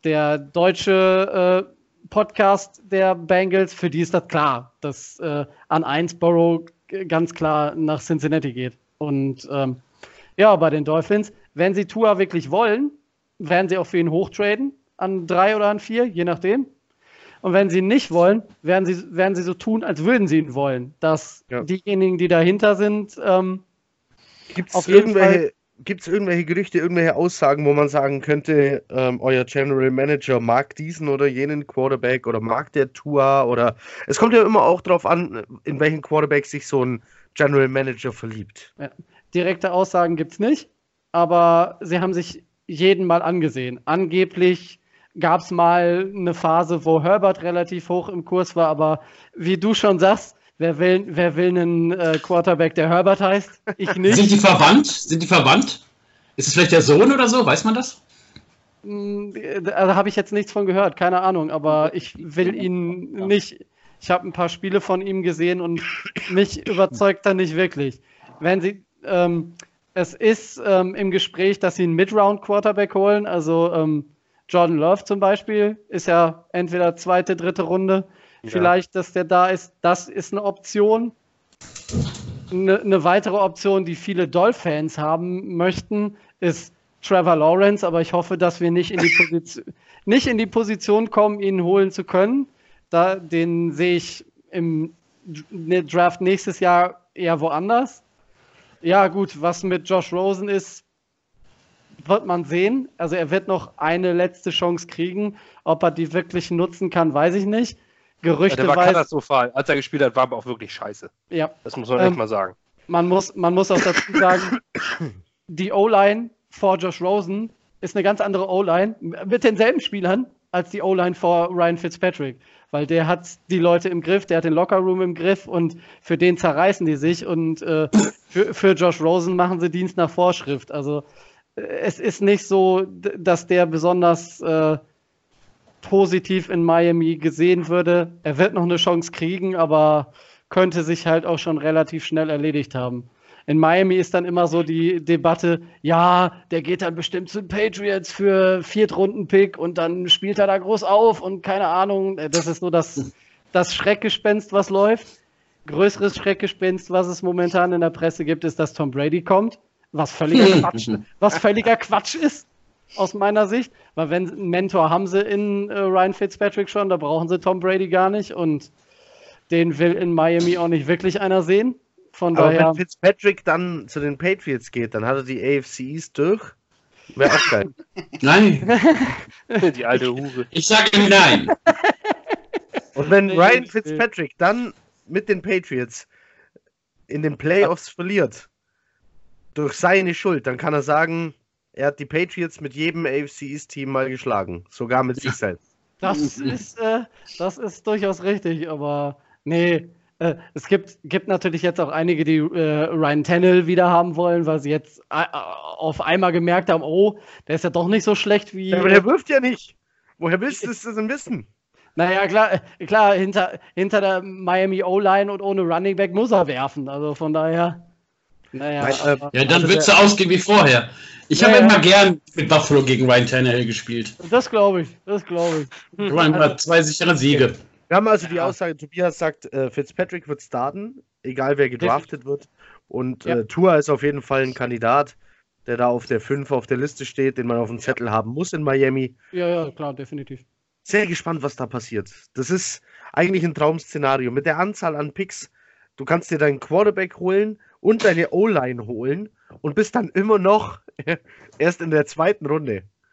deutsche Podcast der Bengals. Für die ist das klar, dass an 1 Burrow ganz klar nach Cincinnati geht. Und bei den Dolphins, wenn sie Tua wirklich wollen, werden sie auch für ihn hochtraden, an 3 oder an 4, je nachdem. Und wenn sie nicht wollen, werden sie so tun, als würden sie ihn wollen. Dass diejenigen, die dahinter sind, Gibt es irgendwelche Gerüchte, irgendwelche Aussagen, wo man sagen könnte, euer General Manager mag diesen oder jenen Quarterback oder mag der Tua? Oder es kommt ja immer auch darauf an, in welchen Quarterback sich so ein General Manager verliebt. Ja. Direkte Aussagen gibt es nicht, aber sie haben sich jeden mal angesehen. Angeblich gab es mal eine Phase, wo Herbert relativ hoch im Kurs war, aber wie du schon sagst, wer will einen Quarterback, der Herbert heißt? Ich nicht. Sind die verwandt? Ist es vielleicht der Sohn oder so? Weiß man das? Da habe ich jetzt nichts von gehört, keine Ahnung, aber ich will ihn nicht. Ich habe ein paar Spiele von ihm gesehen und mich überzeugt er nicht wirklich. Wenn sie, es ist im Gespräch, dass sie einen Mid-Round-Quarterback holen, also Jordan Love zum Beispiel ist ja entweder 2., 3. Runde. Vielleicht, dass der da ist. Das ist eine Option. Eine weitere Option, die viele Dolph-Fans haben möchten, ist Trevor Lawrence. Aber ich hoffe, dass wir nicht in die Position kommen, ihn holen zu können. Den sehe ich im Draft nächstes Jahr eher woanders. Ja, gut, was mit Josh Rosen ist, wird man sehen. Also er wird noch eine letzte Chance kriegen. Ob er die wirklich nutzen kann, weiß ich nicht. Der war katastrophal. Als er gespielt hat, war aber auch wirklich scheiße. Ja. Das muss man echt mal sagen. Man muss auch dazu sagen, die O-Line vor Josh Rosen ist eine ganz andere O-Line mit denselben Spielern als die O-Line vor Ryan Fitzpatrick. Weil der hat die Leute im Griff, der hat den Lockerroom im Griff und für den zerreißen die sich und für Josh Rosen machen sie Dienst nach Vorschrift. Also es ist nicht so, dass der besonders positiv in Miami gesehen würde. Er wird noch eine Chance kriegen, aber könnte sich halt auch schon relativ schnell erledigt haben. In Miami ist dann immer so die Debatte, ja, der geht dann bestimmt zu den Patriots für 4. Runden-Pick und dann spielt er da groß auf und keine Ahnung. Das ist so das Schreckgespenst, was läuft. Größeres Schreckgespenst, was es momentan in der Presse gibt, ist, dass Tom Brady kommt, was völliger Quatsch ist, aus meiner Sicht. Weil einen Mentor haben sie in Ryan Fitzpatrick schon, da brauchen sie Tom Brady gar nicht und den will in Miami auch nicht wirklich einer sehen. Von Aber daher, wenn Fitzpatrick dann zu den Patriots geht, dann hat er die AFC East durch. Wäre auch geil. Nein. Die alte Hure. Ich sage nein. Und wenn Ryan Fitzpatrick dann mit den Patriots in den Playoffs verliert, durch seine Schuld, dann kann er sagen, er hat die Patriots mit jedem AFC East-Team mal geschlagen. Sogar mit sich selbst. das ist durchaus richtig, aber nee. Es gibt natürlich jetzt auch einige, die Ryan Tannehill wieder haben wollen, weil sie jetzt auf einmal gemerkt haben, oh, der ist ja doch nicht so schlecht wie... Ja, aber der wirft ja nicht. Woher willst du das denn wissen? Naja, klar hinter der Miami O-Line und ohne Running Back muss er werfen. Also von daher... Naja, ja, dann wird es so ausgehen wie vorher. Ich habe immer gern mit Buffalo gegen Ryan Tannehill gespielt. Das glaube ich. Das waren immer 2 sichere Siege. Wir haben also die Aussage, Tobias sagt, Fitzpatrick wird starten, egal wer gedraftet wird. Und Tua ist auf jeden Fall ein Kandidat, der da auf der 5 auf der Liste steht, den man auf dem Zettel haben muss in Miami. Ja, klar, definitiv. Sehr gespannt, was da passiert. Das ist eigentlich ein Traum-Szenario. Mit der Anzahl an Picks, du kannst dir deinen Quarterback holen und deine O-Line holen und bist dann immer noch erst in der 2. Runde.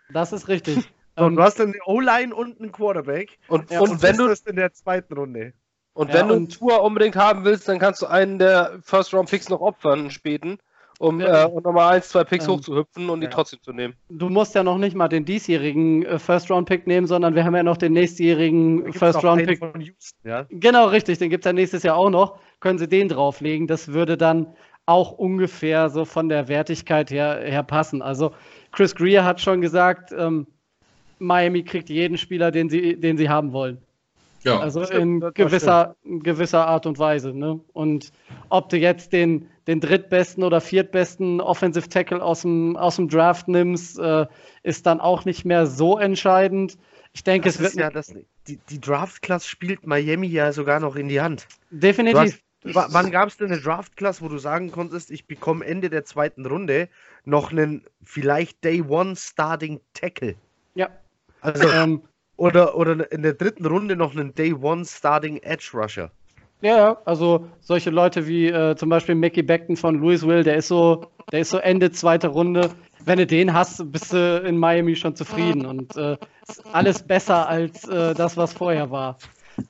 Das ist richtig. So, du hast dann eine O-Line und einen Quarterback. Und wenn du das in der zweiten Runde. Und wenn du einen Tour unbedingt haben willst, dann kannst du einen der First-Round-Picks noch opfern, einen späten, um nochmal 1, 2 Picks hochzuhüpfen und die trotzdem zu nehmen. Du musst ja noch nicht mal den diesjährigen First-Round-Pick nehmen, sondern wir haben ja noch den nächstjährigen First-Round-Pick. Von Houston, ja? Genau, richtig, den gibt es ja nächstes Jahr auch noch. Können sie den drauflegen, das würde dann auch ungefähr so von der Wertigkeit her passen. Also Chris Grier hat schon gesagt, Miami kriegt jeden Spieler, den sie haben wollen. Ja, also in gewisser Art und Weise. Ne? Und ob du jetzt den drittbesten oder viertbesten Offensive Tackle aus dem Draft nimmst, ist dann auch nicht mehr so entscheidend. Ich denke, es wird. Ja, die Draft-Class spielt Miami ja sogar noch in die Hand. Definitiv. Wann gab es denn eine Draft-Class, wo du sagen konntest, ich bekomme Ende der zweiten Runde noch einen vielleicht Day One Starting Tackle? Ja. Also, oder in der dritten Runde noch einen Day One Starting Edge Rusher. Ja, also solche Leute wie zum Beispiel Mackie Beckton von Louisville, der ist so Ende zweite Runde. Wenn du den hast, bist du in Miami schon zufrieden und ist alles besser als das, was vorher war.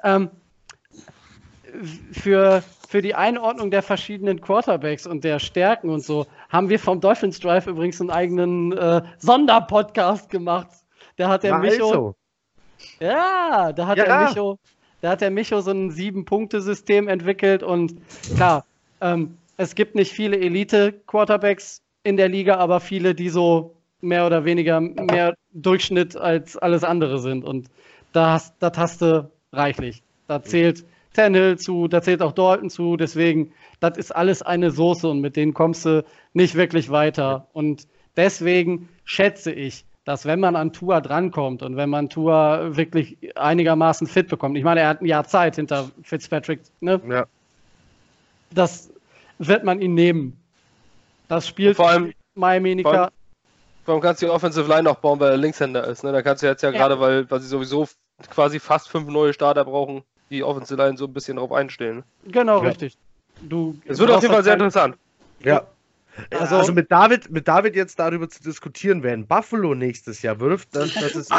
Für die Einordnung der verschiedenen Quarterbacks und der Stärken und so haben wir vom Dolphins Drive übrigens einen eigenen Sonderpodcast gemacht. Da hat der Micho. Ja, da hat der Micho so ein 7-Punkte-System entwickelt und klar, es gibt nicht viele Elite-Quarterbacks in der Liga, aber viele, die so mehr oder weniger mehr Durchschnitt als alles andere sind und das hast du reichlich. Da zählt Tannehill zu, da zählt auch Dalton zu, deswegen, das ist alles eine Soße und mit denen kommst du nicht wirklich weiter und deswegen schätze ich, dass wenn man an Tua drankommt und wenn man Tua wirklich einigermaßen fit bekommt, ich meine, er hat ein Jahr Zeit hinter Fitzpatrick, ne? Ja. Das wird man ihn nehmen. Das spielt vor allem Miami. Vor allem kannst du die Offensive Line auch bauen, weil er Linkshänder ist. Ne? Da kannst du jetzt gerade, weil sie sowieso quasi fast 5 neue Starter brauchen, die Offensive Line so ein bisschen drauf einstellen. Genau, richtig. Es wird auf jeden Fall sehr interessant. Ja. Also mit David jetzt darüber zu diskutieren, wer in Buffalo nächstes Jahr wirft, das ist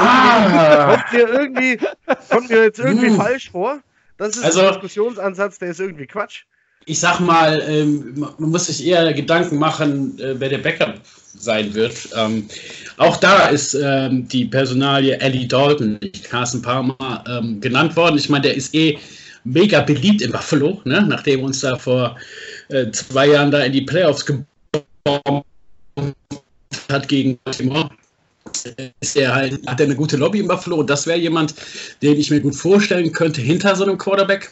kommt mir jetzt irgendwie falsch vor. Das ist ein Diskussionsansatz, der ist irgendwie Quatsch. Ich sag mal, man muss sich eher Gedanken machen, wer der Backup sein wird. Auch da ist die Personalie Andy Dalton, nicht Carson Palmer, genannt worden. Ich meine, der ist mega beliebt in Buffalo, ne? Nachdem uns da vor 2 Jahren da in die Playoffs hat gegen Baltimore, hat er eine gute Lobby in Buffalo und das wäre jemand, den ich mir gut vorstellen könnte hinter so einem Quarterback.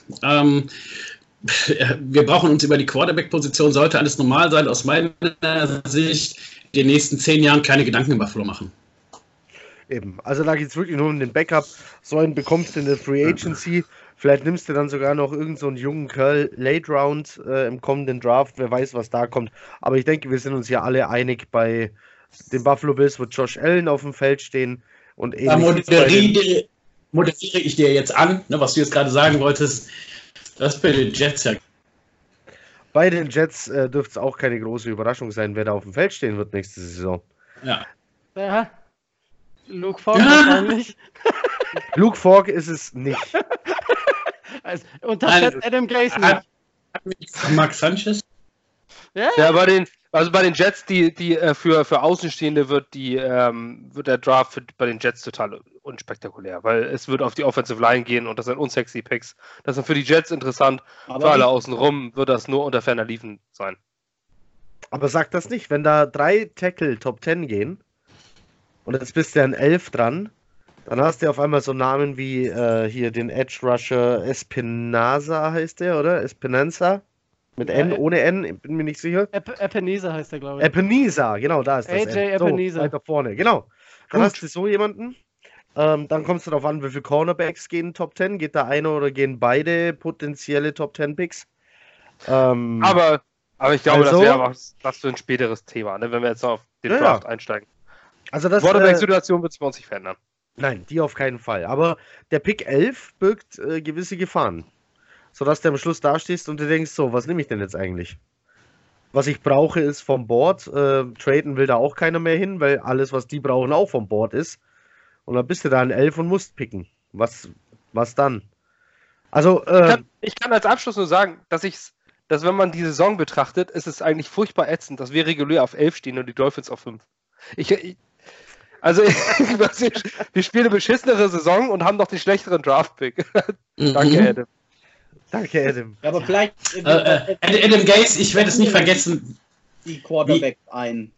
Wir brauchen uns über die Quarterback-Position, sollte alles normal sein, aus meiner Sicht, in den nächsten 10 Jahren keine Gedanken in Buffalo machen. Eben, also da geht es wirklich nur um den Backup. So einen bekommst du in der Free Agency. Vielleicht nimmst du dann sogar noch irgend so einen jungen Kerl Late Round im kommenden Draft. Wer weiß, was da kommt. Aber ich denke, wir sind uns ja alle einig, bei den Buffalo Bills wird Josh Allen auf dem Feld stehen. Und da moderiere ich dir jetzt an, ne, was du jetzt gerade sagen wolltest. Das ist bei den Jets ja. Bei den Jets dürfte es auch keine große Überraschung sein, wer da auf dem Feld stehen wird nächste Saison. Ja. Luke Falk wahrscheinlich. Luke Falk ist es nicht. Also, unterschätzt Adam Gase nicht. Mark Sanchez? Ja, bei den Jets, die für Außenstehende wird der Draft bei den Jets total unspektakulär, weil es wird auf die Offensive Line gehen und das sind unsexy Picks. Das sind für die Jets interessant, aber für alle außenrum wird das nur unter ferner Liefen sein. Aber sag das nicht, wenn da 3 Tackle Top 10 gehen und jetzt bist du an 11 dran, dann hast du auf einmal so Namen wie hier den Edge Rusher Espinaza heißt der, oder? Espinanza? Mit N, ohne N, bin mir nicht sicher. Epenesa heißt der, glaube ich. Epenesa, genau, da ist das AJ Epenesa. So, weiter vorne, genau. Dann hast du so jemanden. Dann kommst du darauf an, wie viele Cornerbacks gehen Top 10. Geht da einer oder gehen beide potenzielle Top 10 Picks? Aber ich glaube, das wäre aber was für ein späteres Thema, ne, wenn wir jetzt noch auf den Draft einsteigen. Also das Quarterback-Situation wird sich bei uns nicht verändern. Nein, die auf keinen Fall. Aber der Pick 11 birgt gewisse Gefahren. Sodass du am Schluss dastehst und du denkst, so, was nehme ich denn jetzt eigentlich? Was ich brauche, ist vom Board. Traden will da auch keiner mehr hin, weil alles, was die brauchen, auch vom Board ist. Und dann bist du da in 11 und musst picken. Was dann? Also, ich kann als Abschluss nur sagen, dass wenn man die Saison betrachtet, ist es eigentlich furchtbar ätzend, dass wir regulär auf 11 stehen und die Dolphins auf 5. Wir spielen eine beschissenere Saison und haben doch den schlechteren Draft-Pick. Danke, Adam. Danke, Adam. Ja, aber vielleicht. Adam Gase, ich werde es nicht vergessen. Die Quarterbacks ein.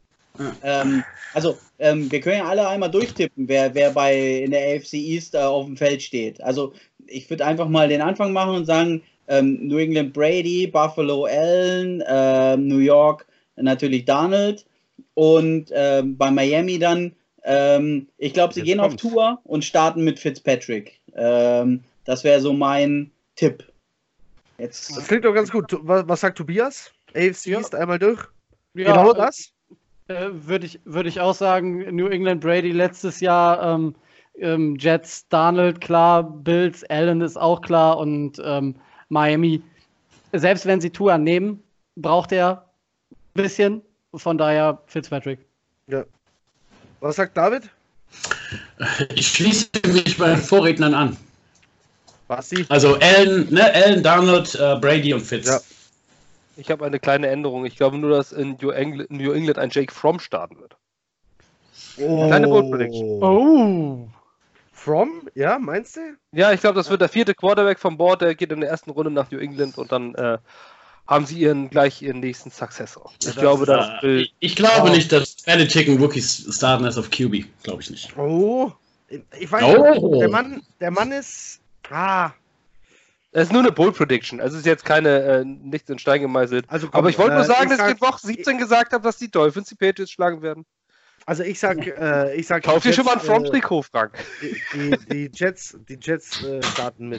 Wir können ja alle einmal durchtippen, wer in der AFC East auf dem Feld steht. Also, ich würde einfach mal den Anfang machen und sagen: New England Brady, Buffalo Allen, New York natürlich Darnold und bei Miami dann. Ich glaube, sie gehen auf Tour und starten mit Fitzpatrick. Das wäre so mein Tipp. Jetzt. Das klingt doch ganz gut. Was sagt Tobias? AFC East einmal durch? Ja, genau das? Würde ich auch sagen, New England Brady letztes Jahr, Jets, Darnold, klar, Bills, Allen ist auch klar und Miami, selbst wenn sie Tour annehmen, braucht er ein bisschen, von daher Fitzpatrick. Ja. Was sagt David? Ich schließe mich bei den Vorrednern an. Basti? Also Allen, Darnold, Brady und Fitz. Ja. Ich habe eine kleine Änderung. Ich glaube nur, dass in New England ein Jake Fromm starten wird. Kleine Bold Prediction. Oh. Fromm? Ja, meinst du? Ja, ich glaube, das wird der 4. Quarterback vom Board. Der geht in der ersten Runde nach New England und dann haben sie gleich ihren nächsten Successor. Ich glaube nicht, dass Belichick einen Rookie starten ist auf QB. Glaube ich nicht. Oh. Ich weiß nicht. Der Mann ist... Es ist nur eine Bold Prediction. Also es ist jetzt keine nichts in Stein gemeißelt. Also aber ich wollte nur sagen, dass ich in Woche 17 gesagt habe, dass die Dolphins die Patriots schlagen werden. Also ich sag Kauf dir schon mal ein From-Trikot, Frank. Die Jets starten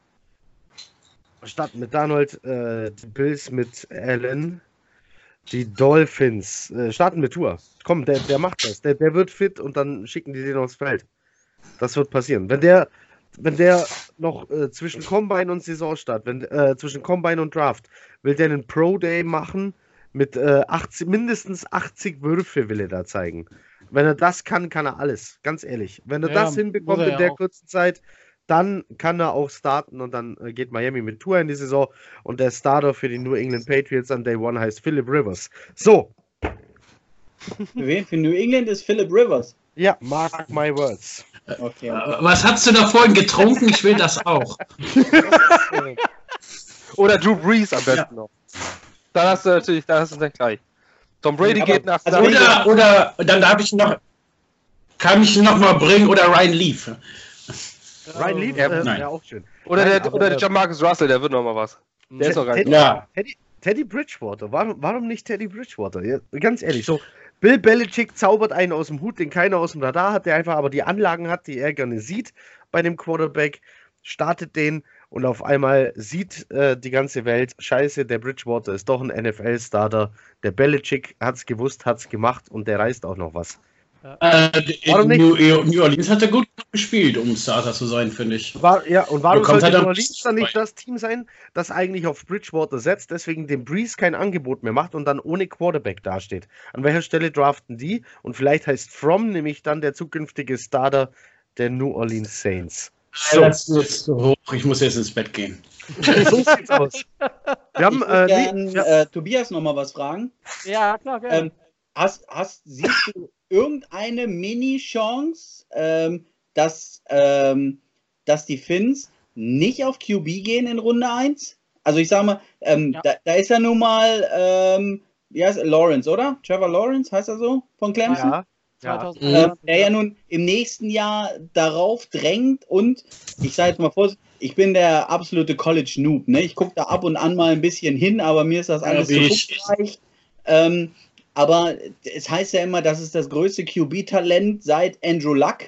mit Darnold, die Bills mit Allen, die Dolphins starten mit Tour. Komm, der macht das. Der wird fit und dann schicken die den aufs Feld. Das wird passieren. Wenn der noch zwischen Combine und Saisonstart, zwischen Combine und Draft, will der einen Pro-Day machen mit mindestens 80 Würfe will er da zeigen. Wenn er das kann er alles. Ganz ehrlich. Wenn er das hinbekommt in der kurzen Zeit, dann kann er auch starten und dann geht Miami mit Tour in die Saison und der Starter für die New England Patriots an Day One heißt Philip Rivers. So. Für wen? Für New England ist Philip Rivers. Ja, mark my words. Okay. Was hast du da vorhin getrunken? Ich will das auch. Oder Drew Brees am besten noch. Da hast du dann gleich. Tom Brady geht nach... Oder dann darf ich noch... Kann ich noch mal bringen? Oder Ryan Leaf. Ryan Leaf? Ja, auch schön. Oder der Jamarcus Russell, der wird noch mal was. Der ist noch rein. Teddy Bridgewater. Warum nicht Teddy Bridgewater? Ja, ganz ehrlich, so... Bill Belichick zaubert einen aus dem Hut, den keiner aus dem Radar hat, der einfach aber die Anlagen hat, die er gerne sieht bei dem Quarterback, startet den und auf einmal sieht die ganze Welt, scheiße, der Bridgewater ist doch ein NFL-Starter, der Belichick hat's gewusst, hat's gemacht und der reißt auch noch was. Warum nicht? New Orleans hat er gut gespielt, um Starter zu sein, finde ich. Und warum sollte New Orleans dann nicht das Team sein, das eigentlich auf Bridgewater setzt, deswegen dem Brees kein Angebot mehr macht und dann ohne Quarterback dasteht? An welcher Stelle draften die? Und vielleicht heißt Fromm nämlich dann der zukünftige Starter der New Orleans Saints. So. Das ist jetzt so hoch, ich muss jetzt ins Bett gehen. So sieht's aus. Wir haben Tobias noch mal was fragen. Ja, klar, gerne. Siehst du irgendeine Mini-Chance, dass die Finns nicht auf QB gehen in Runde 1? Also ich sag mal, da ist ja nun mal Lawrence, oder? Trevor Lawrence, heißt er so? Von Clemson? Ja. Der ja nun im nächsten Jahr darauf drängt und ich sage jetzt mal vorsichtig, ich bin der absolute College-Noob, ne? Ich gucke da ab und an mal ein bisschen hin, aber mir ist das alles zu umfangreich. Aber es heißt ja immer, das ist das größte QB-Talent seit Andrew Luck.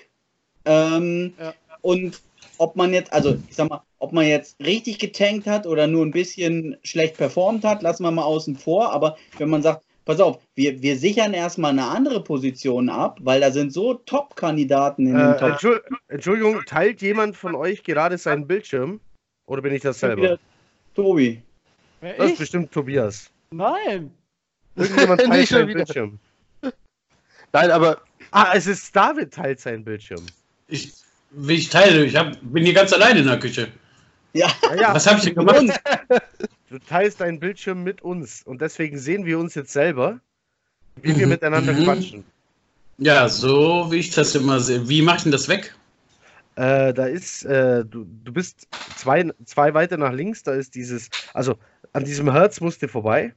Und ob man jetzt, also ich sag mal, ob man jetzt richtig getankt hat oder nur ein bisschen schlecht performt hat, lassen wir mal außen vor. Aber wenn man sagt, pass auf, wir sichern erstmal eine andere Position ab, weil da sind so Top-Kandidaten in den Top. Entschuldigung, teilt jemand von euch gerade seinen Bildschirm? Oder bin ich das selber? Tobi. Das ist bestimmt Tobias. Nein. Irgendjemand teilt seinen Bildschirm. Nein, aber... es ist David teilt seinen Bildschirm. Ich teile, bin hier ganz alleine in der Küche. Ja. Was habe ich denn gemacht? Du teilst deinen Bildschirm mit uns und deswegen sehen wir uns jetzt selber, wie wir miteinander quatschen. Ja, so wie ich das immer sehe. Wie mach ich denn das weg? Da ist, du bist zwei weiter nach links, da ist dieses, also an diesem Herz musst du vorbei.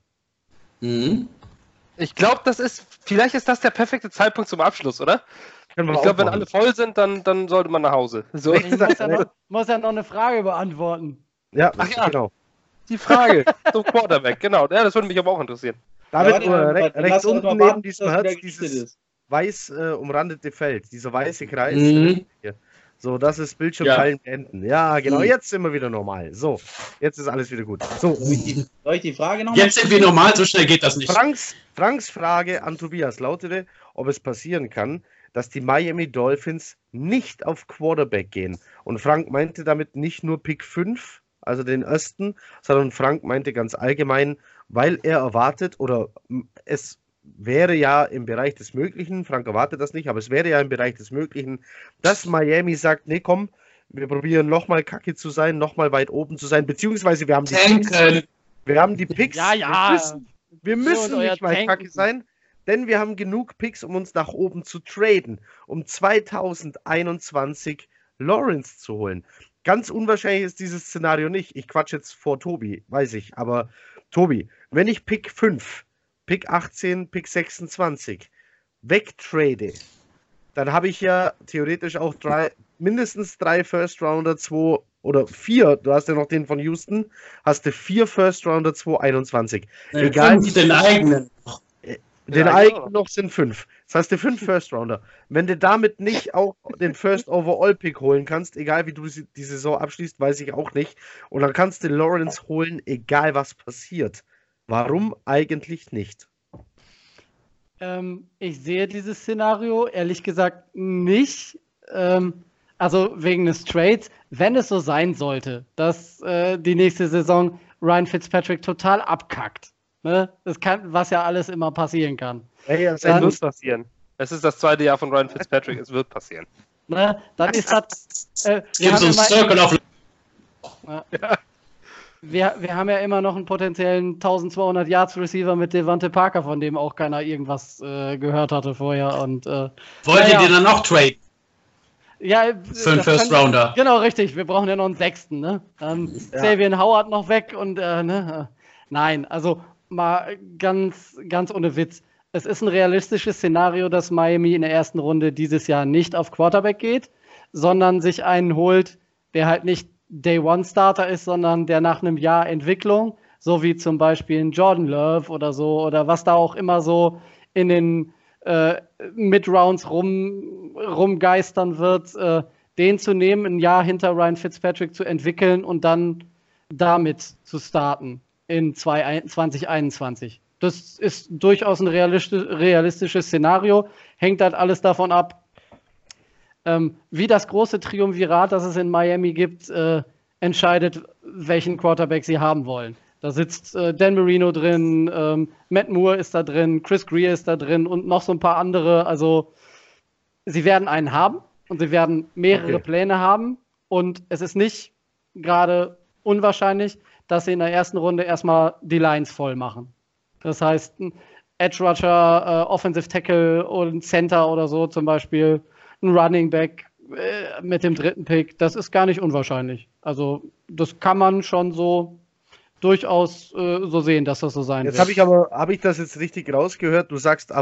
Ich glaube, vielleicht ist das der perfekte Zeitpunkt zum Abschluss, oder? Ich glaube, wenn alle voll sind, dann sollte man nach Hause. So. Ich muss ja noch eine Frage beantworten. Ja, genau. Die Frage zum Quarterback, genau. Ja, das würde mich aber auch interessieren. David, rechts unten neben diesem Herz, dieses weiß umrandete Feld, dieser weiße Kreis. Hier. So, das ist Bildschirmteilen beenden. Ja, genau, jetzt sind wir wieder normal. So, jetzt ist alles wieder gut. So. Soll ich die Frage noch? Jetzt sind wir normal, so schnell geht das nicht. Franks Frage an Tobias lautete, ob es passieren kann, dass die Miami Dolphins nicht auf Quarterback gehen. Und Frank meinte damit nicht nur Pick 5, also den ersten, sondern Frank meinte ganz allgemein, weil er erwartet, oder es wäre ja im Bereich des Möglichen, Frank erwartet das nicht, aber es wäre ja im Bereich des Möglichen, dass Miami sagt, nee, komm, wir probieren nochmal kacke zu sein, nochmal weit oben zu sein, beziehungsweise wir haben die Picks. Ja. Wir müssen nicht mal kacke sein, denn wir haben genug Picks, um uns nach oben zu traden, um 2021 Lawrence zu holen. Ganz unwahrscheinlich ist dieses Szenario nicht. Ich quatsch jetzt vor Tobi, weiß ich. Aber Tobi, wenn ich Pick 5, Pick 18, Pick 26 wegtrade, dann habe ich ja theoretisch auch mindestens 3 First-Rounder, 2 oder 4, du hast ja noch den von Houston, hast du 4 First-Rounder, 221. Egal wie den eigenen. Den eigenen noch sind 5. Das heißt, die 5 First-Rounder. Wenn du damit nicht auch den First-Overall-Pick holen kannst, egal wie du die Saison abschließt, weiß ich auch nicht. Und dann kannst du Lawrence holen, egal was passiert. Warum eigentlich nicht? Ich sehe dieses Szenario ehrlich gesagt nicht. Also wegen des Trades, wenn es so sein sollte, dass die nächste Saison Ryan Fitzpatrick total abkackt. Ne? Das kann, was ja alles immer passieren kann. Es wird passieren. Es ist das 2. Jahr von Ryan Fitzpatrick, es wird passieren. Ne? Dann ist das. Wir haben ja immer noch einen potenziellen 1200 Yards Receiver mit Devante Parker, von dem auch keiner irgendwas gehört hatte vorher. Und, wollt ihr den dann noch traden? Ja, für einen First Rounder. Genau, richtig. Wir brauchen ja noch einen 6. Ne? Xavier Howard noch weg und nein, also mal ganz ohne Witz. Es ist ein realistisches Szenario, dass Miami in der ersten Runde dieses Jahr nicht auf Quarterback geht, sondern sich einen holt, der halt nicht Day-One-Starter ist, sondern der nach einem Jahr Entwicklung, so wie zum Beispiel ein Jordan Love oder so, oder was da auch immer so in den Mid-Rounds rumgeistern wird, den zu nehmen, ein Jahr hinter Ryan Fitzpatrick zu entwickeln und dann damit zu starten in 2021. Das ist durchaus ein realistisches Szenario, hängt halt alles davon ab, wie das große Triumvirat, das es in Miami gibt, entscheidet, welchen Quarterback sie haben wollen. Da sitzt Dan Marino drin, Matt Moore ist da drin, Chris Greer ist da drin und noch so ein paar andere. Also sie werden einen haben und sie werden mehrere Pläne haben. Und es ist nicht gerade unwahrscheinlich, dass sie in der ersten Runde erstmal die Lines voll machen. Das heißt, ein Edge Rusher, Offensive Tackle und Center oder so zum Beispiel, ein Running Back mit dem 3. Pick, das ist gar nicht unwahrscheinlich. Also das kann man schon so durchaus so sehen, dass das so sein wird. Jetzt habe ich das jetzt richtig rausgehört? Du sagst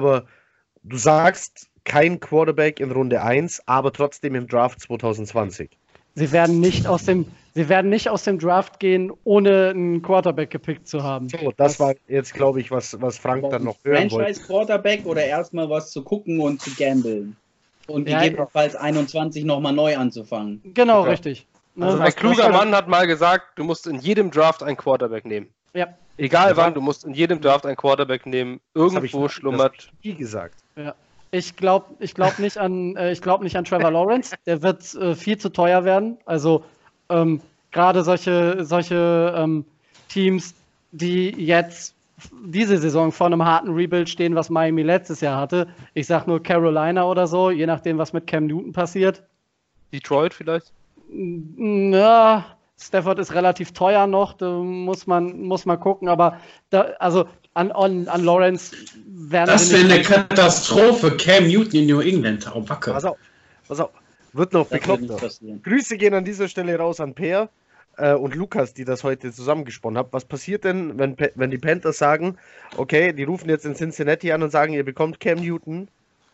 kein Quarterback in Runde 1, aber trotzdem im Draft 2020. Sie werden nicht aus dem Draft gehen, ohne einen Quarterback gepickt zu haben. So, das war jetzt, glaube ich, was Frank dann noch hören wollte. Franchise-Quarterback oder erstmal was zu gucken und zu gamblen? Und gegebenenfalls 21 nochmal neu anzufangen. Genau, richtig. Also ein kluger Mann hat mal gesagt, du musst in jedem Draft einen Quarterback nehmen. Ja. Egal wann, du musst in jedem Draft einen Quarterback nehmen. Irgendwo schlummert. Das hab ich nie gesagt. Ja. Ich glaube nicht an Trevor Lawrence. Der wird viel zu teuer werden. Also gerade solche Teams, die jetzt diese Saison vor einem harten Rebuild stehen, was Miami letztes Jahr hatte. Ich sag nur Carolina oder so, je nachdem, was mit Cam Newton passiert. Detroit vielleicht? Na, Stafford ist relativ teuer noch, da muss man gucken, aber an Lawrence werden das wäre eine Katastrophe, Cam Newton in New England. Oh, wacke. Pass auf. Wird noch bekloppt. Grüße gehen an dieser Stelle raus an Peer und Lukas, die das heute zusammengesponnen haben. Was passiert denn, wenn die Panthers sagen, okay, die rufen jetzt in Cincinnati an und sagen, ihr bekommt Cam Newton,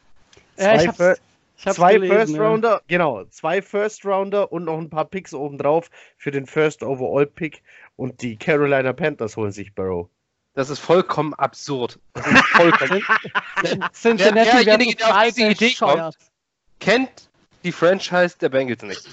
zwei First-Rounder, genau, 2 First-Rounder und noch ein paar Picks obendrauf für den First-Overall-Pick und die Carolina Panthers holen sich Burrow. Das ist vollkommen absurd. Das ist vollkommen Cincinnati derjenige, der auf diese Idee kommt, kennt die Franchise der Bengals nicht.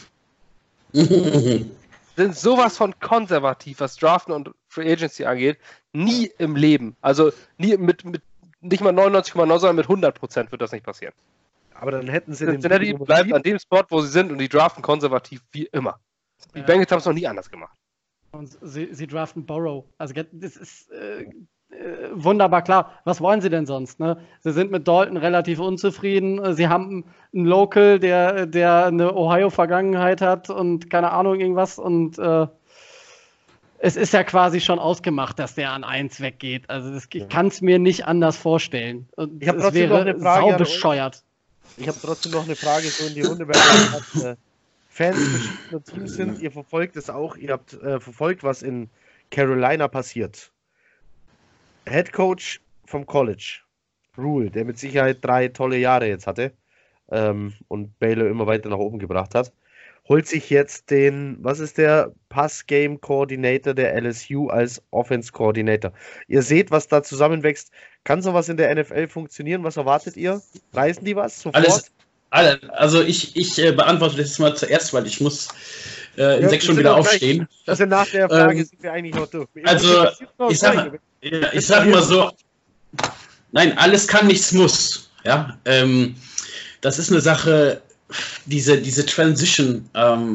Sind sowas von konservativ, was Draften und Free Agency angeht, nie im Leben. Also nie mit nicht mal 99,9, sondern mit 100% wird das nicht passieren. Aber dann hätten sie Cincinnati bleibt an dem Spot, wo sie sind und die draften konservativ wie immer. Die Bengals haben es noch nie anders gemacht. Und sie draften Burrow. Also das ist wunderbar klar. Was wollen sie denn sonst? Ne? Sie sind mit Dalton relativ unzufrieden. Sie haben einen Local, der eine Ohio-Vergangenheit hat und keine Ahnung irgendwas. Und es ist ja quasi schon ausgemacht, dass der an 1 weggeht. Also ich kann es mir nicht anders vorstellen. Und ich habe trotzdem noch eine Frage. Saubescheuert. Ich habe trotzdem noch eine Frage so in die Runde, weil Fans verschiedener Teams sind. Ihr verfolgt es auch. Ihr habt verfolgt, was in Carolina passiert. Head Coach vom College, Rule, der mit Sicherheit 3 tolle Jahre jetzt hatte und Baylor immer weiter nach oben gebracht hat, holt sich jetzt was ist der Pass-Game Coordinator der LSU als Offense-Coordinator. Ihr seht, was da zusammenwächst. Kann sowas in der NFL funktionieren? Was erwartet ihr? Reißen die was sofort? Also ich beantworte das mal zuerst, weil ich muss in 6 Stunden wieder aufstehen. Also nach der Frage sind wir eigentlich noch durch. Also ich sag mal so, nein, alles kann, nichts muss. Ja, das ist eine Sache, diese Transition,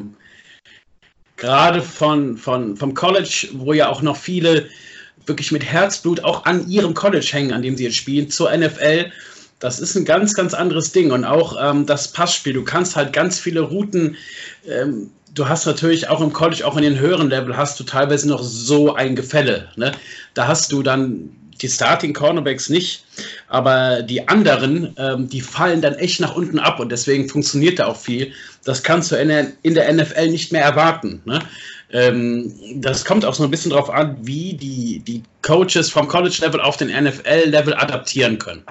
gerade vom College, wo ja auch noch viele wirklich mit Herzblut auch an ihrem College hängen, an dem sie jetzt spielen, zur NFL. Das ist ein ganz, ganz anderes Ding. Und auch das Passspiel. Du kannst halt ganz viele Routen. Du hast natürlich auch im College, auch in den höheren Level, hast du teilweise noch so ein Gefälle. Ne? Da hast du dann die Starting Cornerbacks nicht, aber die anderen, die fallen dann echt nach unten ab und deswegen funktioniert da auch viel. Das kannst du in der NFL nicht mehr erwarten. Ne? Das kommt auch so ein bisschen drauf an, wie die Coaches vom College-Level auf den NFL-Level adaptieren können.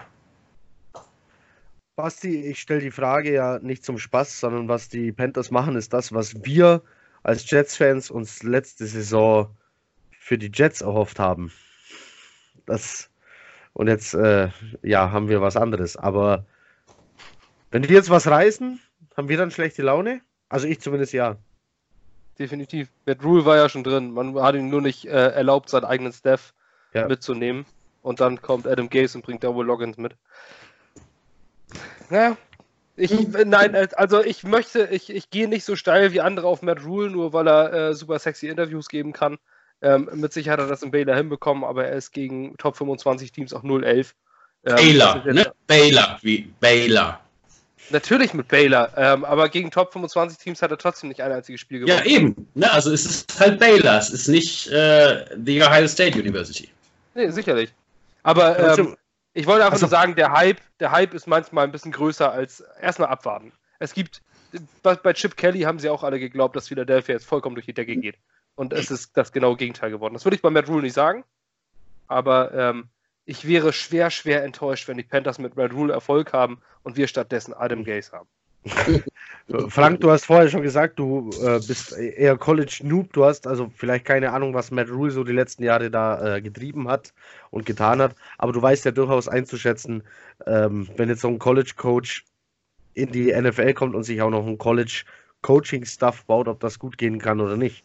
Basti, ich stelle die Frage ja nicht zum Spaß, sondern was die Panthers machen, ist das, was wir als Jets-Fans uns letzte Saison für die Jets erhofft haben. Und jetzt haben wir was anderes. Aber wenn die jetzt was reißen, haben wir dann schlechte Laune? Also ich zumindest ja. Definitiv. Matt Rule war ja schon drin. Man hat ihm nur nicht erlaubt, seinen eigenen Staff mitzunehmen. Und dann kommt Adam Gase und bringt Double Logins mit. Ja, ich gehe nicht so steil wie andere auf Matt Rule, nur weil er super sexy Interviews geben kann. Mit Sicherheit hat er das in Baylor hinbekommen, aber er ist gegen Top 25 Teams auch 0-11. Baylor. Natürlich mit Baylor, aber gegen Top 25 Teams hat er trotzdem nicht ein einziges Spiel gewonnen. Ja, eben. Ne? Also es ist halt Baylor, es ist nicht the Ohio State University. Nee, sicherlich. Aber ich wollte einfach nur sagen, der Hype ist manchmal ein bisschen größer als erstmal abwarten. Es gibt, bei Chip Kelly haben sie auch alle geglaubt, dass Philadelphia jetzt vollkommen durch die Decke geht. Und es ist das genaue Gegenteil geworden. Das würde ich bei Matt Rule nicht sagen, aber ich wäre schwer enttäuscht, wenn die Panthers mit Matt Rule Erfolg haben und wir stattdessen Adam Gase haben. Frank, du hast vorher schon gesagt, du bist eher College-Noob, du hast also vielleicht keine Ahnung, was Matt Rule so die letzten Jahre da getrieben hat und getan hat, aber du weißt ja durchaus einzuschätzen, wenn jetzt so ein College-Coach in die NFL kommt und sich auch noch ein College-Coaching-Stuff baut, ob das gut gehen kann oder nicht.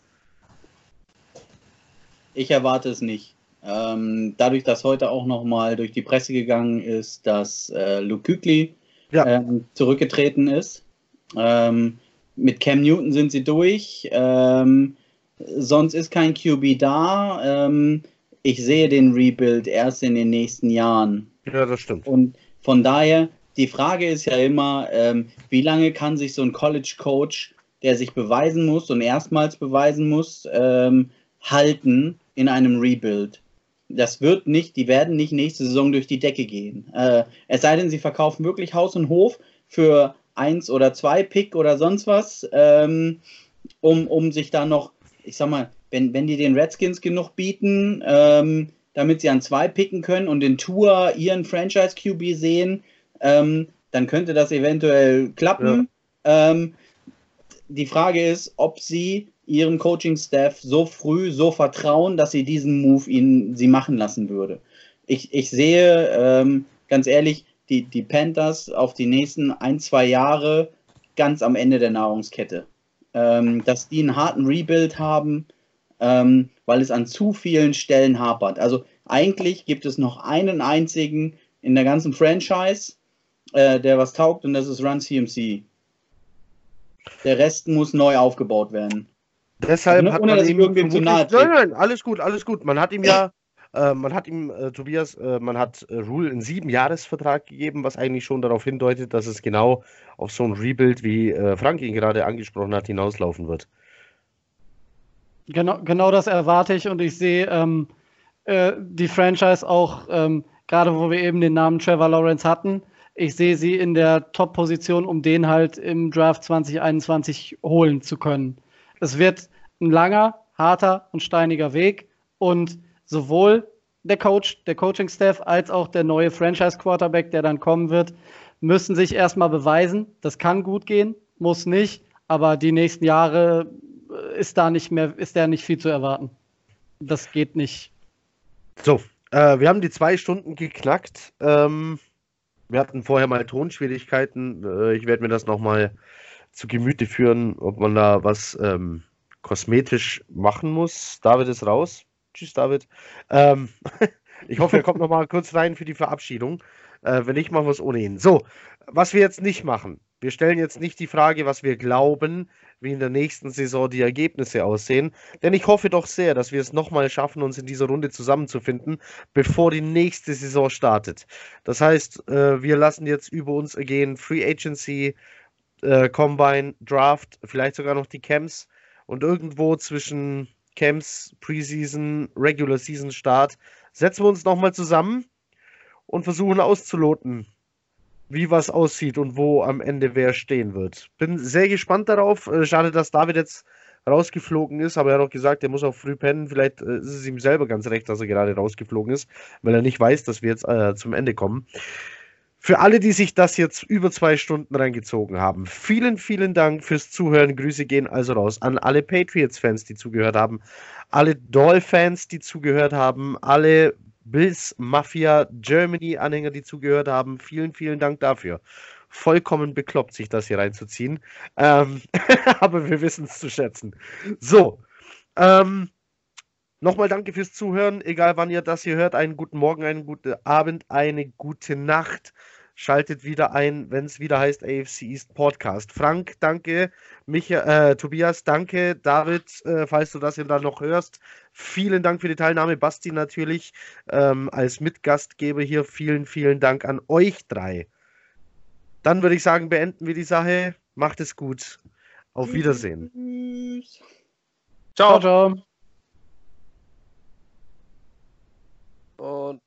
Ich erwarte es nicht. Dadurch, dass heute auch nochmal durch die Presse gegangen ist, dass Luke Kuechly zurückgetreten ist. Mit Cam Newton sind sie durch. Sonst ist kein QB da. ich sehe den Rebuild erst in den nächsten Jahren. Ja, das stimmt. Und von daher, die Frage ist ja immer, wie lange kann sich so ein College-Coach, der sich beweisen muss und erstmals beweisen muss, halten in einem Rebuild? Die werden nicht nächste Saison durch die Decke gehen. Es sei denn, sie verkaufen wirklich Haus und Hof für 1 oder 2 Pick oder sonst was, um sich da noch, ich sag mal, wenn die den Redskins genug bieten, damit sie an 2 picken können und in Tour ihren Franchise-QB sehen, dann könnte das eventuell klappen. Ja. Die Frage ist, ob sie ihrem Coaching-Staff so früh so vertrauen, dass sie diesen Move sie machen lassen würde. Ich sehe, ganz ehrlich, die Panthers auf die nächsten 1-2 Jahre ganz am Ende der Nahrungskette. Dass die einen harten Rebuild haben, weil es an zu vielen Stellen hapert. Also eigentlich gibt es noch einen einzigen in der ganzen Franchise, der was taugt, und das ist Run CMC. Der Rest muss neu aufgebaut werden. Deshalb ohne dass ich irgendwem zu nahe trete. Nein, alles gut. Man hat ihm ja, Tobias, man hat Rule einen 7-Jahres-Vertrag gegeben, was eigentlich schon darauf hindeutet, dass es genau auf so ein Rebuild, wie Frank ihn gerade angesprochen hat, hinauslaufen wird. Genau das erwarte ich, und ich sehe die Franchise auch, gerade wo wir eben den Namen Trevor Lawrence hatten, ich sehe sie in der Top-Position, um den halt im Draft 2021 holen zu können. Es wird ein langer, harter und steiniger Weg, und sowohl der Coaching-Staff als auch der neue Franchise-Quarterback, der dann kommen wird, müssen sich erstmal beweisen. Das kann gut gehen, muss nicht, aber die nächsten Jahre ist da nicht viel zu erwarten. Das geht nicht. So, wir haben die 2 Stunden geknackt. Wir hatten vorher mal Tonschwierigkeiten. Ich werde mir das nochmal zu Gemüte führen, ob man da was kosmetisch machen muss. David ist raus. Tschüss, David. Ich hoffe, er kommt nochmal kurz rein für die Verabschiedung. Wenn nicht, machen wir es ohne ihn. So, was wir jetzt nicht machen. Wir stellen jetzt nicht die Frage, was wir glauben, wie in der nächsten Saison die Ergebnisse aussehen. Denn ich hoffe doch sehr, dass wir es nochmal schaffen, uns in dieser Runde zusammenzufinden, bevor die nächste Saison startet. Das heißt, wir lassen jetzt über uns ergehen Free Agency, Combine, Draft, vielleicht sogar noch die Camps. Und irgendwo zwischen Camps, Preseason, Regular Season Start setzen wir uns nochmal zusammen und versuchen auszuloten, wie was aussieht und wo am Ende wer stehen wird. Bin sehr gespannt darauf. Schade, dass David jetzt rausgeflogen ist, aber er hat auch gesagt, er muss auch früh pennen. Vielleicht ist es ihm selber ganz recht, dass er gerade rausgeflogen ist, weil er nicht weiß, dass wir jetzt zum Ende kommen. Für alle, die sich das jetzt über 2 Stunden reingezogen haben, vielen, vielen Dank fürs Zuhören. Grüße gehen also raus an alle Patriots-Fans, die zugehört haben, alle Doll-Fans, die zugehört haben, alle Bills Mafia Germany Anhänger, die zugehört haben. Vielen, vielen Dank dafür. Vollkommen bekloppt, sich das hier reinzuziehen. Aber wir wissen es zu schätzen. So, nochmal danke fürs Zuhören. Egal wann ihr das hier hört, einen guten Morgen, einen guten Abend, eine gute Nacht. Schaltet wieder ein, wenn es wieder heißt AFC East Podcast. Frank, danke. Tobias, danke. David, falls du das hier dann noch hörst, vielen Dank für die Teilnahme. Basti natürlich als Mitgastgeber hier. Vielen, vielen Dank an euch 3. Dann würde ich sagen, beenden wir die Sache. Macht es gut. Auf Wiedersehen. Ciao. Ciao. Und